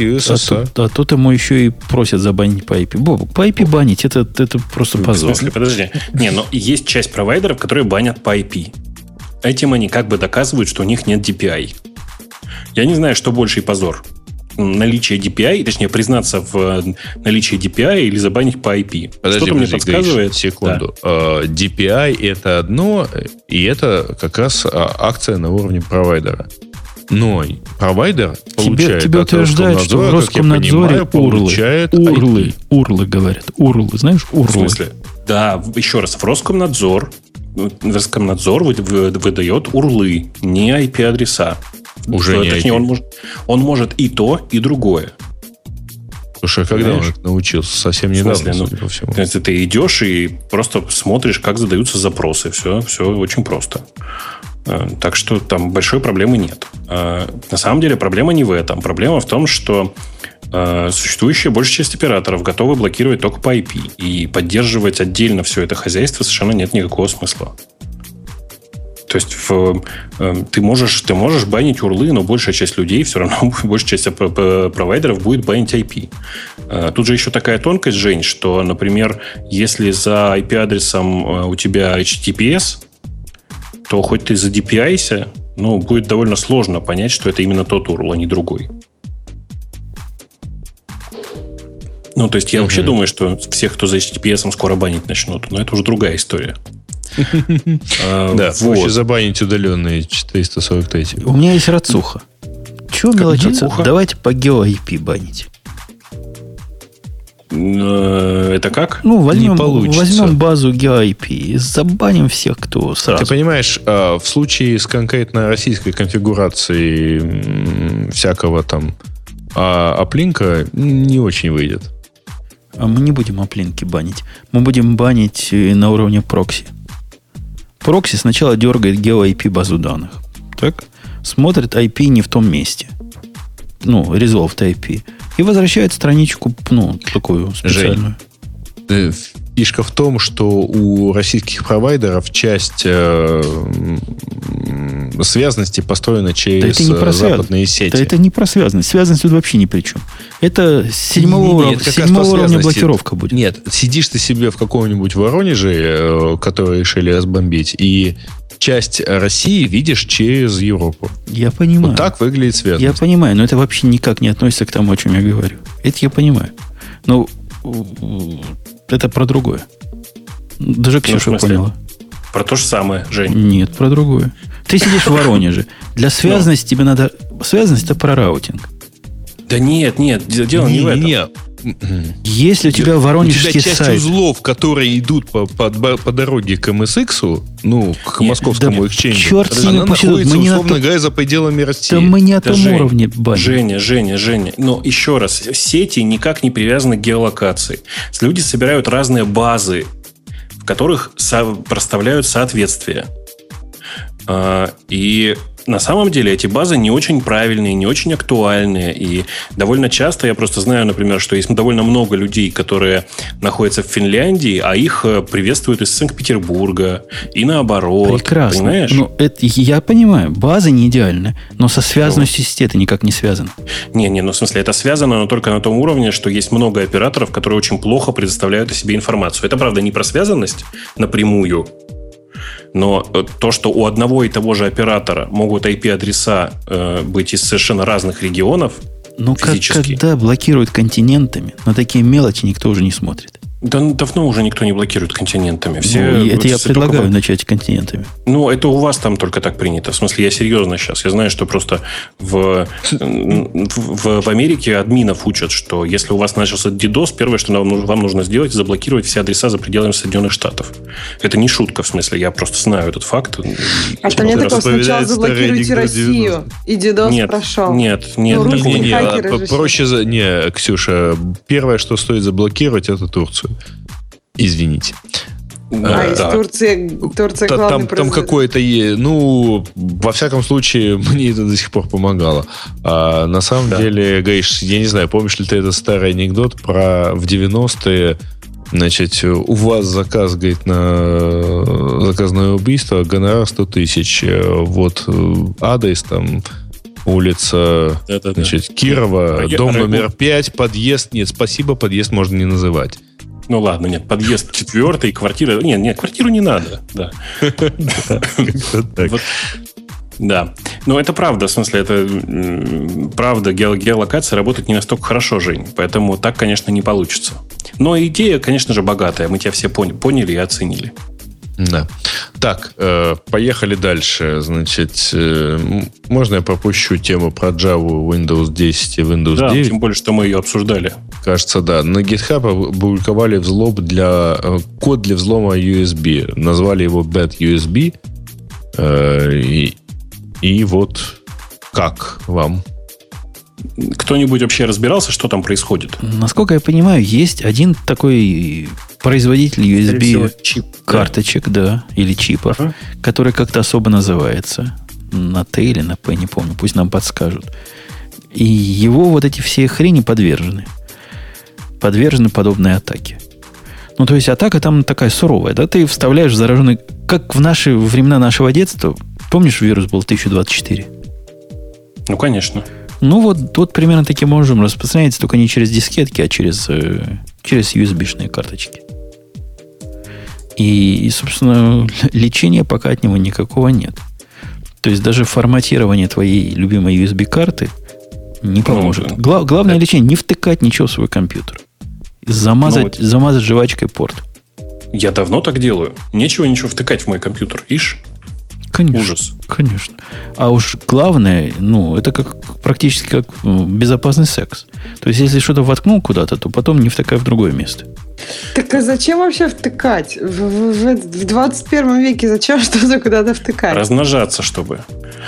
тут ему еще и просят забанить по IP. Бобок, по IP банить, это просто позор. В смысле, подожди. Но есть часть провайдеров, которые банят по IP. Этим они как бы доказывают, что у них нет DPI. Я не знаю, что больший позор. Наличие DPI, точнее, признаться в наличии DPI или забанить по IP. Что-то мне подсказывает. Секунду. Да. DPI это одно, и это как раз акция на уровне провайдера. Но провайдер получает тебе утверждают, что в Роскомнадзоре урлы говорят. Урлы, знаешь, урлы? В смысле? Да, еще раз, Роскомнадзор выдает урлы, не IP-адреса. Уже не точнее, он может и то, и другое. Слушай, а когда он это научился? Совсем недавно, судя по всему. Ты идешь и просто смотришь, как задаются запросы. Все очень просто. Так что там большой проблемы нет. На самом деле проблема не в этом. Проблема в том, что существующая большая часть операторов готовы блокировать только по IP. И поддерживать отдельно все это хозяйство совершенно нет никакого смысла. То есть ты можешь банить урлы, но большая часть людей все равно, большая часть провайдеров будет банить IP. Тут же еще такая тонкость, Жень, что, например, если за IP-адресом у тебя HTTPS, то хоть ты за-DPI-ся, будет довольно сложно понять, что это именно тот URL, а не другой. То есть я вообще думаю, что всех, кто за HTTPS, скоро банить начнут. Но это уже другая история. Да, проще забанить удаленные 443. У меня есть рацуха. Чего мелочиться? Давайте по GeoIP банить. Это как? Возьмем базу GeoIP и забаним всех, кто сразу. Ты понимаешь, в случае с конкретно российской конфигурацией всякого там аплинка не очень выйдет. А мы не будем аплинки банить. Мы будем банить на уровне прокси. Прокси сначала дергает GeoIP базу данных. Так? Смотрит IP не в том месте. Resolved IP. И возвращает страничку, такую специальную. Жень, фишка в том, что у российских провайдеров часть связности построена через западные сети. Да это не про связанность. Связанность тут вообще ни при чем. Это с седьмого уровня блокировка будет. Нет, сидишь ты себе в каком-нибудь Воронеже, который решили разбомбить, и часть России видишь через Европу. Я понимаю. Вот так выглядит связанность. Я понимаю, но это вообще никак не относится к тому, о чем я говорю. Это я понимаю. Но это про другое. Даже Ксюша поняла. Про то же самое, Жень. Нет, про другое. Ты сидишь в Воронеже. Для связанности тебе надо... Связанность – это про раутинг. Да нет, дело не в этом. Нет. Если у тебя воронежский сайт... У тебя часть узлов, которые идут по дороге к MSX, к московскому эксченджу, она находится, условно говоря, за пределами России. Да мы не о том уровне баним. Женя. Но еще раз, сети никак не привязаны к геолокации. Люди собирают разные базы, в которых проставляют соответствия. И на самом деле эти базы не очень правильные, не очень актуальные. И довольно часто я просто знаю, например, что есть довольно много людей, которые находятся в Финляндии, а их приветствуют из Санкт-Петербурга и наоборот. Прекрасно. Понимаешь? Я понимаю, база не идеальная, но со связанностью сети это никак не связано. В смысле, это связано, но только на том уровне, что есть много операторов, которые очень плохо предоставляют о себе информацию. Это, правда, не про связанность напрямую, но то, что у одного и того же оператора могут IP-адреса быть из совершенно разных регионов физически. Когда блокируют континентами, на такие мелочи никто уже не смотрит. Да давно уже никто не блокирует континентами. Это я предлагаю начать континентами. Это у вас там только так принято. В смысле, я серьезно сейчас. Я знаю, что просто в Америке админов учат, что если у вас начался DDoS, первое, что вам нужно сделать, заблокировать все адреса за пределами Соединенных Штатов. Это не шутка, в смысле. Я просто знаю этот факт. А что нет такого, сначала заблокируйте Россию, и DDoS прошел. Нет. Проще... Не, Ксюша, первое, что стоит заблокировать, это Турцию. Извините. Из Турция главный производитель. Там какое-то... во всяком случае, мне это до сих пор помогало. А на самом деле, Гриш, я не знаю, помнишь ли ты этот старый анекдот про в 90-е, значит, у вас заказ, говорит, на заказное убийство, гонорар 100 тысяч. Вот адрес там... Улица, Кирова, дом номер 5, подъезд. Нет, спасибо, подъезд можно не называть. Ладно, нет, подъезд 4, квартира... Нет, квартиру не надо. Да. Да. Но это правда, в смысле, это правда, геолокация работает не настолько хорошо, Жень. Поэтому так, конечно, не получится. Но идея, конечно же, богатая. Мы тебя все поняли и оценили. Да. Так, поехали дальше. Значит, можно я пропущу тему про Java, Windows 10 и Windows 9? Да, тем более, что мы ее обсуждали. Кажется, да. На GitHub опубликовали код для взлома USB. Назвали его Bad USB. И вот как вам? Кто-нибудь вообще разбирался, что там происходит? Насколько я понимаю, есть один такой производитель USB карточек, да, или чипов, который как-то особо называется. На Т или на П, не помню, пусть нам подскажут. И его вот эти все хрени подвержены подобной атаке. То есть атака там такая суровая, да? Ты вставляешь зараженный... Как в времена нашего детства, помнишь, вирус был 1024? Конечно. Вот примерно таким образом распространяется, только не через дискетки, а через USB-шные карточки. И, собственно, лечения пока от него никакого нет. То есть даже форматирование твоей любимой USB-карты не поможет. Главное лечение – не втыкать ничего в свой компьютер. Замазать жвачкой порт. Я давно так делаю. Ничего втыкать в мой компьютер. Ишь. Конечно, ужас. Конечно. А уж главное, это практически как безопасный секс. То есть, если что-то воткнул куда-то, то потом не втыкай в другое место. Так а зачем вообще втыкать? В 21 веке зачем что-то куда-то втыкать? Размножаться, чтобы.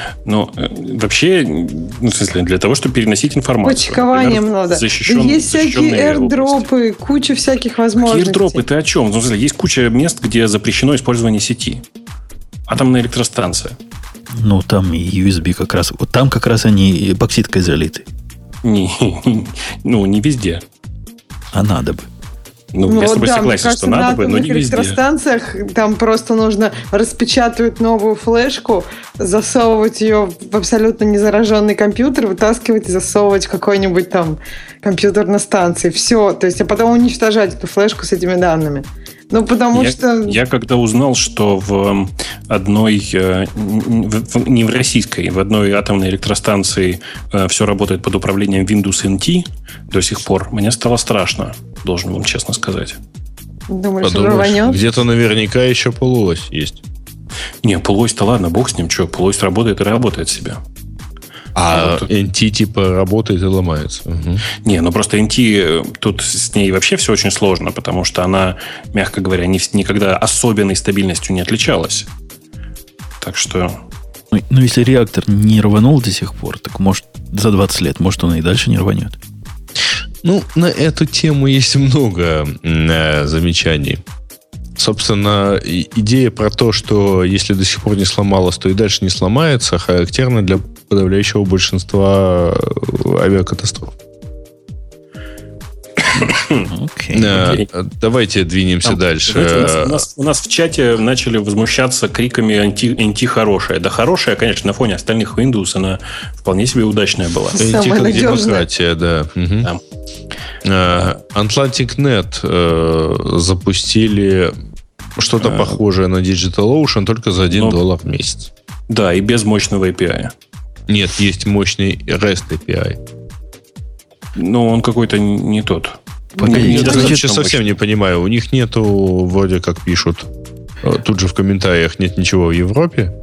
Вообще, в смысле, для того, чтобы переносить информацию. Почкованием надо. Есть всякие airdropы, куча всяких возможностей. Какие airdropы? Ты о чем? В смысле, есть куча мест, где запрещено использование сети. Атомная электростанция. Там и USB как раз. Вот там как раз они эпоксидкой залиты. Не везде. А надо бы. Я с тобой согласен, что надо бы, но не везде. На электростанциях там просто нужно распечатывать новую флешку, засовывать ее в абсолютно незараженный компьютер, вытаскивать и засовывать в какой-нибудь там компьютер на станции. Все. То есть, а потом уничтожать эту флешку с этими данными. Я когда узнал, что в одной, не в российской, в одной атомной электростанции все работает под управлением Windows NT до сих пор, мне стало страшно, должен вам честно сказать. Думаешь, рванет? Где-то наверняка еще полуось есть. Не, полуось-то ладно, бог с ним, что, полуось работает и работает себе. А NT типа работает и ломается. Угу. Не, просто NT, тут с ней вообще все очень сложно, потому что она, мягко говоря, никогда особенной стабильностью не отличалась. Так что... Если реактор не рванул до сих пор, так может за 20 лет, может он и дальше не рванет. На эту тему есть много замечаний. Собственно, идея про то, что если до сих пор не сломалось, то и дальше не сломается, характерна для подавляющего большинства авиакатастроф. Давайте двинемся дальше. У нас в чате начали возмущаться криками «NT хорошая». Да, хорошая, конечно, на фоне остальных Windows она вполне себе удачная была. NT как демократия, да. Atlantic.net запустили что-то похожее на DigitalOcean, только за $1 в месяц. Да, и без мощного API. Нет, есть мощный REST API. Он какой-то не тот. Я сейчас совсем не понимаю. У них нету, вроде как пишут, тут же в комментариях нет ничего в Европе.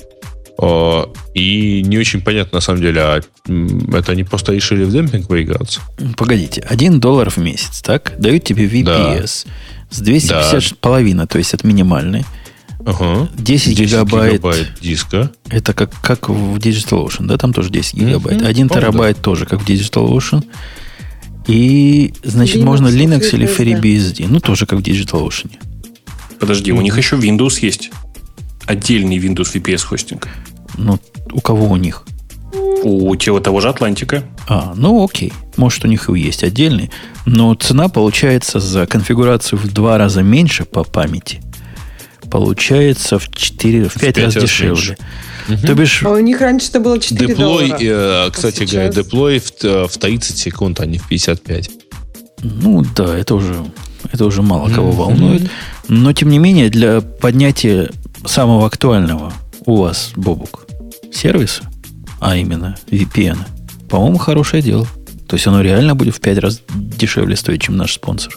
И не очень понятно, на самом деле, это они просто решили в демпинг поиграться? Погодите, $1 в месяц, так? Дают тебе VPS с 250,5, то есть от минимальной. 10 гигабайт диска. Это как в DigitalOcean, да? Там тоже 10 гигабайт. 1 терабайт тоже, как в DigitalOcean. И, значит, Linux, можно Linux или FreeBSD. Тоже как в DigitalOcean. Подожди, у них еще Windows есть. Отдельный Windows VPS хостинг. У кого у них? У того же Атлантика. Окей. Может, у них и есть отдельный. Но цена получается за конфигурацию в 2 раза меньше по памяти. Получается в 5 раз дешевле. То бишь... А у них раньше это было $4. Кстати говоря, деплой в 30 секунд, а не в 55. Да, это уже мало кого волнует. Но, тем не менее, для поднятия самого актуального у вас, Бобук, сервиса, а именно VPN, по-моему, хорошее дело. То есть оно реально будет в 5 раз дешевле стоить, чем наш спонсор.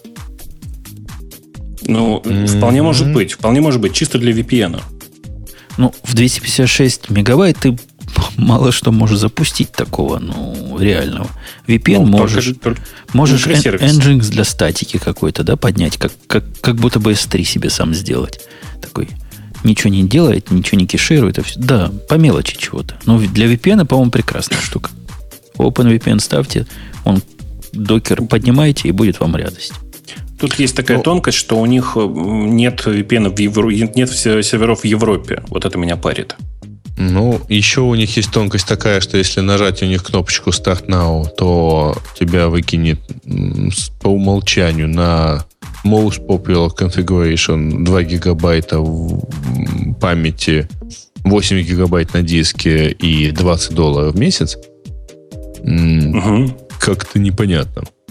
Вполне может быть, чисто для VPN. В 256 мегабайт ты мало что можешь запустить такого, реального. VPN можешь Nginx для статики какой-то, да, поднять, как будто бы S3 себе сам сделать. Такой, ничего не делает, ничего не кеширует. Да, по мелочи чего-то. Но для VPN, по-моему, прекрасная штука. OpenVPN ставьте, докер поднимаете, и будет вам радость. Тут есть такая тонкость, что у них нет VPN, нет серверов в Европе. Вот это меня парит. Еще у них есть тонкость такая, что если нажать у них кнопочку Start Now, то тебя выкинет по умолчанию на Most Popular Configuration 2 гигабайта памяти, 8 гигабайт на диске и $20 в месяц. Как-то непонятно.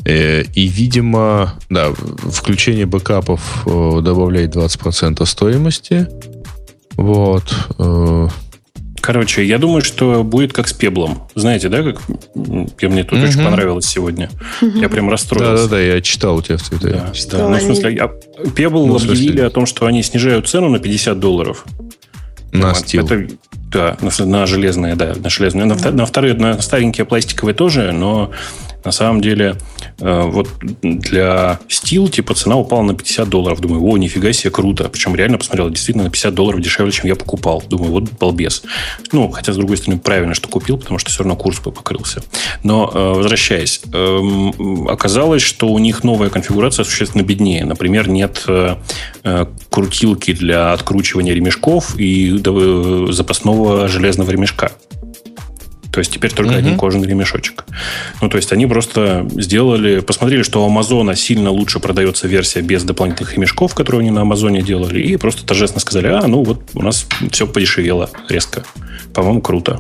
И, видимо, да, включение бэкапов добавляет 20% стоимости. Вот. Короче, я думаю, что будет как с Пеблом. Знаете, да, как мне тут очень понравилось сегодня. Я прям расстроился. Да, я читал у тебя в Твиттере. Да. Ну, в смысле, Pebble объявили о том, что они снижают цену на $50. На стил. Да, на железные, на железные. На вторые, на старенькие пластиковые тоже, но на самом деле вот для Steel типа цена упала на $50. Думаю, о, нифига себе, круто. Причем реально посмотрел, действительно на $50 дешевле, чем я покупал. Думаю, вот балбес. Ну, хотя, с другой стороны, правильно, что купил, потому что все равно курс бы покрылся. Но, возвращаясь, оказалось, что у них новая конфигурация существенно беднее. Например, нет крутилки для откручивания ремешков и запасного железного ремешка. То есть теперь только один кожаный ремешочек. Ну, то есть они просто посмотрели, что у Амазона сильно лучше продается версия без дополнительных ремешков, которую они на Амазоне делали, и просто торжественно сказали, ну вот у нас все подешевело резко. По-моему, круто.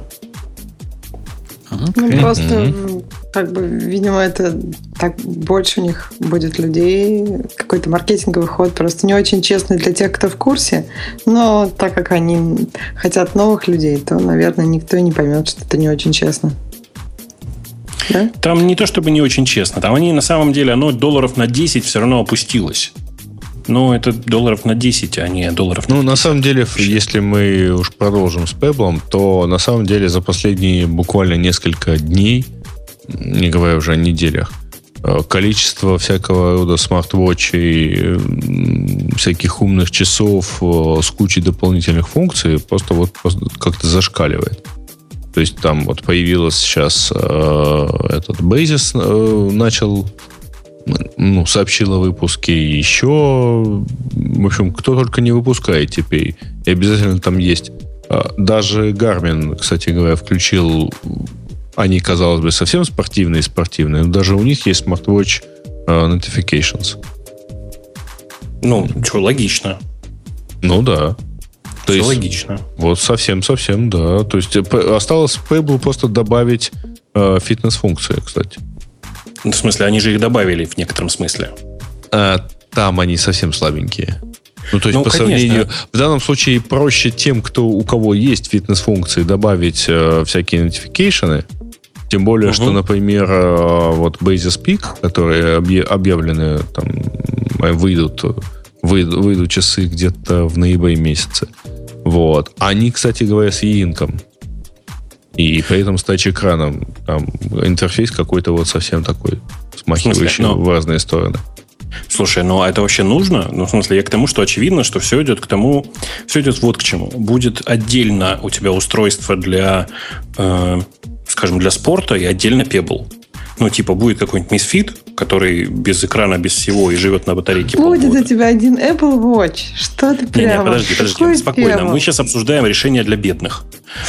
Ну, просто, как бы, видимо, это так больше у них будет людей, какой-то маркетинговый ход, просто не очень честный для тех, кто в курсе, но так как они хотят новых людей, то, наверное, никто и не поймет, что это не очень честно. Да? Там не то чтобы не очень честно, там они на самом деле, оно $10 на 10 все равно опустилось. Но это $10 на 10, а не $10 на 50. Ну, на самом деле, если мы уж продолжим с Pebble, то на самом деле за последние буквально несколько дней, не говоря уже о неделях, количество всякого рода смарт-вотчей, всяких умных часов с кучей дополнительных функций просто как-то зашкаливает. То есть там вот появилось сейчас этот Basis начал... сообщил о выпуске еще. В общем, кто только не выпускает теперь. И обязательно там есть. Даже Garmin, кстати говоря, включил. Они, казалось бы, совсем спортивные, но даже у них есть Smartwatch Notifications. Ну, что, логично. Ну, да. То есть, логично. Вот совсем, да. То есть осталось Pebble просто добавить фитнес-функции, кстати. В смысле, они же их добавили в некотором смысле. Там они совсем слабенькие. Ну, то есть, по конечно. сравнению... В данном случае проще тем, у кого есть фитнес-функции, добавить всякие нотификейшены. Тем более, что, например, вот Basis Peak, которые объявлены, там, выйдут часы где-то в ноябре месяце. Вот. Они, кстати говоря, с e-инком. И при этом с тач-экраном там интерфейс какой-то вот совсем такой смахивающий в разные стороны. Слушай, ну это вообще нужно? Ну, в смысле, я к тому, что очевидно, что все идет к тому, все идет вот к чему. Будет отдельно у тебя устройство для, скажем, для спорта и отдельно Pebble. Ну, типа, будет какой-нибудь Misfit, который без экрана, без всего и живет на батарейке полгода. Будет у тебя один Apple Watch. Что ты прямо... подожди, спокойно. Мы сейчас обсуждаем решение для бедных.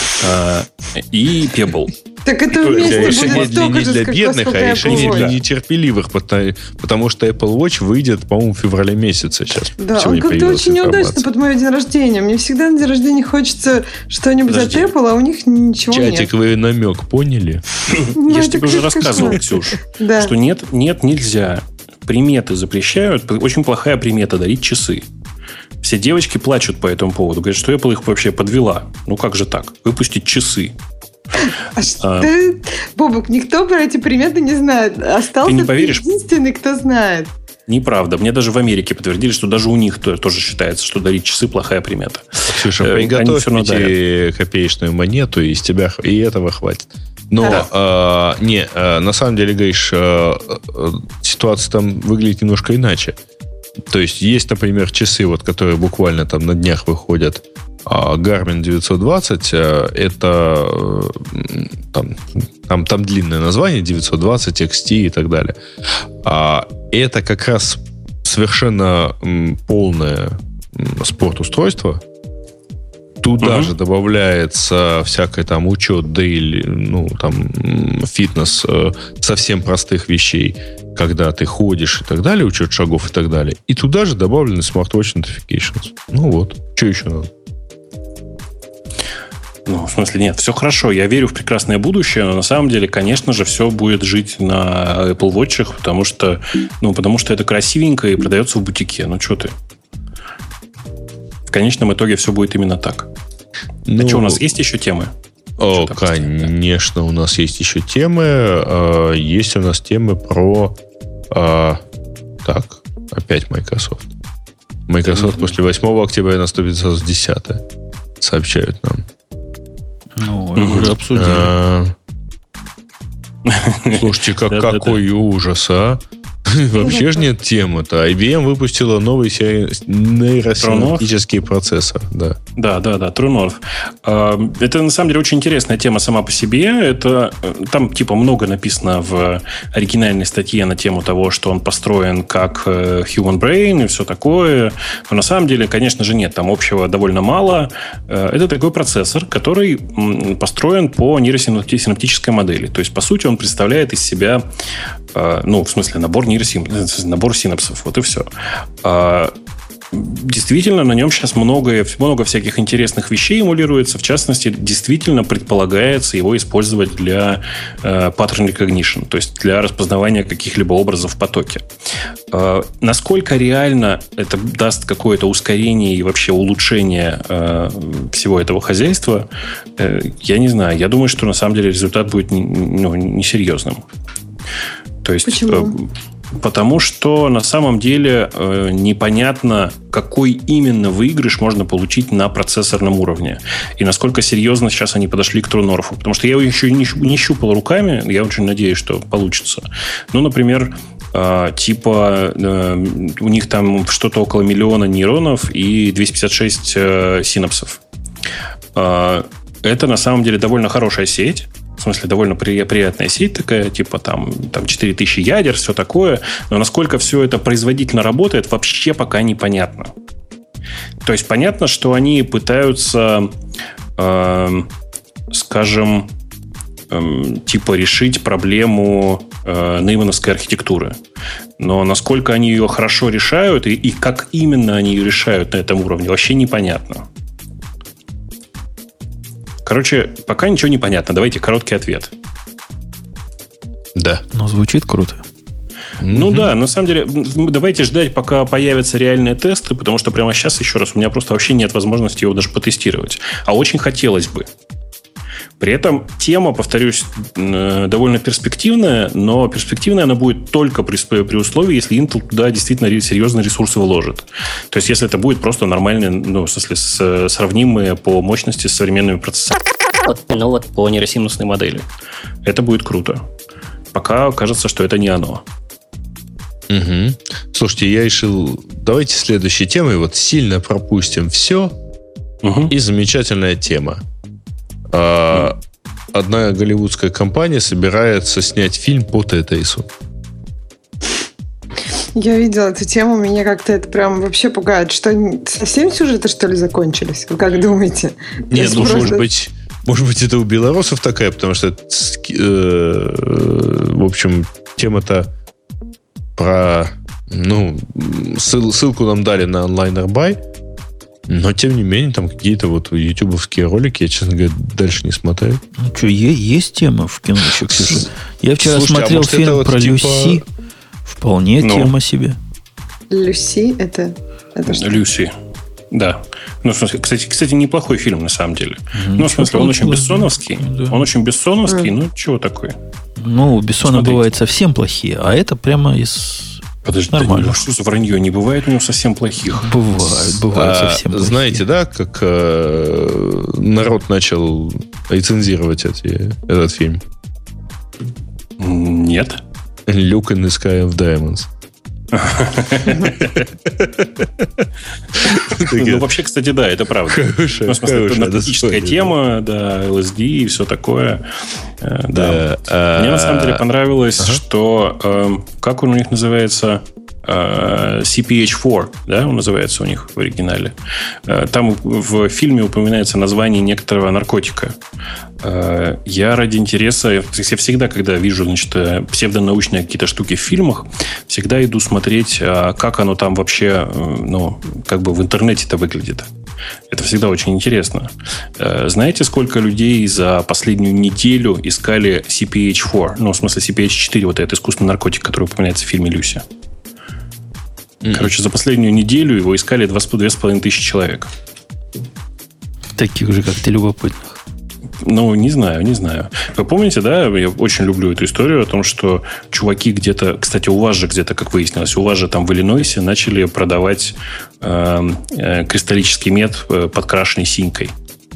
И Pebble. Так это вместе решение будет столько же, для бедных, а решение для нетерпеливых, потому что Apple Watch выйдет, по-моему, в феврале месяце сейчас. Да, он как-то очень неудачно под мой день рождения. Мне всегда на день рождения хочется что-нибудь от Apple, а у них ничего нет. Чатиковый намек, поняли? Я же тебе уже рассказывал, Ксюш, что нет, нельзя. Приметы запрещают. Очень плохая примета дарить часы. Все девочки плачут по этому поводу. Говорят, что Apple их вообще подвела. Ну как же так? Выпустить часы. Бобок, никто про эти приметы не знает. Остался единственный, кто знает. Неправда. Мне даже в Америке подтвердили, что даже у них тоже считается, что дарить часы плохая примета. Ксюша, приготовь копеечную монету, и из тебя и этого хватит. Но на самом деле, говоришь, ситуация там выглядит немножко иначе. То есть, например, часы, вот, которые буквально там на днях выходят. Garmin 920, это там длинное название, 920, XT и так далее. Это как раз совершенно полное спорт-устройство. Туда же добавляется всякое там учет дейли, фитнес, совсем простых вещей, когда ты ходишь и так далее, учет шагов и так далее. И туда же добавлены Smartwatch Notifications. Ну вот, что еще надо? Ну, в смысле, нет, все хорошо. Я верю в прекрасное будущее, но на самом деле, конечно же, все будет жить на Apple Watch, потому что это красивенько и продается в бутике. Ну, что ты? В конечном итоге все будет именно так. Ну, а что, у нас есть еще темы? Конечно, у нас есть еще темы. Есть у нас темы про... Так, опять Microsoft. Microsoft после 8 октября наступит сразу с 10. Сообщают нам. Ну, уже обсудили. Слушайте, какой ужас, а? Вообще же нет темы-то. IBM выпустила новый нейросинаптический процессор. Да, True North. Это, на самом деле, очень интересная тема сама по себе. Там, много написано в оригинальной статье на тему того, что он построен как Human Brain и все такое. Но на самом деле, конечно же, нет. Там общего довольно мало. Это такой процессор, который построен по нейросинаптической модели. То есть, по сути, он представляет из себя набор синапсов. Вот и все. Действительно, на нем сейчас много всяких интересных вещей эмулируется. В частности, действительно предполагается его использовать для pattern recognition, то есть для распознавания каких-либо образов в потоке. Насколько реально это даст какое-то ускорение и вообще улучшение всего этого хозяйства, я не знаю. Я думаю, что на самом деле результат будет несерьезным. То есть, почему? Потому что на самом деле непонятно, какой именно выигрыш можно получить на процессорном уровне. И насколько серьезно сейчас они подошли к True North. Потому что я его еще не щупал руками. Я очень надеюсь, что получится. Ну, например, у них там что-то около 1 миллиона нейронов и 256 синапсов. Это на самом деле довольно хорошая сеть. В смысле, довольно приятная сеть такая, там 4000 ядер, все такое. Но насколько все это производительно работает, вообще пока непонятно. То есть понятно, что они пытаются, решить проблему неймановской архитектуры. Но насколько они ее хорошо решают и как именно они ее решают на этом уровне, вообще непонятно. Короче, пока ничего не понятно. Давайте короткий ответ. Да. Но звучит круто. Ну да, на самом деле, давайте ждать, пока появятся реальные тесты, потому что прямо сейчас, еще раз, у меня просто вообще нет возможности его даже потестировать. А очень хотелось бы. При этом тема, повторюсь, довольно перспективная, но перспективная она будет только при условии, если Intel туда действительно серьезные ресурсы вложит. То есть, если это будет просто нормальные, сравнимые по мощности с современными процессорами. По нейросинусной модели. Это будет круто. Пока кажется, что это не оно. Угу. Слушайте, я решил, давайте следующей темой сильно пропустим все. Угу. И замечательная тема. Одна голливудская компания собирается снять фильм по Тетрису. Я видела эту тему, меня как-то это прям вообще пугает. Что, совсем сюжеты, что ли, закончились? Вы как думаете? Нет, может быть, это у белорусов такая, потому что, в общем, тема-то про... ссылку нам дали на онлайн-рбай. Но, тем не менее, там какие-то ютубовские ролики, я, честно говоря, дальше не смотрю. Ну что, есть тема в кино еще, Ксюша? Я вчера смотрел фильм про Люси. Вполне тема себе. Люси это что? Люси, да. В смысле, кстати, неплохой фильм, на самом деле. В смысле, он очень бессоновский. Да. Он очень бессоновский, чего такое? У Бессона бывают совсем плохие, а это прямо из... Подожди, нормально. Что за вранье? Не бывает у него совсем плохих. Бывает совсем плохие. Знаете, да, как народ начал рецензировать этот фильм? Нет. Luke in the Sky of Diamonds. Вообще, кстати, да, это правда. В смысле, это наркотическая тема, да, ЛСД и все такое. Да. Мне на самом деле понравилось, что как он у них называется? CPH-4, да, он называется у них в оригинале. Там в фильме упоминается название некоторого наркотика. Я ради интереса, я всегда, когда вижу, псевдонаучные какие-то штуки в фильмах, всегда иду смотреть, как оно там вообще, в интернете-то выглядит. Это всегда очень интересно. Знаете, сколько людей за последнюю неделю искали CPH4? Ну, в смысле, CPH4, вот этот искусственный наркотик, который упоминается в фильме «Люся». Короче, за последнюю неделю его искали 2500 человек. Таких же, как ты, любопытных. Ну, не знаю. Вы помните, да, я очень люблю эту историю о том, что чуваки где-то, кстати, у вас же где-то, как выяснилось, у вас же там в Иллинойсе начали продавать кристаллический мед, подкрашенный синькой.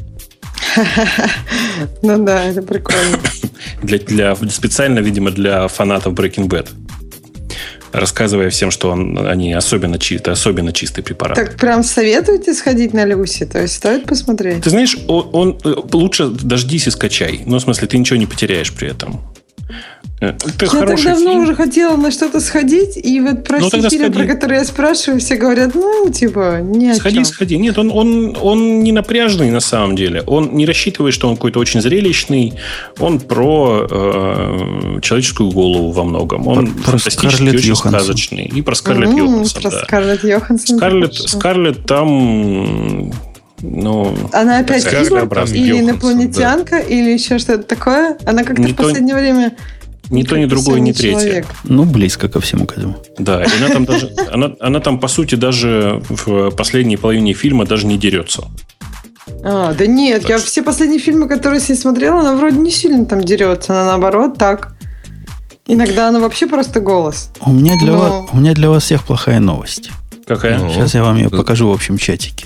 Ну да, это прикольно. Специально, видимо, для фанатов Breaking Bad. Рассказывая всем, что они особенно чистый препарат. Так прям советуете сходить на Люси? То есть стоит посмотреть? Ты знаешь, он лучше дождись и скачай. Ну, в смысле, ты ничего не потеряешь при этом. Это я так давно уже хотела на что-то сходить, и вот про фильм, про который я спрашиваю, все говорят, не о чем. Сходи. Нет, он не напряжный на самом деле. Он не рассчитывает, что он какой-то очень зрелищный. Он про человеческую голову во многом. Он фантастический, очень сказочный. И про Скарлетт Йоханссон. Про Скарлетт Йоханссон. Скарлетт там... она опять или инопланетянка, или еще что-то такое. Она как-то в последнее время... Ни то, ни другое, ни третье. Близко ко всему к этому. Да, и она там, по сути, даже в последней половине фильма даже не дерется. Да нет, я все последние фильмы, которые с ней смотрела, она вроде не сильно там дерется. Она наоборот так. Иногда она вообще просто голос. У меня для вас всех плохая новость. Какая? Сейчас я вам ее покажу в общем чатике.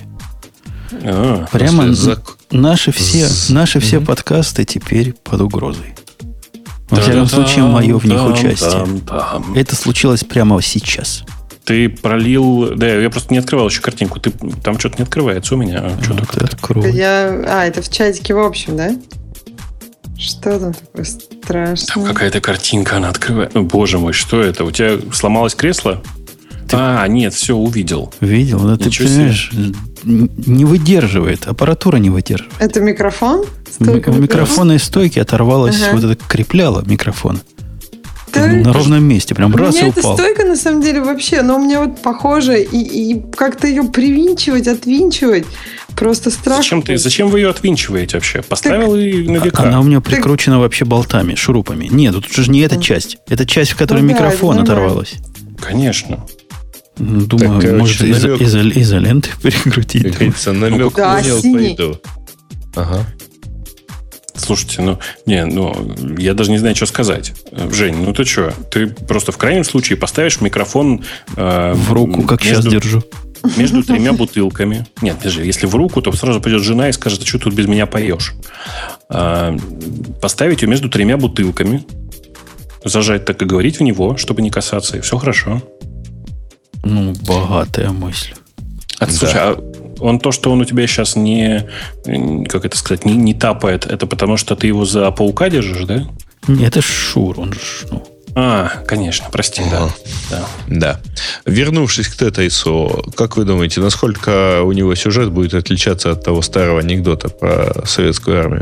Прямо наши все подкасты теперь под угрозой. Во всяком случае, мое в них участие. Это случилось прямо сейчас. Ты пролил... Да, я просто не открывал еще картинку. Там что-то не открывается у меня. Это в чатике в общем, да? Что там такое страшное? Там какая-то картинка, она открывает. Боже мой, что это? У тебя сломалось кресло? Нет, все, увидел. Видел? Да ты понимаешь, не выдерживает. Аппаратура не выдерживает. Это микрофон? У микрофонной стойки оторвалась, вот это крепляло микрофон. На ровном месте. Прям раз и упал. У меня эта стойка, на самом деле, вообще, но у меня вот похоже, и как-то ее привинчивать, отвинчивать, просто страшно. Зачем вы ее отвинчиваете вообще? Поставил ее на века. Она у меня прикручена вообще болтами, шурупами. Нет, тут же не эта часть. Это часть, в которой микрофон оторвалась. Конечно. Думаю, может, изоленты перекрутить. Как говорится, намек понял, пойду. Ага. Слушайте, я даже не знаю, что сказать. Жень, ты что? Ты просто в крайнем случае поставишь микрофон в руку, как сейчас держу. Между 3 бутылками. Нет, даже если в руку, то сразу придет жена и скажет, а что тут без меня поешь? Поставить ее между 3 бутылками, зажать так и говорить в него, чтобы не касаться, и все хорошо. Богатая мысль. Слушай, то, что он у тебя сейчас не тапает, это потому, что ты его за паука держишь, да? Нет, это Шур, он же... конечно, прости, да. Вернувшись к Тетейсу, как вы думаете, насколько у него сюжет будет отличаться от того старого анекдота про советскую армию?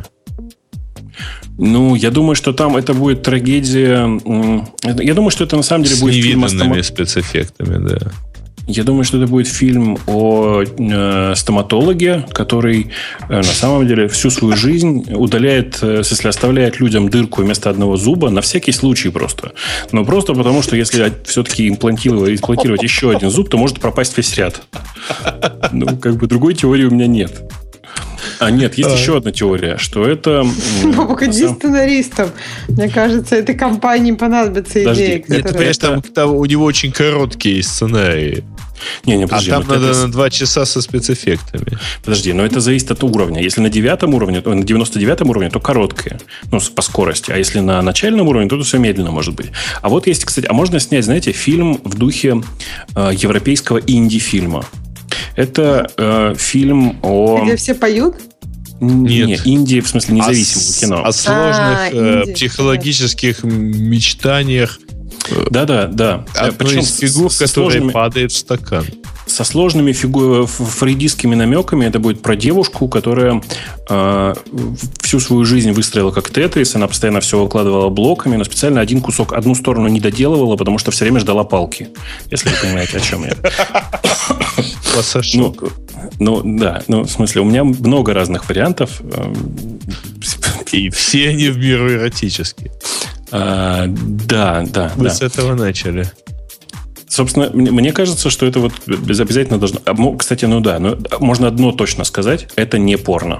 Я думаю, что там это будет трагедия... Я думаю, что это на самом деле будет фильм... С невиданными спецэффектами, да. Я думаю, что это будет фильм о стоматологе, который на самом деле всю свою жизнь оставляет людям дырку вместо одного зуба на всякий случай просто. Но просто потому, что если все-таки имплантировать еще один зуб, то может пропасть весь ряд. Другой теории у меня нет. Нет, есть еще одна теория, что это... Иди сценаристом. Мне кажется, этой компании понадобятся идеи. Нет, понимаешь, там у него очень короткие сценарии. Подожди, там надо на 2 часа со спецэффектами. Подожди, но это зависит от уровня. Если на 9 уровне, на 99 уровне, то короткие. По скорости. А если на начальном уровне, то все медленно может быть. А вот есть, кстати, можно снять, знаете, фильм в духе европейского инди-фильма. Это фильм о... Где все поют? Нет, Индия, в смысле, независимого кино. О сложных психологических мечтаниях. Да. Одной из фигур, которая падает в стакан. Со сложными фрейдистскими намеками. Это будет про девушку, которая всю свою жизнь выстроила как Тетрис. Она постоянно все выкладывала блоками, но специально одну сторону не доделывала, потому что все время ждала палки. Если вы понимаете, о чем я. в смысле, у меня много разных вариантов. И все они в меру эротические. Да. Мы с этого начали. Собственно, мне кажется, что это вот обязательно должно... Кстати, можно одно точно сказать. Это не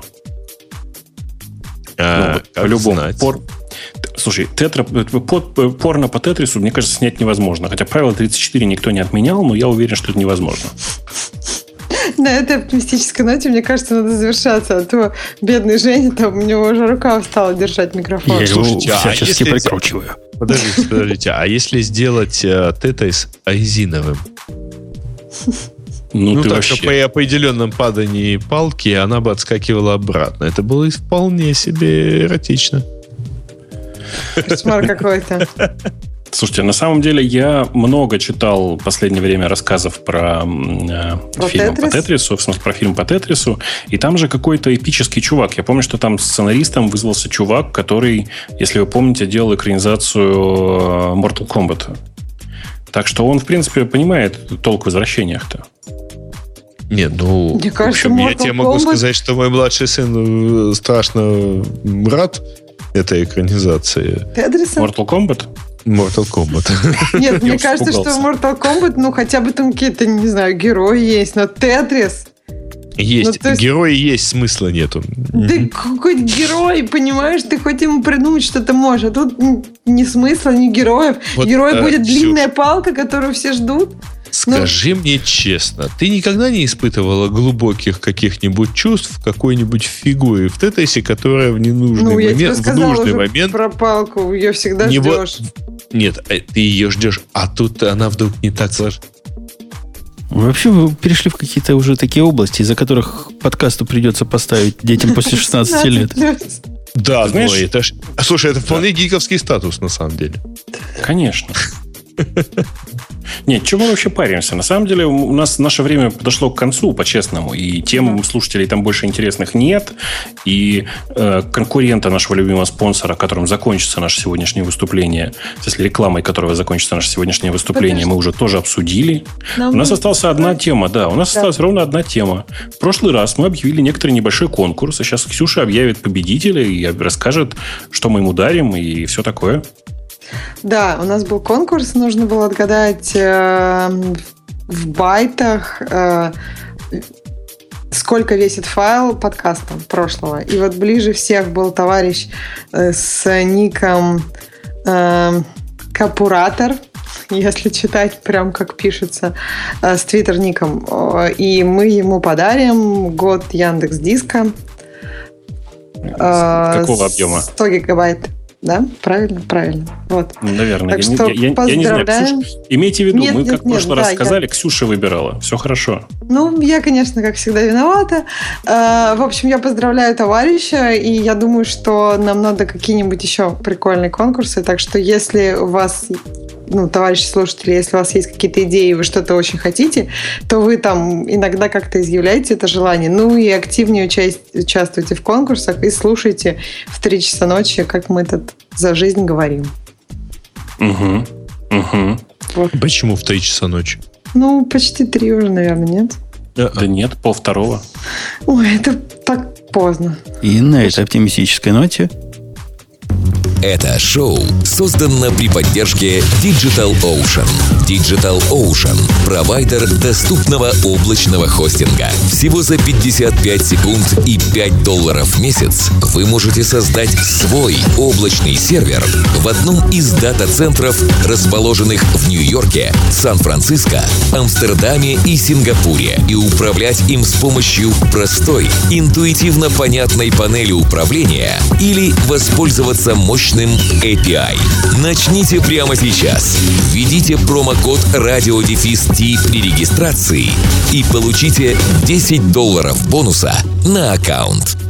порно. По-любому. Слушай, порно по Тетрису, мне кажется, снять невозможно. Хотя правило 34 никто не отменял, но я уверен, что это невозможно. На этой оптимистической ноте, мне кажется, надо завершаться. А то бедный Женя, там у него уже рука устала держать микрофон. Я его всячески прикручиваю. Подождите. А если сделать Тетрис резиновым? Ты так вообще... что при определенном падании палки она бы отскакивала обратно. Это было вполне себе эротично. Кошмар какой-то. Слушайте, на самом деле я много читал в последнее время рассказов про фильм по Тетрису, в смысле, про фильм по Тетрису, и там же какой-то эпический чувак. Я помню, что там сценаристом вызвался чувак, который, если вы помните, делал экранизацию Mortal Kombat. Так что он, в принципе, понимает толк в возвращениях-то. Нет, мне кажется, я тебе могу сказать, что мой младший сын страшно рад этой экранизации. Тетриса? Mortal Kombat? Mortal Kombat. Нет, мне кажется, что в Mortal Kombat, хотя бы там какие-то, не знаю, герои есть, но Тетрис... Есть. Герои есть, смысла нету. Да какой герой, понимаешь? Ты хоть ему придумать что-то можешь. А тут ни смысла, ни героев. Герой будет длинная палка, которую все ждут. Скажи мне честно, ты никогда не испытывала глубоких каких-нибудь чувств в какой-нибудь фигуре в Тетрисе, которая в ненужный момент... про палку, ее всегда ждешь. Нет, ты ее ждешь, а тут она вдруг не так сложна. Вообще вы перешли в какие-то уже такие области, из-за которых подкасту придется поставить детям после 16 лет. Да, знаешь... Слушай, это вполне гиковский статус, на самом деле. Конечно. Нет, чего мы вообще паримся? На самом деле у нас наше время подошло к концу, по-честному. И тем слушателей там больше интересных нет. И конкурента нашего любимого спонсора, которым закончится наше сегодняшнее выступление, если рекламой которого закончится наше сегодняшнее выступление, мы уже тоже обсудили. У нас осталась одна тема. Да, у нас осталась ровно одна тема. В прошлый раз мы объявили некоторый небольшой конкурс. А сейчас Ксюша объявит победителя и расскажет, что мы ему дарим и все такое. Да, у нас был конкурс, нужно было отгадать в байтах, сколько весит файл подкаста прошлого. И вот ближе всех был товарищ с ником Капуратор, если читать прям как пишется, с твиттер-ником. И мы ему подарим год Яндекс.Диска. Какого объема? 100 гигабайт. Да, правильно. Вот. Наверное. Так что я не знаю. Ксюша, имейте в виду, мы как в прошлый раз сказали, Ксюша выбирала. Все хорошо. Я, конечно, как всегда, виновата. В общем, я поздравляю товарища, и я думаю, что нам надо какие-нибудь еще прикольные конкурсы. Так что, если у вас, товарищи слушатели, если у вас есть какие-то идеи, вы что-то очень хотите, то вы там иногда как-то изъявляете это желание. И активнее участвуйте в конкурсах и слушайте в 3 часа ночи, как мы тут за жизнь говорим. Угу. Вот. Почему в 3 часа ночи? Почти 3 уже, наверное, нет? Да нет, 1:30. Ой, это так поздно. И на этой оптимистической ноте Это шоу создано при поддержке DigitalOcean. DigitalOcean – провайдер доступного облачного хостинга. Всего за 55 секунд и $5 в месяц вы можете создать свой облачный сервер в одном из дата-центров, расположенных в Нью-Йорке, Сан-Франциско, Амстердаме и Сингапуре, и управлять им с помощью простой, интуитивно понятной панели управления или воспользоваться мощным API. Начните прямо сейчас. Введите промокод RadioDefist при регистрации и получите $10 бонуса на аккаунт.